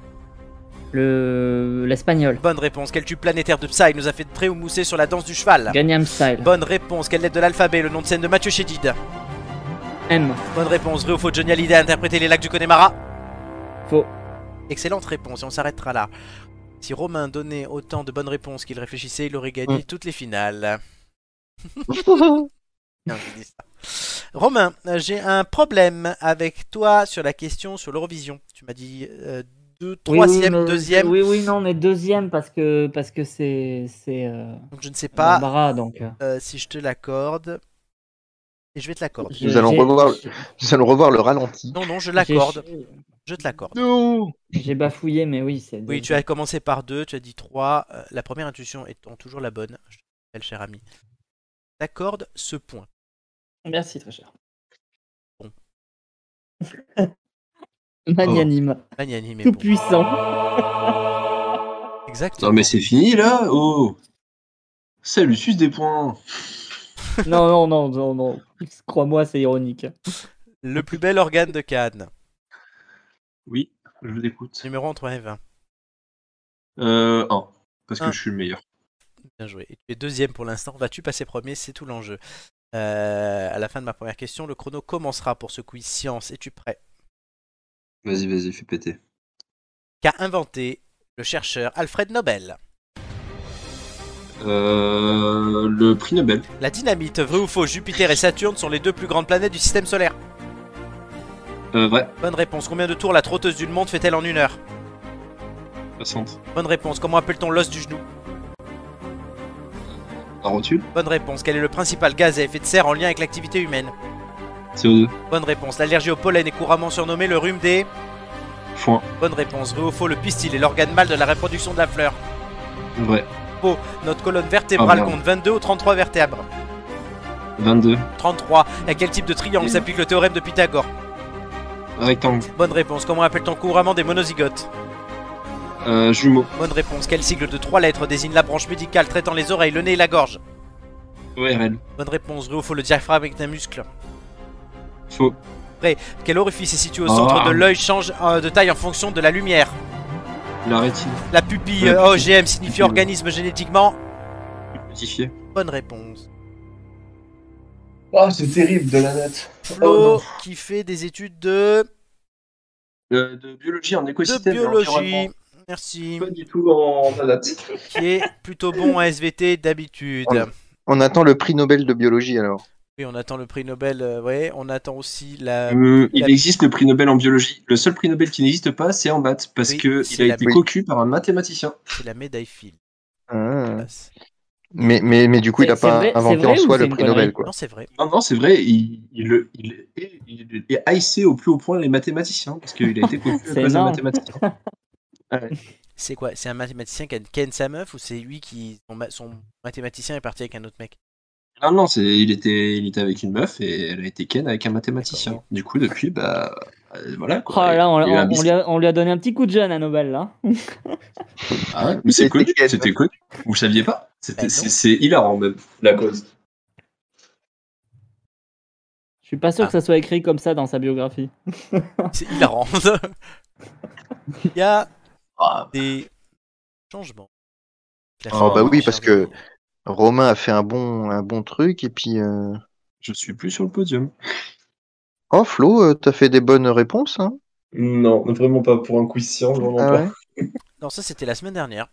L'espagnol. Bonne réponse. Quel tube planétaire de Psy nous a fait très ou mousser sur la danse du cheval? Gangnam Style. Bonne réponse. Quelle lettre de l'alphabet le nom de scène de Mathieu Chédid? M. Bonne réponse. Vrai ou faux, Johnny Hallyday a interprété les lacs du Connemara? Faux. Excellente réponse et on s'arrêtera là. Si Romain donnait autant de bonnes réponses qu'il réfléchissait, il aurait gagné toutes les finales. Non, je dis ça. Romain, j'ai un problème avec toi sur la question sur l'Eurovision. Tu m'as dit troisième, deuxième. Oui, non, mais deuxième parce que c'est. Donc je ne sais pas donc. si je te l'accorde. Et je vais te l'accorder. Nous allons revoir le ralenti. Non, je l'accorde. Je te l'accorde. Non. J'ai bafouillé, mais oui, c'est. Oui, tu as commencé par 2, tu as dit 3. La première intuition étant toujours la bonne. Je te rappelle, cher ami. T'accordes ce point. Merci, très cher. Bon. Magnanime. Magnanime et tout bon. puissant. Exactement. Non mais c'est fini là. Oh. Ça lui suce des points. Non. Crois-moi, c'est ironique. Le plus bel organe de Cannes. Oui, je vous écoute. Numéro entre 1 et 20. 1. Parce que je suis le meilleur. Bien joué. Et tu es deuxième pour l'instant. Vas-tu passer premier? C'est tout l'enjeu. À la fin de ma première question, le chrono commencera pour ce quiz science. Es-tu prêt? Vas-y, fais péter. Qu'a inventé le chercheur Alfred Nobel? Le prix Nobel. La dynamite, vrai ou faux, Jupiter et Saturne sont les deux plus grandes planètes du système solaire? Vrai. Bonne réponse. Combien de tours la trotteuse d'une montre fait-elle en 1 heure? 60. Bonne réponse. Comment appelle-t-on l'os du genou? La rotule. Bonne réponse. Quel est le principal gaz à effet de serre en lien avec l'activité humaine? CO2. Bonne réponse. L'allergie au pollen est couramment surnommée le rhume des... Foin. Bonne réponse. Vrai ou faux, le pistil est l'organe mâle de la reproduction de la fleur? Vrai. Faux. Notre colonne vertébrale compte 22 ou 33 vertèbres? 22. 33. À quel type de triangle s'applique le théorème de Pythagore? Rectangle. Bonne réponse. Comment appelle-t-on couramment des monozygotes? Jumeaux. Bonne réponse. Quel sigle de 3 lettres désigne la branche médicale traitant les oreilles, le nez et la gorge? ORL. Bonne réponse. Vrai ou faux, le diaphragme est un muscle? Faux. Vrai. Quel orifice est situé au centre de l'œil change de taille en fonction de la lumière? La rétine. La pupille OGM signifie organisme génétiquement modifié. Bonne réponse. Oh, c'est terrible de la note. Flo qui fait des études de biologie en écosystème. De biologie. Merci. Pas du tout en date. Qui est plutôt bon en SVT d'habitude. On attend le prix Nobel de biologie alors. Oui, on attend le prix Nobel. Ouais, on attend aussi la. Il existe le prix Nobel en biologie. Le seul prix Nobel qui n'existe pas, c'est en maths, parce que il a été cocu par un mathématicien. C'est la médaille Phil. Mais du coup, il n'a pas inventé en soi le prix Nobel, quoi. Non, c'est vrai. Non, c'est vrai. Il est haïssé au plus haut point les mathématiciens, parce qu'il a été cocu à cause d'un mathématicien. Ouais. C'est quoi? C'est un mathématicien qui a ken sa meuf ou c'est lui qui son mathématicien est parti avec un autre mec? Non, il était avec une meuf et elle a été ken avec un mathématicien. Du coup, depuis, voilà quoi. Oh là, on lui a donné un petit coup de jeune à Nobel là. Ah ouais, mais c'est connu, c'était connu. Vous saviez pas? C'est hilarant même, la cause. Je suis pas sûr que ça soit écrit comme ça dans sa biographie. C'est hilarant. Il y a des changements. Bah oui, parce que Romain a fait un bon truc et puis. Je suis plus sur le podium. Oh Flo, t'as fait des bonnes réponses, hein? Non, vraiment pas pour un quiz science, vraiment pas. Ouais. Non, ça c'était la semaine dernière.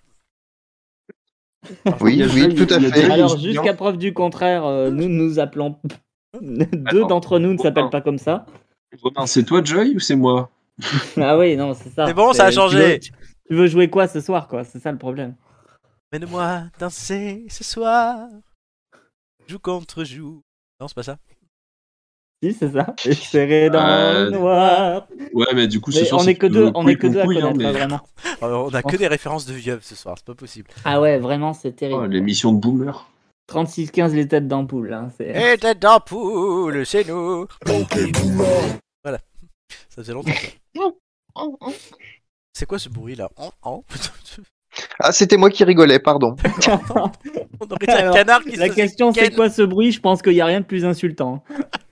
Oui, tout à fait. Alors, jusqu'à preuve du contraire, nous appelons. Deux d'entre nous ne s'appellent pas comme ça. Romain, c'est toi Joy ou c'est moi? Ah oui, non, c'est ça. C'est bon, ça a changé. Tu veux jouer quoi ce soir, quoi? C'est ça le problème. Mène-moi danser ce soir. Joue contre joue. Non, c'est pas ça. Si, c'est ça. Et serré dans le noir. Ouais, mais du coup, ce soir, on est que deux à connaître, mais... vraiment. On a que des références de vieux ce soir, c'est pas possible. Ah ouais, vraiment, c'est terrible. L'émission de boomer. 36-15, les têtes d'ampoule. Hein, les têtes d'ampoule, c'est nous. Voilà. Ça faisait longtemps. C'est quoi ce bruit là? Ah, c'était moi qui rigolais, pardon. On aurait dit un canard qui se La faisait question, c'est ken. quoi ce bruit? Je pense qu'il n'y a rien de plus insultant.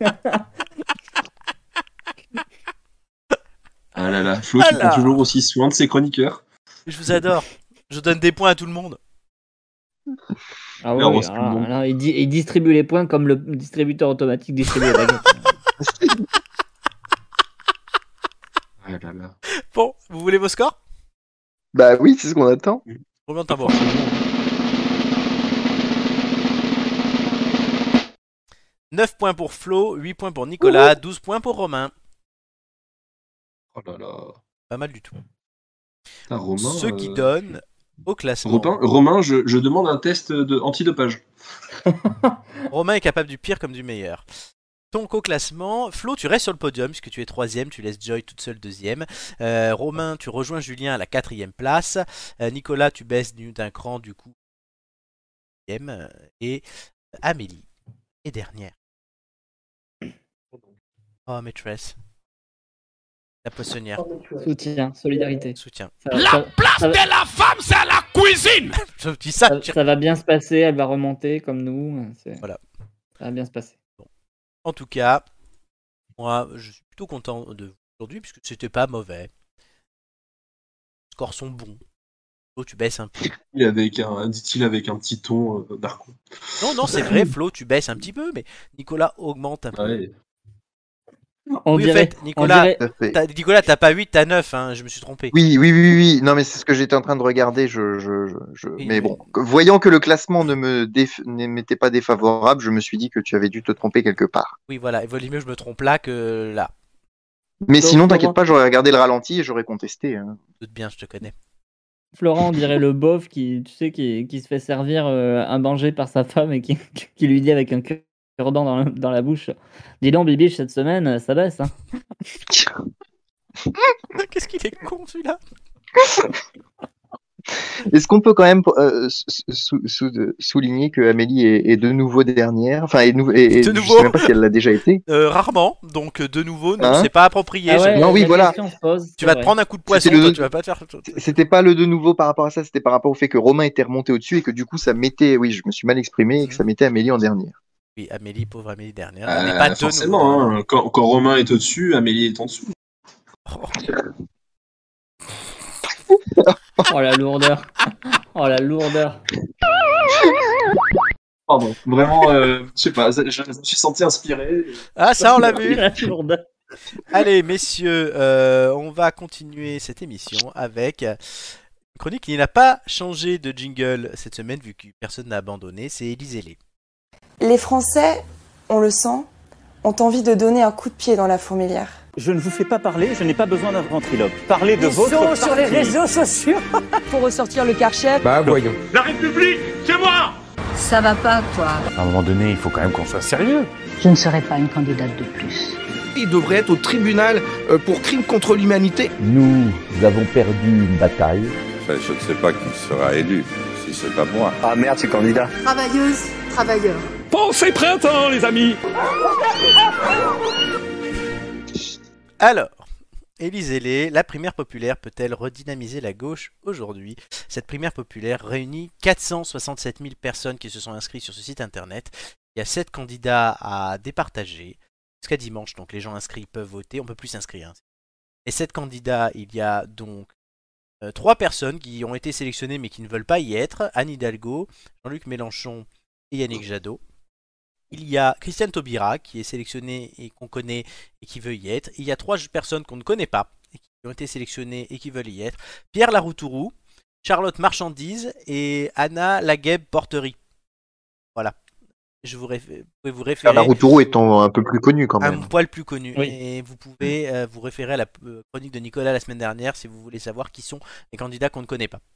Ah là là, Flo qui prend toujours aussi soin de ses chroniqueurs. Je vous adore. Je donne des points à tout le monde. Ah ouais, alors, il distribue les points comme le distributeur automatique distribue les baguettes. Ah là là. Bon, vous voulez vos scores? Bah oui, c'est ce qu'on attend. Combien de temps? 9 points pour Flo, 8 points pour Nicolas, 12 points pour Romain. Oh là là. Pas mal du tout. Putain, Romain, Ce qui donne au classement. Romain, je demande un test antidopage. Romain est capable du pire comme du meilleur. Donc au classement, Flo, tu restes sur le podium puisque tu es 3ème, tu laisses Joy toute seule 2ème. Romain, tu rejoins Julien à la 4ème place. Nicolas, tu baisses d'un cran du coup 5ème. Et Amélie est dernière. Oh maîtresse. La poissonnière. Soutien, solidarité. Soutien. La place de la femme, c'est à la cuisine. Je dis ça. Ça va bien se passer, elle va remonter comme nous. Voilà. Ça va bien se passer. Bon. En tout cas, moi, je suis plutôt content de vous aujourd'hui puisque c'était pas mauvais. Les scores sont bons. Flo, tu baisses un peu. Dit-il avec un petit ton d'arcon. Non, c'est vrai, Flo, tu baisses un petit peu, mais Nicolas augmente un peu. Ouais. On dirait, Nicolas, t'as pas 8, t'as 9, hein, je me suis trompé. Oui. Non, mais c'est ce que j'étais en train de regarder. Mais bon, voyant que le classement ne m'était pas défavorable, je me suis dit que tu avais dû te tromper quelque part. Oui, voilà, il valait mieux que je me trompe là que là. Mais sinon, t'inquiète pas, j'aurais regardé le ralenti et j'aurais contesté. Hein. Doute bien, je te connais. Florent, on dirait le beauf qui se fait servir un manger par sa femme et qui lui dit avec un cure-dent dans la bouche. Dis donc, Bibiche, cette semaine, ça baisse. Hein. Qu'est-ce qu'il est con, celui-là. Est-ce qu'on peut quand même souligner que Amélie est de nouveau dernière? Enfin, de nouveau. Je sais même pas si elle l'a déjà été. Rarement, donc de nouveau, non, c'est pas approprié. Ah ouais, non, oui, voilà. Tu vas te prendre un coup de poisson, toi, tu vas pas te faire. C'était pas le de nouveau par rapport à ça, c'était par rapport au fait que Romain était remonté au-dessus et que du coup ça mettait. Oui, je me suis mal exprimé et que ça mettait Amélie en dernière. Oui, Amélie, pauvre Amélie dernière. Elle n'est pas forcément, hein, quand Romain est au-dessus, Amélie est en dessous. Oh la lourdeur. Oh la lourdeur. Pardon, vraiment, je sais pas, je me suis senti inspiré. Ah, ça, on l'a vu. La lourdeur. Allez, messieurs, on va continuer cette émission avec une chronique qui n'a pas changé de jingle cette semaine vu que personne n'a abandonné. C'est Élisez-les. Les Français, on le sent, ont envie de donner un coup de pied dans la fourmilière. Je ne vous fais pas parler, je n'ai pas besoin d'un ventriloque. Parlez de votre parti. Sur les réseaux sociaux. Pour ressortir le Karcher. Bah voyons. La République, c'est moi. Ça va pas, quoi. À un moment donné, il faut quand même qu'on soit sérieux. Je ne serai pas une candidate de plus. Il devrait être au tribunal pour crime contre l'humanité. Nous avons perdu une bataille. Enfin, je ne sais pas qui sera élu, si c'est pas moi. Ah merde, c'est candidat. Travailleuse, travailleur. Pensez printemps, les amis. Alors, Élisez-les, la primaire populaire peut-elle redynamiser la gauche aujourd'hui? Cette primaire populaire réunit 467 000 personnes qui se sont inscrites sur ce site internet. Il y a 7 candidats à départager. Jusqu'à dimanche, donc les gens inscrits peuvent voter. On peut plus s'inscrire. Et 7 candidats, il y a donc 3 personnes qui ont été sélectionnées mais qui ne veulent pas y être. Anne Hidalgo, Jean-Luc Mélenchon et Yannick Jadot. Il y a Christiane Taubira qui est sélectionnée et qu'on connaît et qui veut y être. Il y a 3 personnes qu'on ne connaît pas et qui ont été sélectionnées et qui veulent y être. Pierre Laroutourou, Charlotte Marchandise et Anna Lagueb-Porterie. Voilà. Vous pouvez vous référer. Pierre Laroutourou étant un peu plus connu quand même. Un poil plus connu. Oui. Et vous pouvez vous référer à la chronique de Nicolas la semaine dernière si vous voulez savoir qui sont les candidats qu'on ne connaît pas.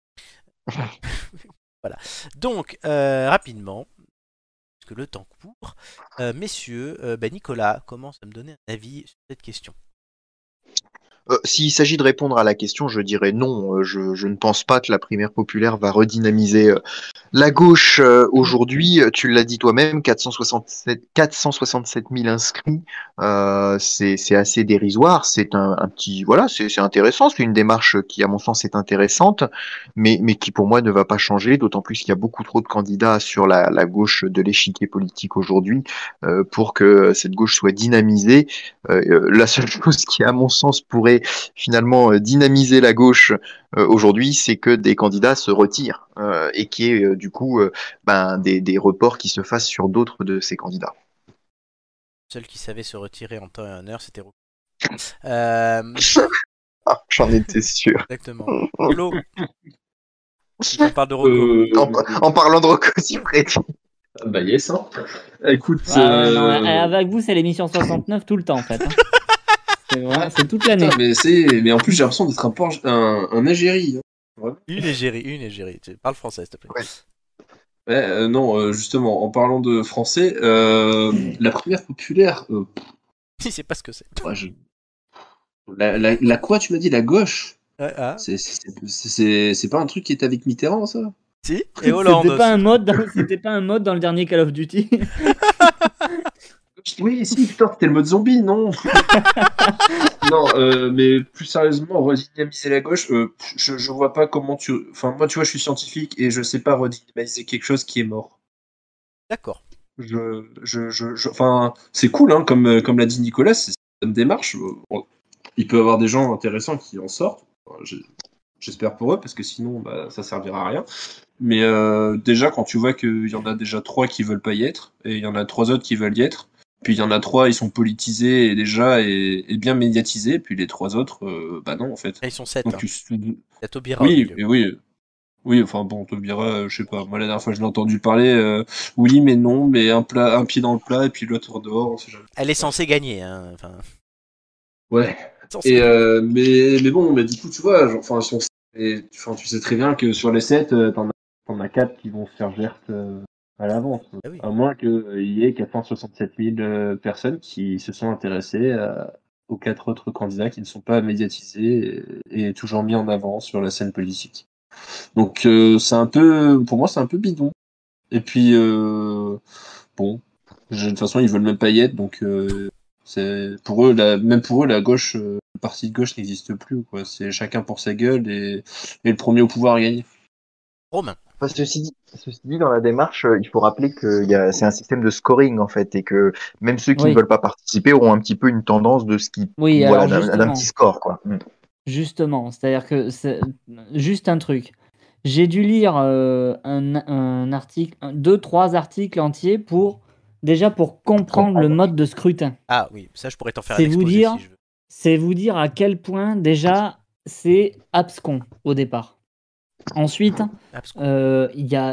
Voilà. Donc, rapidement, que le temps court. Messieurs, Nicolas commence à me donner un avis sur cette question. S'il s'agit de répondre à la question, je dirais non. Je ne pense pas que la primaire populaire va redynamiser la gauche aujourd'hui. Tu l'as dit toi-même, 467 000 inscrits, c'est assez dérisoire. C'est un petit, voilà, c'est intéressant. C'est une démarche qui, à mon sens, est intéressante, mais qui pour moi ne va pas changer. D'autant plus qu'il y a beaucoup trop de candidats sur la gauche de l'échiquier politique aujourd'hui pour que cette gauche soit dynamisée. La seule chose qui, à mon sens, pourrait finalement dynamiser la gauche aujourd'hui, c'est que des candidats se retirent et qu'il y ait du coup des reports qui se fassent sur d'autres de ces candidats. Le seul qui savait se retirer en temps et en heure, c'était Rocco. J'en étais sûr. Exactement. Flo, on parle de Rocco. En parlant de Rocco Siffredi. Bah yes, hein. Écoute, non, avec vous, c'est l'émission 69 tout le temps en fait. Hein. C'est toute l'année. Mais en plus, j'ai l'impression d'être un égérie. Hein. Une égérie. Tu parles français, s'il te plaît. Ouais, non, justement, en parlant de français, la primaire populaire. Il sait pas ce que c'est. La quoi, tu m'as dit, la gauche. Ah. C'est pas un truc qui est avec Mitterrand, ça? Si. Et Hollande. C'était pas un mode dans le dernier Call of Duty. Oui, si, putain, c'était le mode zombie, non? Non, mais plus sérieusement, redynamiser la gauche, je vois pas comment tu... Enfin, moi, tu vois, je suis scientifique et je sais pas redynamiser quelque chose qui est mort. D'accord. Enfin, c'est cool, hein, comme l'a dit Nicolas, c'est une démarche. Il peut y avoir des gens intéressants qui en sortent. J'espère pour eux, parce que sinon, ça servira à rien. Mais déjà, quand tu vois qu'il y en a déjà 3 qui veulent pas y être, et il y en a 3 autres qui veulent y être, puis il y en a 3, ils sont politisés et bien médiatisés, puis les 3 autres, non, en fait. Ils sont 7. Donc, Il y a Taubira. Oui, enfin bon, Taubira, je sais pas. Moi, la dernière fois, je l'ai entendu parler, oui, mais non, mais un pied dans le plat, et puis l'autre dehors, on sait jamais. Elle est censée gagner, hein. Enfin... Ouais. Mais bon, mais du coup, tu vois, tu sais très bien que sur les 7, t'en as 4 qui vont se faire verte à l'avance. Ah oui. À moins qu'il y ait 467 000 personnes qui se sont intéressées aux 4 autres candidats qui ne sont pas médiatisés et toujours mis en avant sur la scène politique. Donc, pour moi, c'est un peu bidon. Et puis, de toute façon, ils veulent même pas y être, donc pour eux, même pour eux, la gauche, le parti de gauche n'existe plus, quoi. C'est chacun pour sa gueule et le premier au pouvoir gagne. Romain. Ceci dit, dans la démarche, il faut rappeler que c'est un système de scoring en fait, et que même ceux qui ne veulent pas participer auront un petit peu une tendance de ce qui, d'un petit score, quoi. Justement, c'est-à-dire que c'est juste un truc. J'ai dû lire un article, 2-3 articles entiers pour comprendre le mode de scrutin. Ah oui, ça je pourrais t'en faire un exposé si je veux. C'est vous dire à quel point déjà c'est abscon au départ. Ensuite, il y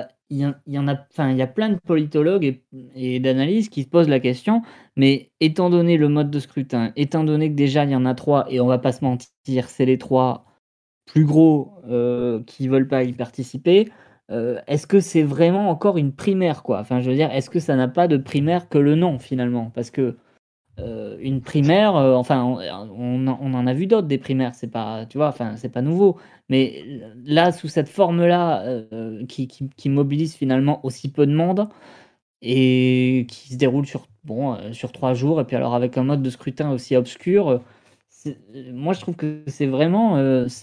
a plein de politologues et d'analystes qui se posent la question, mais étant donné le mode de scrutin, étant donné que déjà il y en a 3, et on va pas se mentir, c'est les 3 plus gros qui veulent pas y participer, est-ce que c'est vraiment encore une primaire, quoi? Enfin, je veux dire, est-ce que ça n'a pas de primaire que le nom, finalement? Parce que une primaire, on en a vu d'autres des primaires, c'est pas, tu vois, enfin, c'est pas nouveau. Mais là, sous cette forme-là, qui mobilise finalement aussi peu de monde et qui se déroule sur 3 jours, et puis alors avec un mode de scrutin aussi obscur, moi je trouve que c'est vraiment,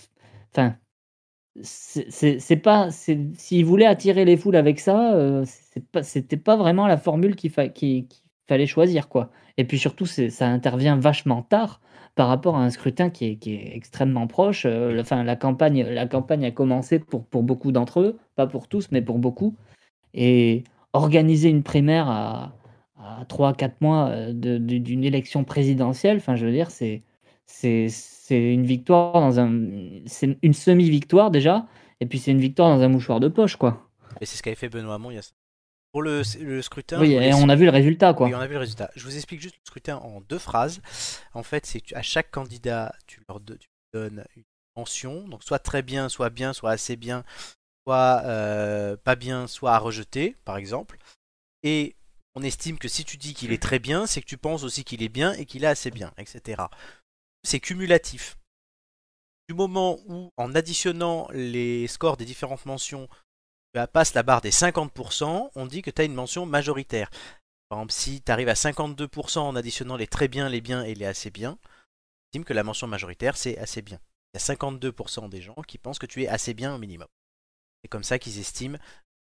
c'est pas, s'ils voulaient attirer les foules avec ça, c'était pas vraiment la formule qu'il fallait choisir, quoi. Et puis surtout, ça intervient vachement tard par rapport à un scrutin qui est extrêmement proche. La campagne a commencé pour beaucoup d'entre eux, pas pour tous, mais pour beaucoup. Et organiser une primaire à 3-4 mois d'une élection présidentielle, enfin, je veux dire, c'est une victoire c'est une semi-victoire déjà, et puis c'est une victoire dans un mouchoir de poche, quoi. Et c'est ce qu'avait fait Benoît Hamon il y a ça. Pour le scrutin... Oui, et on a vu le résultat, quoi. Oui, on a vu le résultat. Je vous explique juste le scrutin en 2 phrases. En fait, c'est que à chaque candidat, tu donnes une mention. Donc, soit très bien, soit assez bien, soit pas bien, soit à rejeter, par exemple. Et on estime que si tu dis qu'il est très bien, c'est que tu penses aussi qu'il est bien et qu'il est assez bien, etc. C'est cumulatif. du moment où, en additionnant les scores des différentes mentions, tu passes la barre des 50%, on dit que tu as une mention majoritaire. Par exemple, si tu arrives à 52% en additionnant les très bien, les bien et les assez bien, on estime que la mention majoritaire, c'est assez bien. Il y a 52% des gens qui pensent que tu es assez bien au minimum. C'est comme ça qu'ils estiment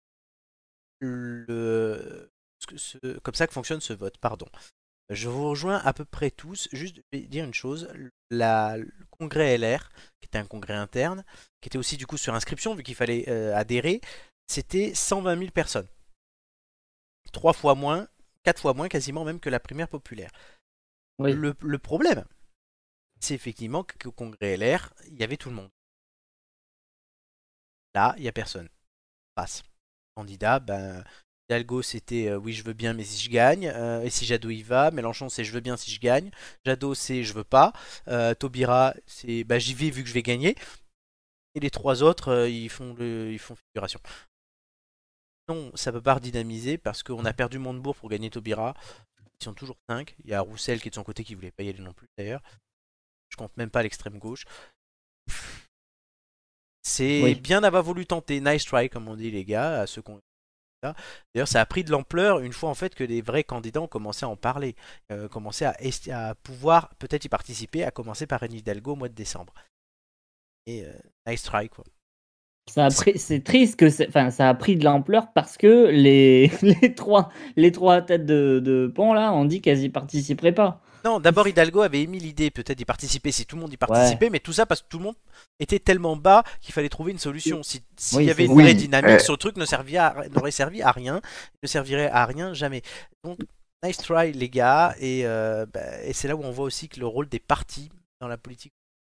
comme ça que fonctionne ce vote, pardon. Je vous rejoins à peu près tous. Juste, je vais dire une chose. Le congrès LR, qui était un congrès interne, qui était aussi du coup sur inscription, vu qu'il fallait adhérer, c'était 120 000 personnes. 3 fois moins, 4 fois moins quasiment même que la primaire populaire. Oui. Le problème, c'est effectivement qu'au congrès LR, il y avait tout le monde. Là, il n'y a personne. Passe. Candidat, Hidalgo c'était oui je veux bien mais si je gagne, et si Jadot y va, Mélenchon c'est je veux bien si je gagne, Jadot c'est je veux pas, Taubira c'est j'y vais vu que je vais gagner, et les trois autres ils font figuration. Non, ça peut pas redynamiser parce qu'on a perdu Montebourg pour gagner Taubira, ils sont toujours 5, il y a Roussel qui est de son côté qui voulait pas y aller non plus d'ailleurs, je compte même pas l'extrême gauche. C'est bien d'avoir voulu tenter, nice try comme on dit les gars, à ceux qu'on... D'ailleurs, ça a pris de l'ampleur une fois en fait que des vrais candidats ont commencé à en parler, commencé à pouvoir peut-être y participer, à commencer par Anne Hidalgo au mois de décembre. Et nice try quoi. C'est triste que ça a pris de l'ampleur parce que les trois têtes de pont là ont dit qu'elles y participeraient pas. Non, d'abord Hidalgo avait émis l'idée peut-être d'y participer si tout le monde y participait, mais tout ça parce que tout le monde était tellement bas qu'il fallait trouver une solution. S'il y avait une vraie dynamique, ce truc n'aurait servi à rien, ne servirait à rien jamais. Donc, nice try les gars, et c'est là où on voit aussi que le rôle des partis dans la politique.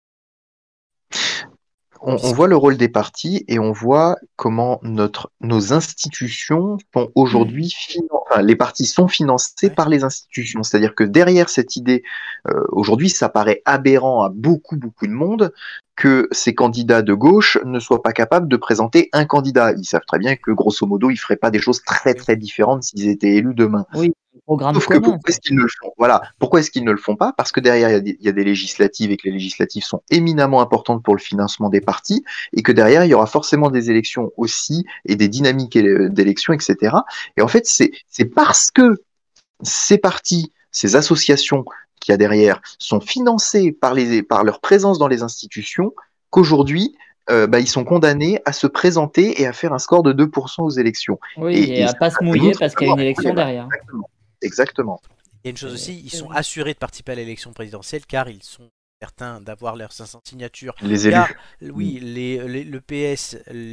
On voit le rôle des partis et on voit comment nos institutions sont aujourd'hui les partis sont financés par les institutions. C'est-à-dire que derrière cette idée, aujourd'hui, ça paraît aberrant à beaucoup de monde que ces candidats de gauche ne soient pas capables de présenter un candidat. Ils savent très bien que grosso modo, ils feraient pas des choses très différentes s'ils étaient élus demain. Oui. Sauf que pourquoi est-ce qu'ils ne le font ? Voilà. Pourquoi est-ce qu'ils ne le font pas ? Parce que derrière, il y a des législatives et que les législatives sont éminemment importantes pour le financement des partis et que derrière, il y aura forcément des élections aussi et des dynamiques d'élections, etc. Et en fait, c'est parce que ces partis, ces associations qu'il y a derrière sont financées par leur présence dans les institutions qu'aujourd'hui, ils sont condamnés à se présenter et à faire un score de 2% aux élections. Oui, et à pas se mouiller parce qu'il y a une élection derrière. Exactement. Il y a une chose aussi, ils sont assurés de participer à l'élection présidentielle car ils sont certains d'avoir leurs 500 signatures. Les élus. Car, oui, le PS,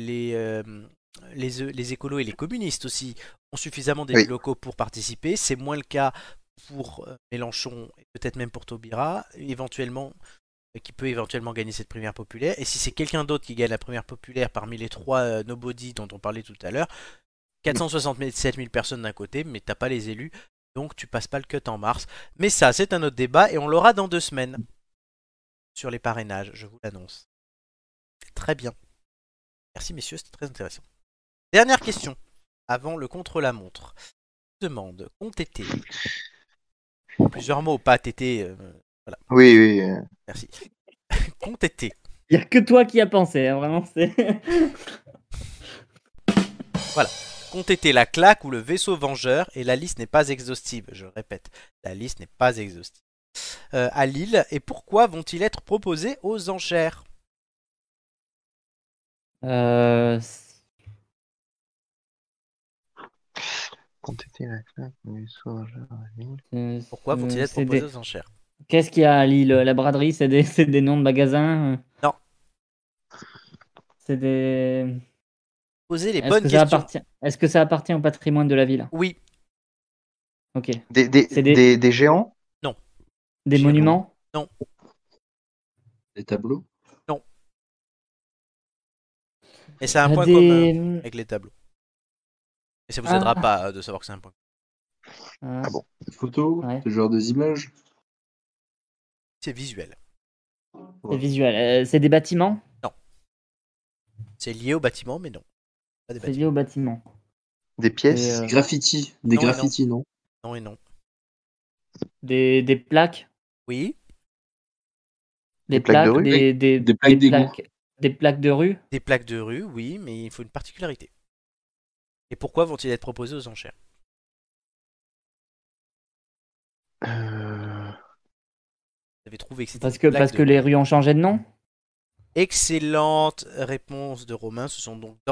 les écolos et les communistes aussi ont suffisamment d'élus locaux pour participer. C'est moins le cas pour Mélenchon et peut-être même pour Taubira, qui peut éventuellement gagner cette primaire populaire. Et si c'est quelqu'un d'autre qui gagne la primaire populaire parmi les trois nobody dont on parlait tout à l'heure, 467 000 personnes d'un côté, mais t'as pas les élus, donc tu passes pas le cut en mars. Mais ça, c'est un autre débat et on l'aura dans 2 semaines sur les parrainages, je vous l'annonce. Très bien. Merci messieurs, c'était très intéressant. Dernière question, avant le contre-la-montre. Je demande, compte été. Plusieurs mots, pas tété. Voilà. Oui. Merci. Compte été. Il n'y a que toi qui as pensé, hein, vraiment. Voilà. Compte été la claque ou le vaisseau vengeur, et la liste n'est pas exhaustive. Je répète, la liste n'est pas exhaustive. À Lille, et pourquoi vont-ils être proposés aux enchères ? Pourquoi vont-ils être proposés aux enchères ? Qu'est-ce qu'il y a à Lille ? La braderie, c'est des noms de magasins ? Non. C'est des... Posez les bonnes questions. Est-ce que ça appartient au patrimoine de la ville ? Oui. Ok. Des géants ? Non. Des monuments ? Non. Des tableaux ? Non. Et c'est un point commun avec les tableaux. Et ça vous aidera pas de savoir que c'est un point. Ah bon. Des photos, ce genre des images. C'est visuel. C'est visuel. C'est des bâtiments ? Non. C'est lié au bâtiment, mais non. C'est lié au bâtiment. Des pièces ? Des graffitis. Des graffitis, non ? Non et non. Des plaques ? Oui. Des plaques de plaques, rue. des plaques d'égout. des plaques de rue. Des plaques de rue, oui, mais il faut une particularité. Et pourquoi vont-ils être proposés aux enchères? Vous avez trouvé que c'était des plaques Parce de que les rue. rues ont changé de nom. Excellente réponse de Romain. Ce sont donc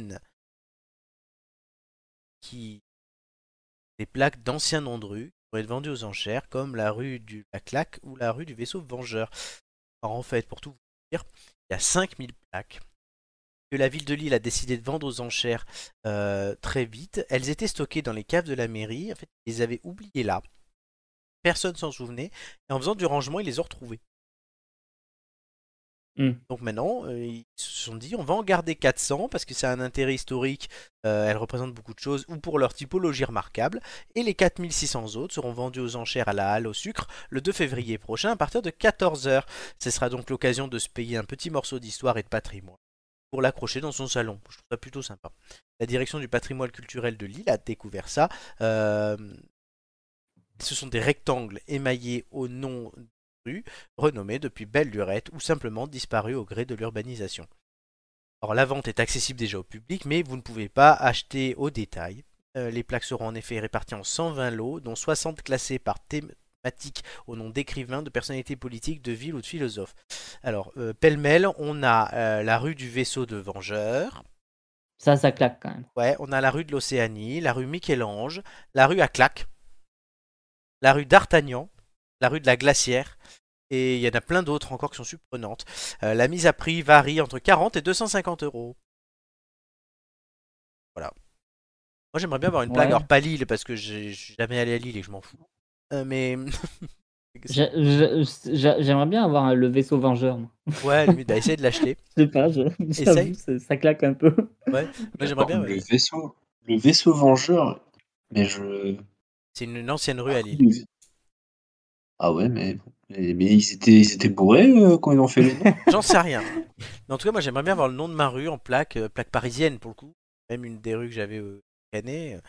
des plaques d'anciens noms de rue qui vont être vendues aux enchères, comme la rue du la Claque ou la rue du Vaisseau Vengeur. Alors en fait, pour tout vous dire, il y a 5000 plaques que la ville de Lille a décidé de vendre aux enchères très vite. Elles étaient stockées dans les caves de la mairie. En fait, ils les avaient oubliées là. Personne s'en souvenait. Et en faisant du rangement, ils les ont retrouvées. Donc maintenant, ils se sont dit on va en garder 400 parce que c'est un intérêt historique, elles représentent beaucoup de choses ou pour leur typologie remarquable. Et les 4600 autres seront vendus aux enchères à la Halle au Sucre le 2 février prochain à partir de 14h. Ce sera donc l'occasion de se payer un petit morceau d'histoire et de patrimoine pour l'accrocher dans son salon. Je trouve ça plutôt sympa. La direction du patrimoine culturel de Lille a découvert ça. Ce sont des rectangles émaillés au nom rue, renommée depuis Belle Lurette ou simplement disparue au gré de l'urbanisation. Alors la vente est accessible déjà au public, mais vous ne pouvez pas acheter au détail. Les plaques seront en effet réparties en 120 lots, dont 60 classés par thématique au nom d'écrivains, de personnalités politiques, de villes ou de philosophes. Alors, pêle-mêle, on a la rue du Vaisseau de Vengeur. Ça claque quand même. Ouais, on a la rue de l'Océanie, la rue Michel-Ange, la rue à Claque, la rue d'Artagnan, la rue de la Glacière, et il y en a plein d'autres encore qui sont surprenantes. La mise à prix varie entre 40 et 250 euros. Voilà. Moi j'aimerais bien avoir une plaque, alors pas Lille parce que je suis jamais allé à Lille et que je m'en fous. Mais j'aimerais bien avoir le vaisseau vengeur. Moi. Ouais, limite, bah, essaye de l'acheter. Je sais pas, Essaye. Ça claque un peu. Ouais, moi j'aimerais bien. Ouais. Le vaisseau vengeur, mais c'est une ancienne rue à Lille. Ah ouais, mais ils étaient bourrés quand ils ont fait les noms. J'en sais rien. Mais en tout cas, moi j'aimerais bien avoir le nom de ma rue en plaque parisienne pour le coup. Même une des rues que j'avais Canet.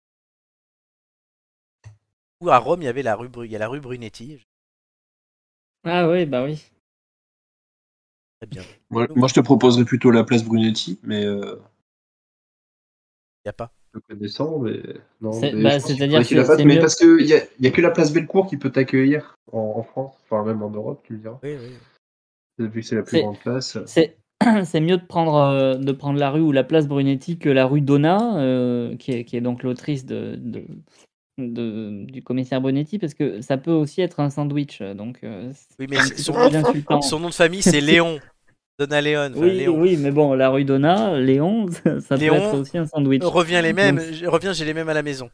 Ou à Rome, il y avait la rue Brunetti. Ah oui, bah oui. Très bien. Moi je te proposerais plutôt la place Brunetti, mais il n'y a pas. Le connaissant, mais non. C'est-à-dire que mais parce que il y a que la place Bellecour qui peut t'accueillir en France, enfin même en Europe, tu me diras. Oui. Vu que c'est la plus grande place. C'est mieux de prendre la rue ou la place Brunetti que la rue Donna, qui est donc l'autrice du commissaire Brunetti, parce que ça peut aussi être un sandwich. Donc, oui, mais son nom de famille, c'est Léon. Donna Léon. Léon. Oui, mais bon, la rue Donna, Léon, ça peut être aussi un sandwich. Revient j'ai les mêmes à la maison.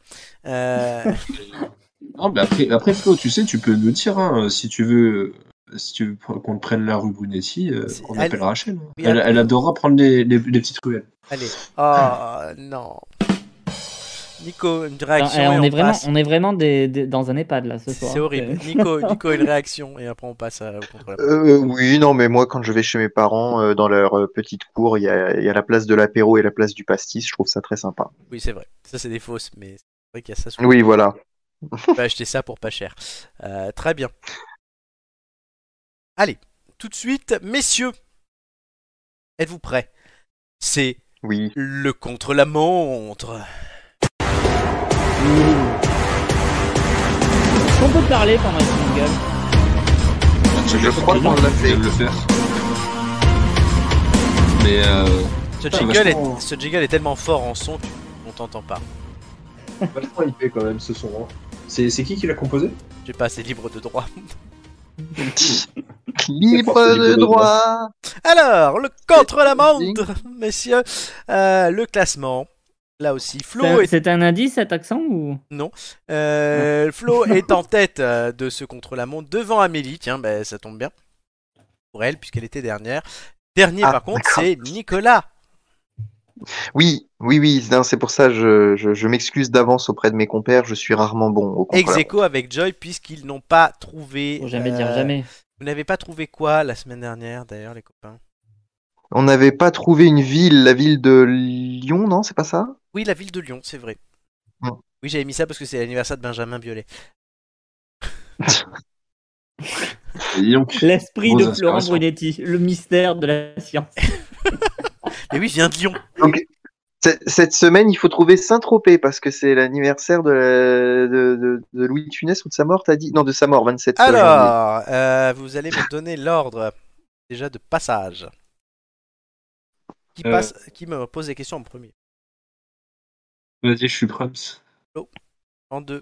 Non, mais après Flo, tu sais, tu peux nous dire si tu veux qu'on te prenne la rue Brunetti, on appellera Rachel. Oui, elle adorera prendre les petites ruelles. Allez. Oh non. Nico, une réaction. On est vraiment dans un EHPAD là ce soir. C'est horrible. Nico, une réaction et après on passe au contrôle. Oui, non, mais moi quand je vais chez mes parents dans leur petite cour, il y a la place de l'apéro et la place du pastis. Je trouve ça très sympa. Oui, c'est vrai. Ça c'est des fausses, mais c'est vrai qu'il y a ça. Souvent. Oui, voilà. On peut acheter ça pour pas cher. Très bien. Allez, tout de suite, messieurs, êtes-vous prêts? C'est le contre-la-montre. On peut parler pendant le jingle. Je crois qu'on l'a fait. Le faire. Mais ce jingle est tellement fort en son qu'on t'entend pas. Vachement hypé quand même ce son. Hein. C'est qui l'a composé? Je sais pas, c'est libre de droit. Libre de droit. Alors, le contre-la-montre, messieurs. Le classement. Là aussi, c'est un indice cet accent ou non? Flo est en tête de ce contre-la-montre devant Amélie. Tiens, ça tombe bien pour elle puisqu'elle était dernière. Dernier par contre, c'est Nicolas. Oui, c'est pour ça je m'excuse d'avance auprès de mes compères. Je suis rarement bon au contre-la-montre. Ex-aequo avec Joy puisqu'ils n'ont pas trouvé. Faut jamais dire jamais. Vous n'avez pas trouvé quoi la semaine dernière d'ailleurs, les copains? On n'avait pas trouvé une ville, la ville de Lyon, non? C'est pas ça? Oui, la ville de Lyon, c'est vrai. Oui, j'avais mis ça parce que c'est l'anniversaire de Benjamin Biolay. dis donc, L'esprit grosse de Florent inspiration. Brunetti, le mystère de la science. Mais oui, je viens de Lyon. Donc, cette semaine, il faut trouver Saint-Tropez parce que c'est l'anniversaire de Louis de Funès ou de sa mort, t'as dit? Non, de sa mort, 27 janvier. Alors, vous allez me donner l'ordre déjà de passage. Qui me pose des questions en premier? Vas-y, je suis prêt. En deux.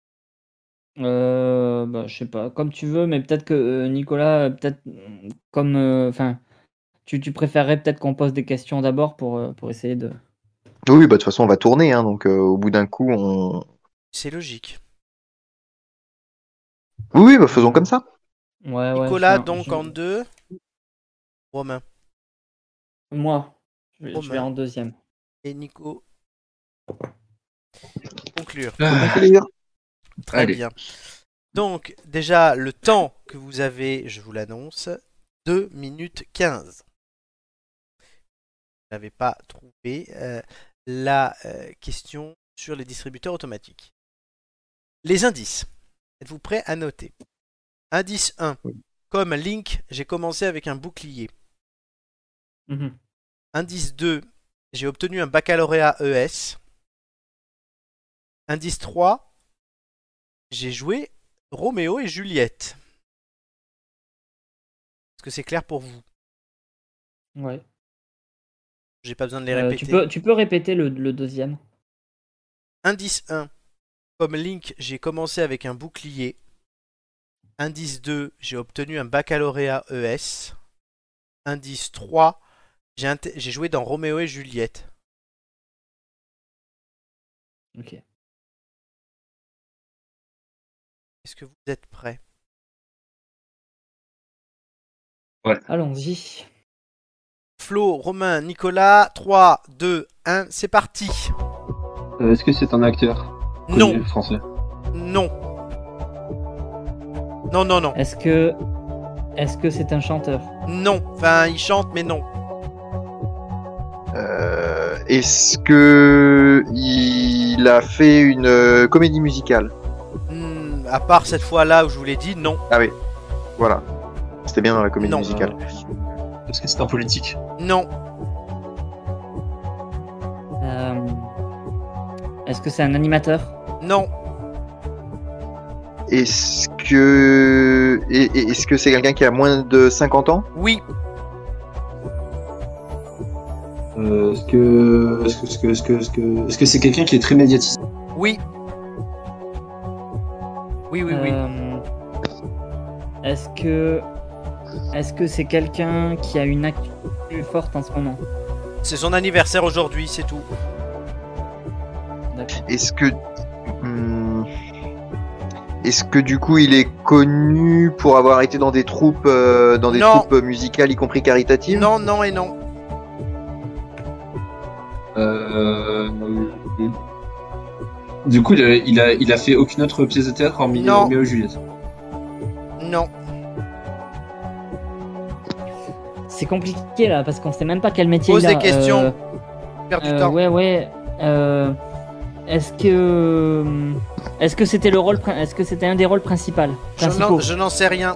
Je sais pas, comme tu veux, mais peut-être que Nicolas, peut-être comme, enfin, tu préférerais peut-être qu'on pose des questions d'abord pour essayer de. Oui, bah de toute façon, on va tourner, hein, donc au bout d'un coup, on. C'est logique. Oui, bah faisons comme ça. Ouais, Nicolas, donc en deux. Romain. Moi, je vais en deuxième. Et Nico. Conclure. Très Allez. bien. Donc, déjà, le temps que vous avez, je vous l'annonce, 2 minutes 15. Vous n'avez pas trouvé la question sur les distributeurs automatiques. Les indices. Êtes-vous prêts à noter? Indice 1. Comme Link, j'ai commencé avec un bouclier. Indice 2. J'ai obtenu un baccalauréat ES. Indice 3. J'ai joué Roméo et Juliette. Est-ce que c'est clair pour vous? Ouais. J'ai pas besoin de les répéter. Tu peux répéter le deuxième. Indice 1. Comme Link, j'ai commencé avec un bouclier. Indice 2. J'ai obtenu un baccalauréat ES. Indice 3. J'ai joué dans Roméo et Juliette. Ok. Est-ce que vous êtes prêts? Ouais. Allons-y. Flo, Romain, Nicolas, 3, 2, 1, c'est parti. Est-ce que c'est un acteur Non. connu, français? Non. Non, non, non. Est-ce que c'est un chanteur? Non. Enfin, il chante, mais non. Est-ce que il a fait une comédie musicale? À part cette fois-là où je vous l'ai dit, non. Ah oui, voilà. C'était bien dans la comédie Non. musicale. Est-ce que c'est un politique? Non. Est-ce que c'est un animateur? Non. Est-ce que c'est quelqu'un qui a moins de 50 ans? Oui. Est-ce que c'est quelqu'un qui est très médiatisé? Oui. Oui. Est-ce que c'est quelqu'un qui a une actu forte en ce moment? C'est son anniversaire aujourd'hui, c'est tout. D'accord. Est-ce que du coup il est connu pour avoir été dans des troupes troupes musicales, y compris caritatives? Non, non et non. Du coup, il a fait aucune autre pièce de théâtre hormis Roméo et Juliette? Non. C'est compliqué là parce qu'on sait même pas quel métier Pose il a. des questions. Perds du temps. Ouais. Est-ce que c'était le rôle Est-ce que c'était un des rôles principaux? Je n'en sais rien.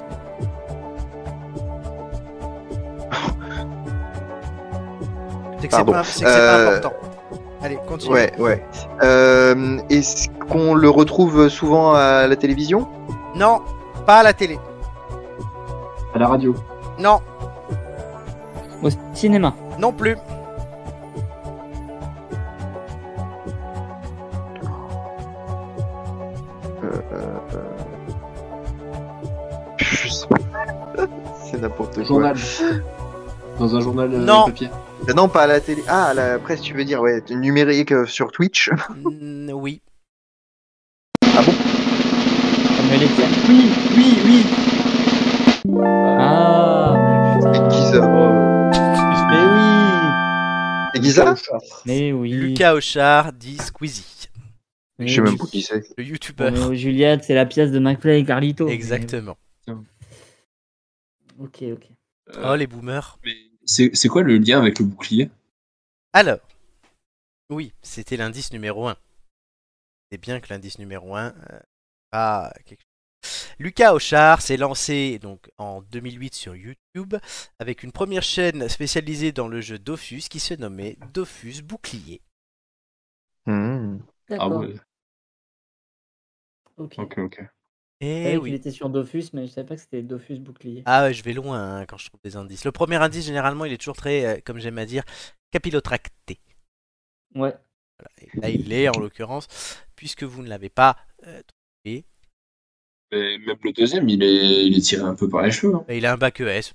C'est que c'est pas important. Allez, continue. Ouais. Est-ce qu'on le retrouve souvent à la télévision? Non, pas à la télé. À la radio? Non. Au cinéma? Non plus. C'est n'importe quoi. Journal. Dans un journal papier? Non, pas à la télé. Ah, à la presse, tu veux dire, ouais, numérique sur Twitch. Oui. Ah bon? Comme les tiennes. Oui. Ah, putain. Giza. Mais oui. Et Giza? Mais oui. Lucas Auchard dit Squeezie. Je sais même pas qui c'est. Le youtubeur. Roméo et Juliette, c'est la pièce de McFly et Carlito. Exactement. Ok. Oh, les boomers. Mais c'est quoi le lien avec le bouclier? Alors, oui, c'était l'indice numéro 1. C'est bien que l'indice numéro 1, pas quelque chose. Lucas Auchard s'est lancé donc en 2008 sur YouTube avec une première chaîne spécialisée dans le jeu Dofus qui se nommait Dofus Bouclier. Ah D'accord. ouais. Ok. Ok. Je Et savais qu'il oui. était sur Dofus, mais je savais pas que c'était Dofus Bouclier. Ah ouais, je vais loin hein, quand je trouve des indices. Le premier indice, généralement, il est toujours très, comme j'aime à dire, capillotracté. Ouais. Voilà. Et là, il l'est en l'occurrence, puisque vous ne l'avez pas trouvé. Mais même le deuxième, il est tiré un peu par les cheveux. Hein. Il a un bac ES.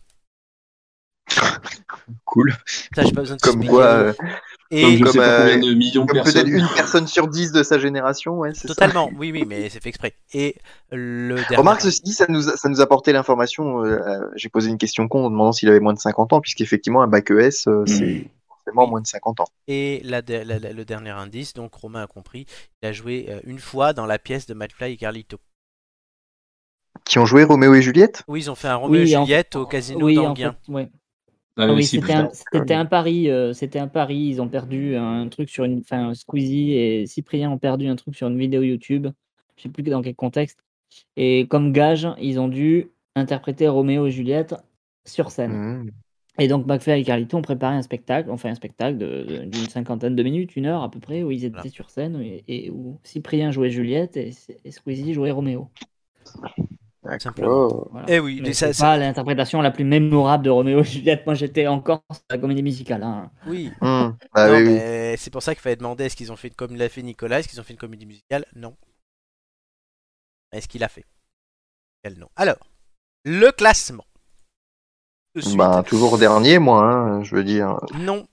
Cool. Ça, j'ai pas besoin de Comme t'expliquer. quoi, Et Comme je sais pas combien de millions de comme personnes. peut-être une personne sur 10 de sa génération, ouais, c'est totalement, oui, mais c'est fait exprès. Et le ça. dernier. Remarque, ceci dit, ça nous a apporté l'information. J'ai posé une question con en demandant s'il avait moins de 50 ans, puisqu'effectivement, un bac ES, c'est forcément moins de 50 ans. Et le dernier indice, donc Romain a compris, il a joué une fois dans la pièce de McFly et Carlito. Qui ont joué Roméo et Juliette? Oui, ils ont fait un Roméo et Juliette au casino d'Anguien. Ouais. Ah, oui, si, c'était un pari. C'était un pari. Ils ont perdu un truc sur une. Enfin, Squeezie et Cyprien ont perdu un truc sur une vidéo YouTube. Je sais plus dans quel contexte. Et comme gage, ils ont dû interpréter Roméo et Juliette sur scène. Et donc McFly et Carlito ont préparé un spectacle, d'une 50aine de minutes, 1 heure à peu près, où ils étaient sur scène et où Cyprien jouait Juliette et Squeezie jouait Roméo. Simplement. Voilà. Et oui, mais ça, c'est pas l'interprétation la plus mémorable de Roméo et Juliette. Moi, j'étais encore sur la comédie musicale. Hein. Oui. Bah non, oui, mais c'est pour ça qu'il fallait demander est-ce qu'ils ont fait comme l'a fait Nicolas, est-ce qu'ils ont fait une comédie musicale? Non. Est-ce qu'il a fait? Elle, non. Alors, le classement. Bah, toujours dernier, moi, hein, je veux dire. Non.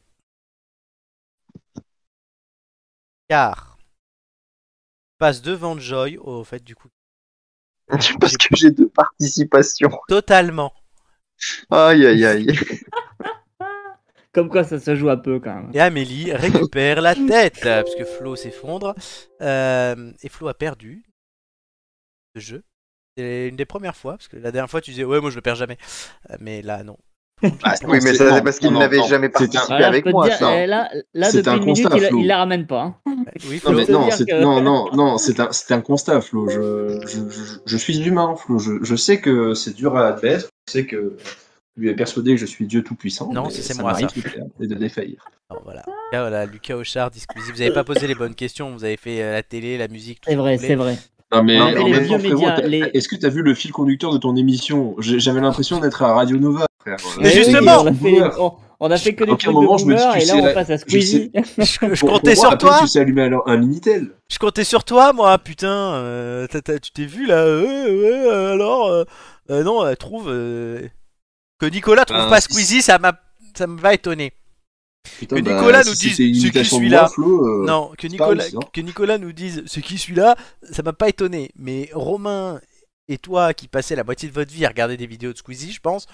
Car passe devant Joy au fait du coup. Parce que j'ai 2 participations. Totalement. Aïe aïe aïe. Comme quoi ça se joue à peu quand même. Et Amélie récupère la tête parce que Flo s'effondre et Flo a perdu ce jeu. C'est une des premières fois parce que la dernière fois tu disais ouais moi je le perds jamais, mais là non. Oui, mais ça c'est parce qu'il n'avait jamais participé avec moi. Dire, ça. là depuis une minute, il la ramène pas. Hein. Oui, non, mais non, c'est un constat, Flo. Je suis humain, Flo. Je sais que c'est dur à admettre. Je sais que lui est persuadé que je suis Dieu tout-puissant. Non, c'est moi ça. De perdre et de défaillir. Alors, voilà, Lucas Auchard, Discusif. Vous n'avez pas posé les bonnes questions. Vous avez fait la télé, la musique. Tout c'est vrai. Non, mais les vieux médias. Est-ce que tu as vu le fil conducteur de ton émission? J'avais l'impression d'être à Radio Nova, frère. Mais justement, on a fait que des trucs de boomer et là on passe à Squeezie. Je comptais sur toi. Tu sais allumer un Minitel. Je comptais sur toi, moi, putain. Tu t'es vu là alors non, elle trouve que Nicolas trouve pas Squeezie, ça m'a pas étonné. Putain, que Nicolas nous dise c'est qui celui-là. Non, que Nicolas nous dise c'est qui celui-là, ça m'a pas étonné. Mais Romain et toi qui passez la moitié de votre vie à regarder des vidéos de Squeezie, je pense.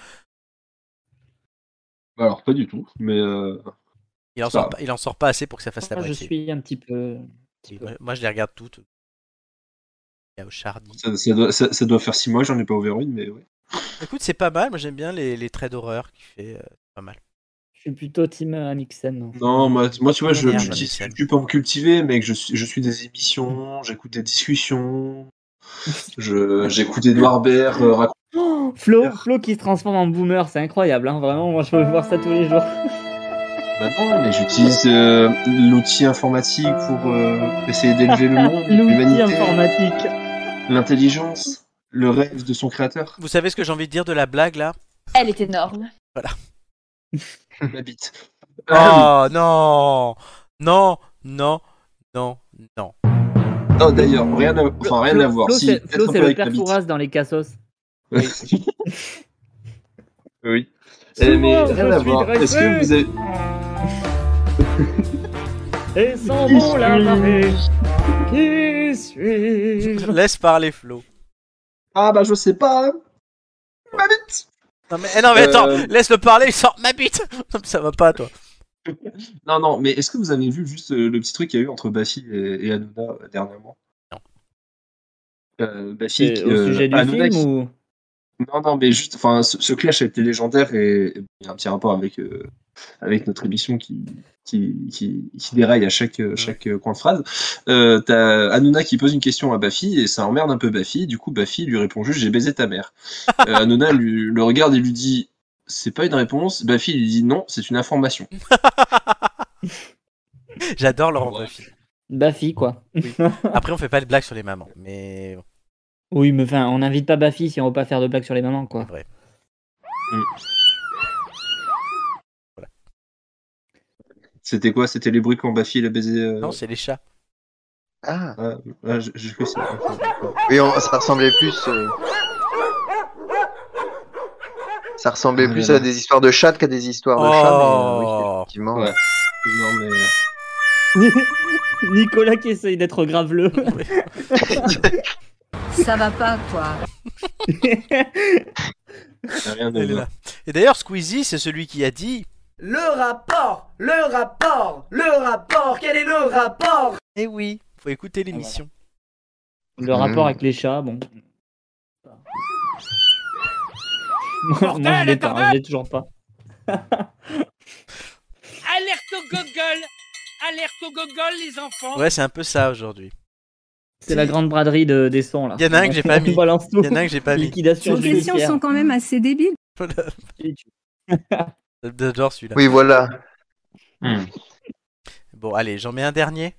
Alors pas du tout, mais il en sort pas assez pour que ça fasse la moitié. Je suis un petit peu. Moi je les regarde toutes. Il y a Auchardy. Ça doit faire 6 mois, j'en ai pas ouvert une, mais ouais. Écoute, c'est pas mal. Moi j'aime bien les traits d'horreur qu'il fait. Pas mal. Je suis plutôt team Amixen. Non, moi tu vois, je suis pas me cultiver, mais je suis des émissions, j'écoute des discussions, j'écoute Edouard Baird raconter. Flo qui se transforme en boomer, c'est incroyable, hein, vraiment, moi je veux voir ça tous les jours. Bah non, mais j'utilise l'outil informatique pour essayer d'élever le monde, l'humanité, informatique, l'intelligence, le rêve de son créateur. Vous savez ce que j'ai envie de dire de la blague là? Elle est énorme. Voilà. Ma bite. Oh non. Non, d'ailleurs, rien à voir. Flo, c'est le père Fouras dans les Cassos. Oui. Oui. Mais rien à voir. Est-ce que vous avez... Et sans bon la marée, qui suis... Laisse parler Flo. Ah bah je sais pas. Ma bite. Non mais attends, laisse-le parler, il sort ma bite. Ça va pas toi. Non, mais est-ce que vous avez vu juste le petit truc qu'il y a eu entre Bafi et Hanouna dernièrement? Non. Bafi, au sujet du film ou... Non, mais juste, enfin, ce clash a été légendaire et il y a un petit rapport avec notre émission qui déraille à chaque coin de phrase. T'as Hanouna qui pose une question à Bafi et ça emmerde un peu Bafi. Du coup, Bafi lui répond juste j'ai baisé ta mère. Hanouna le regarde et lui dit c'est pas une réponse. Bafi lui dit non, c'est une information. J'adore Laurent Bafi. Bafi, quoi. Oui. Après, on fait pas de blagues sur les mamans, mais. Oui, mais enfin, on n'invite pas Bafi si on veut pas faire de blagues sur les mamans, quoi. C'est vrai. Voilà. C'était quoi? C'était les bruits quand Bafi il a baisé. Non, c'est les chats. Ah. Je fais ça. Oui, ça ressemblait plus. Ça ressemblait plus à des histoires de chats qu'à des histoires de chats, mais oui, effectivement. Ouais. Non, mais. Nicolas qui essaye d'être graveleux. Ça va pas, quoi. Rien de là. Et d'ailleurs, Squeezie, c'est celui qui a dit le rapport, quel est le rapport? Eh oui, faut écouter l'émission. Le rapport avec les chats, bon. Moi, je l'ai toujours pas. Alerte au Google, les enfants. Ouais, c'est un peu ça aujourd'hui. C'est la grande braderie des sons, là. Il y en a un que j'ai pas mis. Liquidation Les questions sont quand même assez débiles. J'adore celui-là. Oui, voilà. Bon, allez, j'en mets un dernier.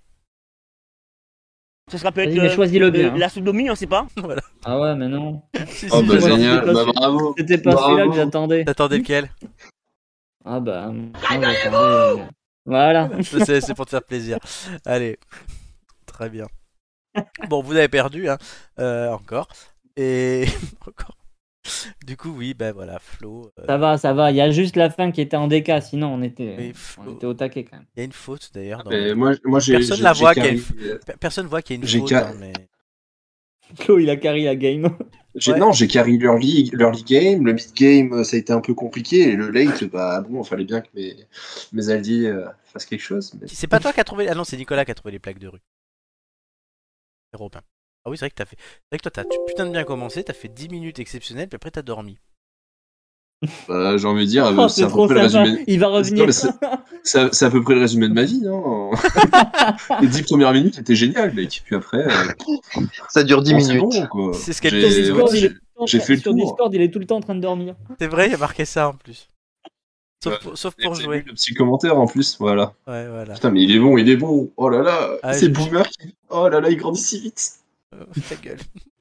Ça sera peut-être mais choisis-le bien. la sodomie, on sait pas. Voilà. Ah ouais, mais non. Oh bah génial, bravo. C'était pas celui-là que j'attendais. T'attendais lequel? Ah bah, j'attendais... Voilà. C'est pour te faire plaisir. Allez, très bien. Bon, vous avez perdu, hein, encore. Et encore. Du coup, oui, ben voilà, Flo. Ça va. Il y a juste la fin qui était en déca, sinon on était au taquet quand même. Il y a une faute d'ailleurs. Moi, personne la voit qu'il y a personne voit qu'il y a une faute. Hein, mais... Flo, il a carry la game. Non, j'ai carry l'early game. Le mid game, ça a été un peu compliqué. Et le late, bah bon, il fallait bien que mes alliés fassent quelque chose. Mais... C'est pas toi qui as trouvé. Ah non, c'est Nicolas qui a trouvé les plaques de rue. Robin. Ah oui, c'est vrai que toi, t'as putain de bien commencé, t'as fait 10 minutes exceptionnelles, puis après t'as dormi. Bah, j'ai envie de dire, c'est à peu près le résumé. Il va revenir. C'est à peu près le résumé de ma vie, non? Les 10 premières minutes étaient géniales, mec. Puis après. Ça dure 10 minutes. Bon, quoi. C'est ce qu'elle dit. J'ai fait le tour. Sur Discord, il est tout le temps en train de dormir. C'est vrai, il y a marqué ça en plus. Sauf pour jouer. Le petit commentaire en plus, voilà. Ouais, voilà. Putain, mais il est bon. Oh là là, c'est Boomer qui. Oh là là, il grandit si vite. Ta gueule.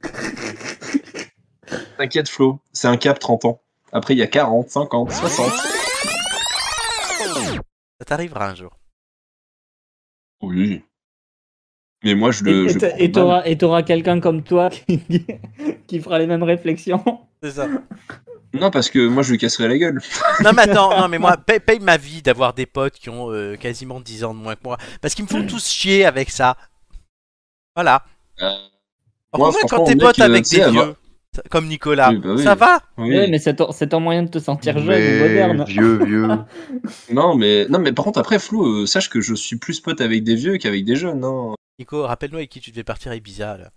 T'inquiète, Flo, c'est un cap 30 ans. Après, il y a 40, 50, 60. Ça t'arrivera un jour. Oui. Mais moi, Et t'auras quelqu'un comme toi qui fera les mêmes réflexions. C'est ça. Non, parce que moi, je lui casserai la gueule. Non, mais attends, mais moi, paye ma vie d'avoir des potes qui ont quasiment 10 ans de moins que moi. Parce qu'ils me font tous chier avec ça. Voilà. Moi, quand t'es pote avec des vieux, comme Nicolas, ça va? Oui, mais c'est ton moyen de te sentir jeune et moderne. Vieux. non, mais par contre, après, Flo, sache que je suis plus pote avec des vieux qu'avec des jeunes. Hein. Nico, rappelle-nous avec qui tu devais partir à Ibiza, là.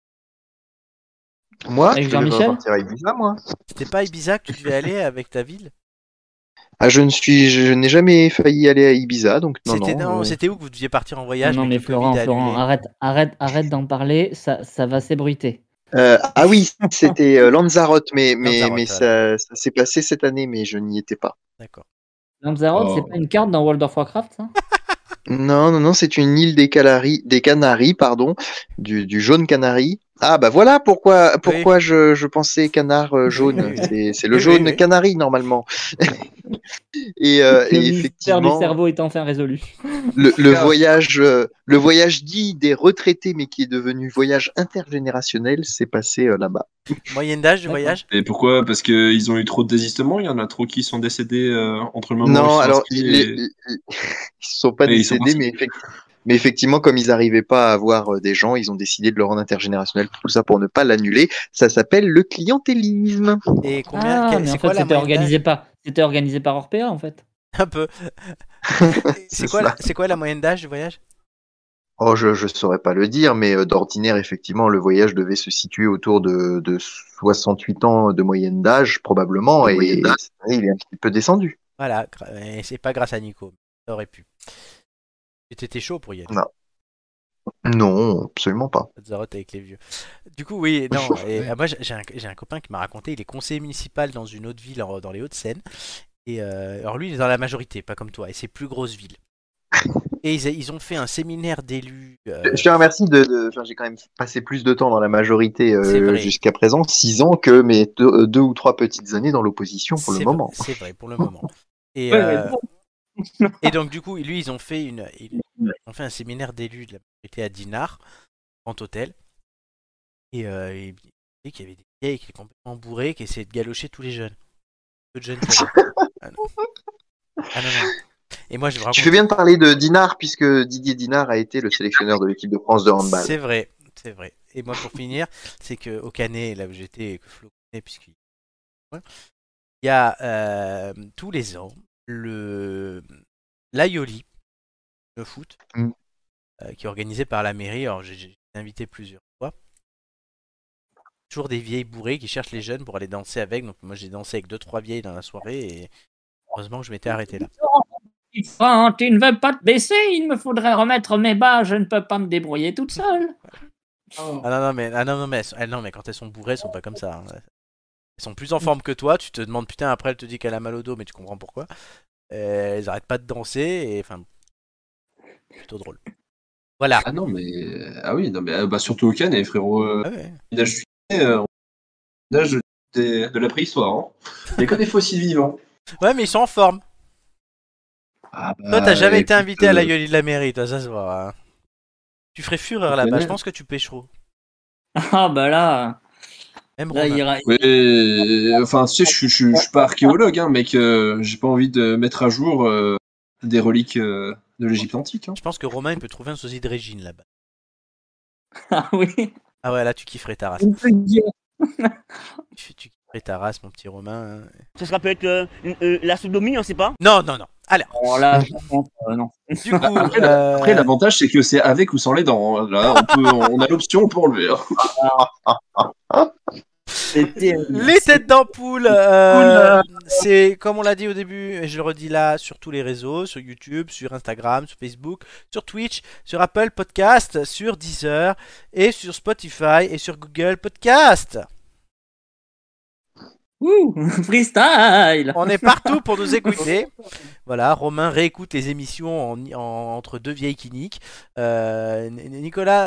Moi, avec je devais partir à Ibiza, moi. C'était pas à Ibiza que tu devais aller avec ta ville? Ah, je n'ai jamais failli aller à Ibiza, donc non. C'était où que vous deviez partir en voyage? Non, mais Florent, arrête d'en parler, ça va s'ébruiter. Ah oui, c'était Lanzarote, mais Lanzarote, ça s'est passé cette année, mais je n'y étais pas. D'accord. Lanzarote, c'est pas une carte dans World of Warcraft, ça? Non, c'est une île des Canaries, pardon, du jaune canari. Ah bah voilà pourquoi je pensais canard jaune. C'est le jaune canari normalement. et effectivement, du cerveau est enfin résolu. Le voyage dit des retraités, mais qui est devenu voyage intergénérationnel, s'est passé là-bas. Moyenne d'âge du voyage? Et pourquoi? Parce qu'ils ont eu trop de désistements. Il y en a trop qui sont décédés entre le moment où ils sont alors inscrits ils sont pas décédés, mais effectivement, comme ils n'arrivaient pas à avoir des gens, ils ont décidé de le rendre intergénérationnel, tout ça pour ne pas l'annuler. Ça s'appelle le clientélisme. Et combien? Mais en fait, c'était organisé par Orpea, en fait. Un peu. C'est quoi la moyenne d'âge du voyage? Oh, je saurais pas le dire, mais d'ordinaire, effectivement, le voyage devait se situer autour de 68 ans de moyenne d'âge, probablement, et il est un petit peu descendu. Voilà, et c'est pas grâce à Nico. Ça aurait pu. T'étais chaud pour y aller. Non. Non, absolument pas. Zarotte avec les vieux. Du coup, oui, non. Et, moi, j'ai un copain qui m'a raconté, il est conseiller municipal dans une autre ville dans les Hauts-de-Seine. Et alors lui, il est dans la majorité, pas comme toi, et c'est plus grosse ville. Et ils ont fait un séminaire d'élus. Je te remercie enfin, j'ai quand même passé plus de temps dans la majorité vrai. jusqu'à présent, 6 ans, que mes 2 ou 3 petites années dans l'opposition pour le moment. C'est vrai, pour le moment. Et, et donc, du coup, lui, ils ont fait un séminaire d'élus de la majorité à Dinard, grand hôtel. Et il disait qu'il y avait des vieilles qui étaient complètement bourrées, qui essayaient de galocher tous les jeunes. Peu de jeunes qui avaient. Ah non. Et moi, Tu fais bien de parler de Dinard, puisque Didier Dinard a été le sélectionneur de l'équipe de France de handball. C'est vrai. Et moi, pour finir, c'est qu'au Canet, là où j'étais, et que Flo connaît, puisqu'il y a tous les ans l'Aioli de foot, qui est organisé par la mairie. Alors, j'ai invité plusieurs fois. Toujours des vieilles bourrées qui cherchent les jeunes pour aller danser avec. Donc, moi, j'ai dansé avec 2-3 vieilles dans la soirée, et heureusement que je m'étais arrêté là. Quand tu ne veux pas te baisser, il me faudrait remettre mes bas, je ne peux pas me débrouiller toute seule. Ah non, mais quand elles sont bourrées, elles sont pas comme ça. Hein. Elles sont plus en forme que toi, tu te demandes, putain, après elle te dit qu'elle a mal au dos, mais tu comprends pourquoi. Elles arrêtent pas de danser, et enfin, plutôt drôle. Voilà. Ah non, mais. Ah oui, non, mais surtout au Canet, frérot. L'âge de la préhistoire. Hein. Il n'y a que des fossiles vivants. Ouais, mais ils sont en forme. Toi, t'as jamais été invité à la gueule de la mairie, toi, ça se voit. Hein. Tu ferais fureur là-bas, je pense que tu pêcheras. Ah bah là. Là, enfin, tu sais, je suis pas archéologue, hein, mec. J'ai pas envie de mettre à jour des reliques de l'Égypte antique. Hein. Je pense que Romain, il peut trouver un sosie de Régine là-bas. Ah oui. Ah ouais, là, tu kifferais ta race. Tu kifferais ta race, mon petit Romain. Hein. Ça sera peut-être la sodomie, on sait pas. Non. Allez. Alors là, non. Du coup, après, l'avantage, c'est que c'est avec ou sans les dents. Là, on a l'option, on peut enlever. Les têtes d'ampoule, c'est comme on l'a dit au début, et je le redis là, sur tous les réseaux, sur YouTube, sur Instagram, sur Facebook, sur Twitch, sur Apple Podcast, sur Deezer, et sur Spotify, et sur Google Podcast. Freestyle. On est partout pour nous écouter. Voilà, Romain réécoute les émissions entre deux vieilles qui niquent. Nicolas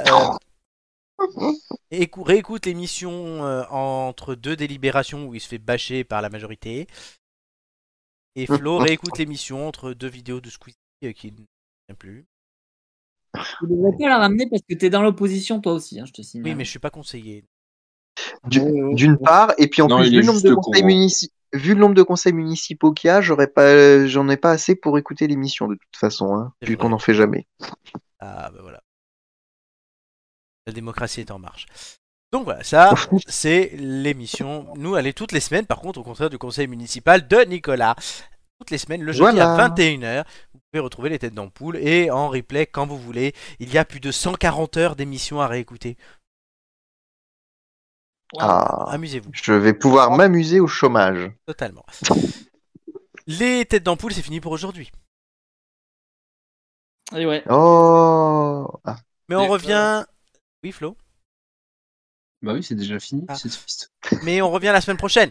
réécoute l'émission entre deux délibérations où il se fait bâcher par la majorité. Et Flo réécoute l'émission entre deux vidéos de Squeezie qui n'aime plus. Tu devrais pas la ramener parce que t'es dans l'opposition toi aussi, hein, je te signale. Oui, mais je suis pas conseiller. D'une part, et puis en plus, vu le nombre de conseils municipaux qu'il y a, j'en ai pas assez pour écouter l'émission de toute façon, hein, vu qu'on n'en fait jamais. Ah bah voilà. La démocratie est en marche. Donc voilà, ça c'est l'émission. Nous, elle est toutes les semaines, par contre, au contraire du conseil municipal de Nicolas. Toutes les semaines, le jeudi à 21h, vous pouvez retrouver les têtes d'ampoule et en replay quand vous voulez. Il y a plus de 140 heures d'émissions à réécouter. Amusez-vous. Je vais pouvoir m'amuser au chômage. Totalement. Les têtes d'ampoule, c'est fini pour aujourd'hui. Et ouais. Oh. Mais on revient. Oui, Flo. Bah oui, c'est déjà fini, c'est triste. Mais on revient la semaine prochaine.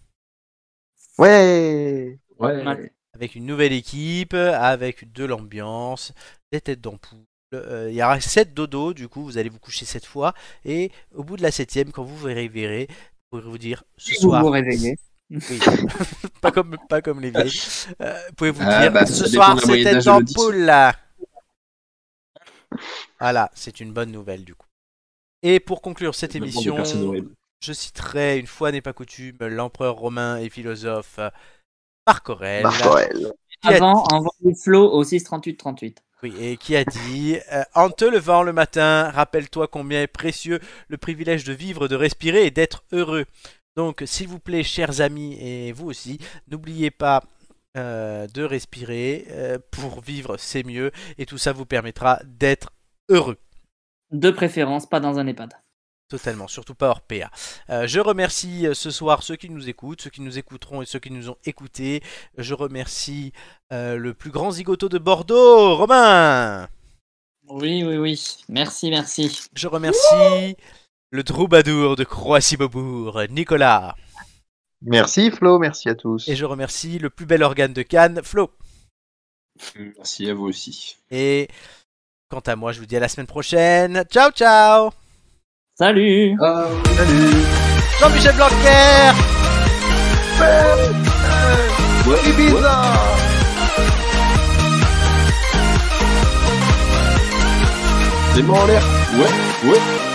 Ouais. Avec une nouvelle équipe, avec de l'ambiance, des têtes d'ampoule. Il y aura 7 dodos, du coup vous allez vous coucher 7 fois. Et au bout de la 7ème, quand vous vous réveillerez, vous pourrez vous dire ce soir. Vous vous réveillez. Oui. pas comme les vieilles. Vous pouvez vous dire ce soir c'est tête d'ampoule là. Voilà, c'est une bonne nouvelle du coup. Et pour conclure cette émission, je citerai une fois n'est pas coutume l'empereur romain et philosophe Marc Aurèle. Avant, envoyez Flo au 63838. Oui, et qui a dit en te levant le matin, rappelle-toi combien est précieux le privilège de vivre, de respirer et d'être heureux. Donc, s'il vous plaît, chers amis, et vous aussi, n'oubliez pas de respirer. Pour vivre, c'est mieux. Et tout ça vous permettra d'être heureux. De préférence, pas dans un EHPAD. Totalement, surtout pas hors PA. Je remercie ce soir ceux qui nous écoutent, ceux qui nous écouteront et ceux qui nous ont écoutés. Je remercie le plus grand zigoto de Bordeaux, Romain. Oui. Merci. Je remercie le troubadour de Croissy-Beaubourg, Nicolas. Merci Flo, merci à tous. Et je remercie le plus bel organe de Cannes, Flo. Merci à vous aussi. Et quant à moi, je vous dis à la semaine prochaine. Ciao, ciao. Salut. Salut. Jean-Michel Blanquer. Ibiza. Les mains en l'air. Ouais.